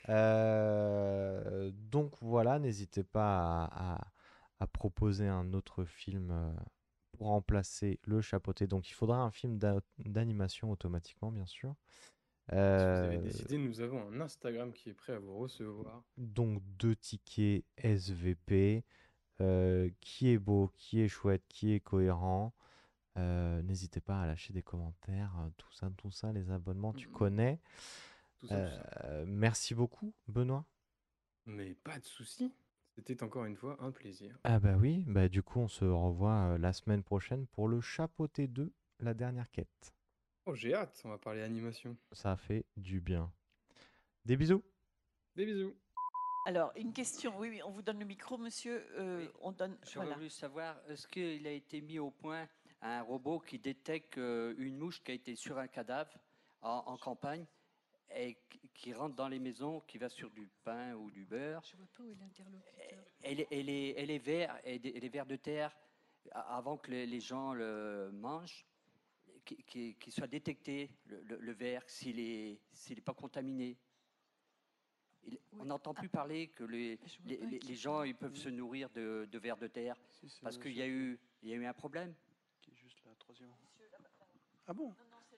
Euh, donc voilà, n'hésitez pas à, à- à proposer un autre film euh, pour remplacer le chapeauté. Donc il faudra un film d'a- d'animation automatiquement, bien sûr. Si vous avez Euh, des idées, nous avons un Instagram qui est prêt à vous recevoir. donc deux tickets S V P, euh, qui est beau, qui est chouette, qui est cohérent. Euh, n'hésitez pas à lâcher des commentaires, euh, tout ça, tout ça, les abonnements, tu Mm. connais. Tout ça, tout ça. Euh, merci beaucoup, Benoît. Mais pas de souci. C'était encore une fois un plaisir. Ah bah oui, bah du coup on se revoit euh, la semaine prochaine pour le Chapeauté deux, la dernière quête. Oh, j'ai hâte, on va parler animation. Ça fait du bien. Des bisous. Des bisous. Alors, une question. Oui, oui, on vous donne le micro, monsieur. Euh, Oui. on donne. J'aurais Voilà. voulu savoir, est-ce qu'il a été mis au point un robot qui détecte euh, une mouche qui a été sur un cadavre en, en campagne et qui- qui rentre dans les maisons, qui va sur du pain ou du beurre. Je vois pas où est l'interlocuteur. Elle, est- elle est, elle est vert, elle est, elle est vert de terre a- avant que les, les gens le mangent, qui, qui- qui soit détecté le, le, le verre s'il est, s'il n'est pas contaminé. Il- on n'entend plus parler que les, Je vois les, pas les- qui les gens parle. ils peuvent se nourrir de, de vers de terre Si, c'est parce le qu'il y a monsieur eu, il y a eu un problème. qui est juste là, troisième. Ah bon?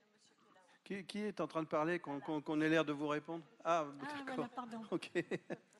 Qui, qui est en train de parler, qu'on qu'on- qu'on ait l'air de vous répondre? Ah, Ah, d'accord. voilà, pardon. Ok.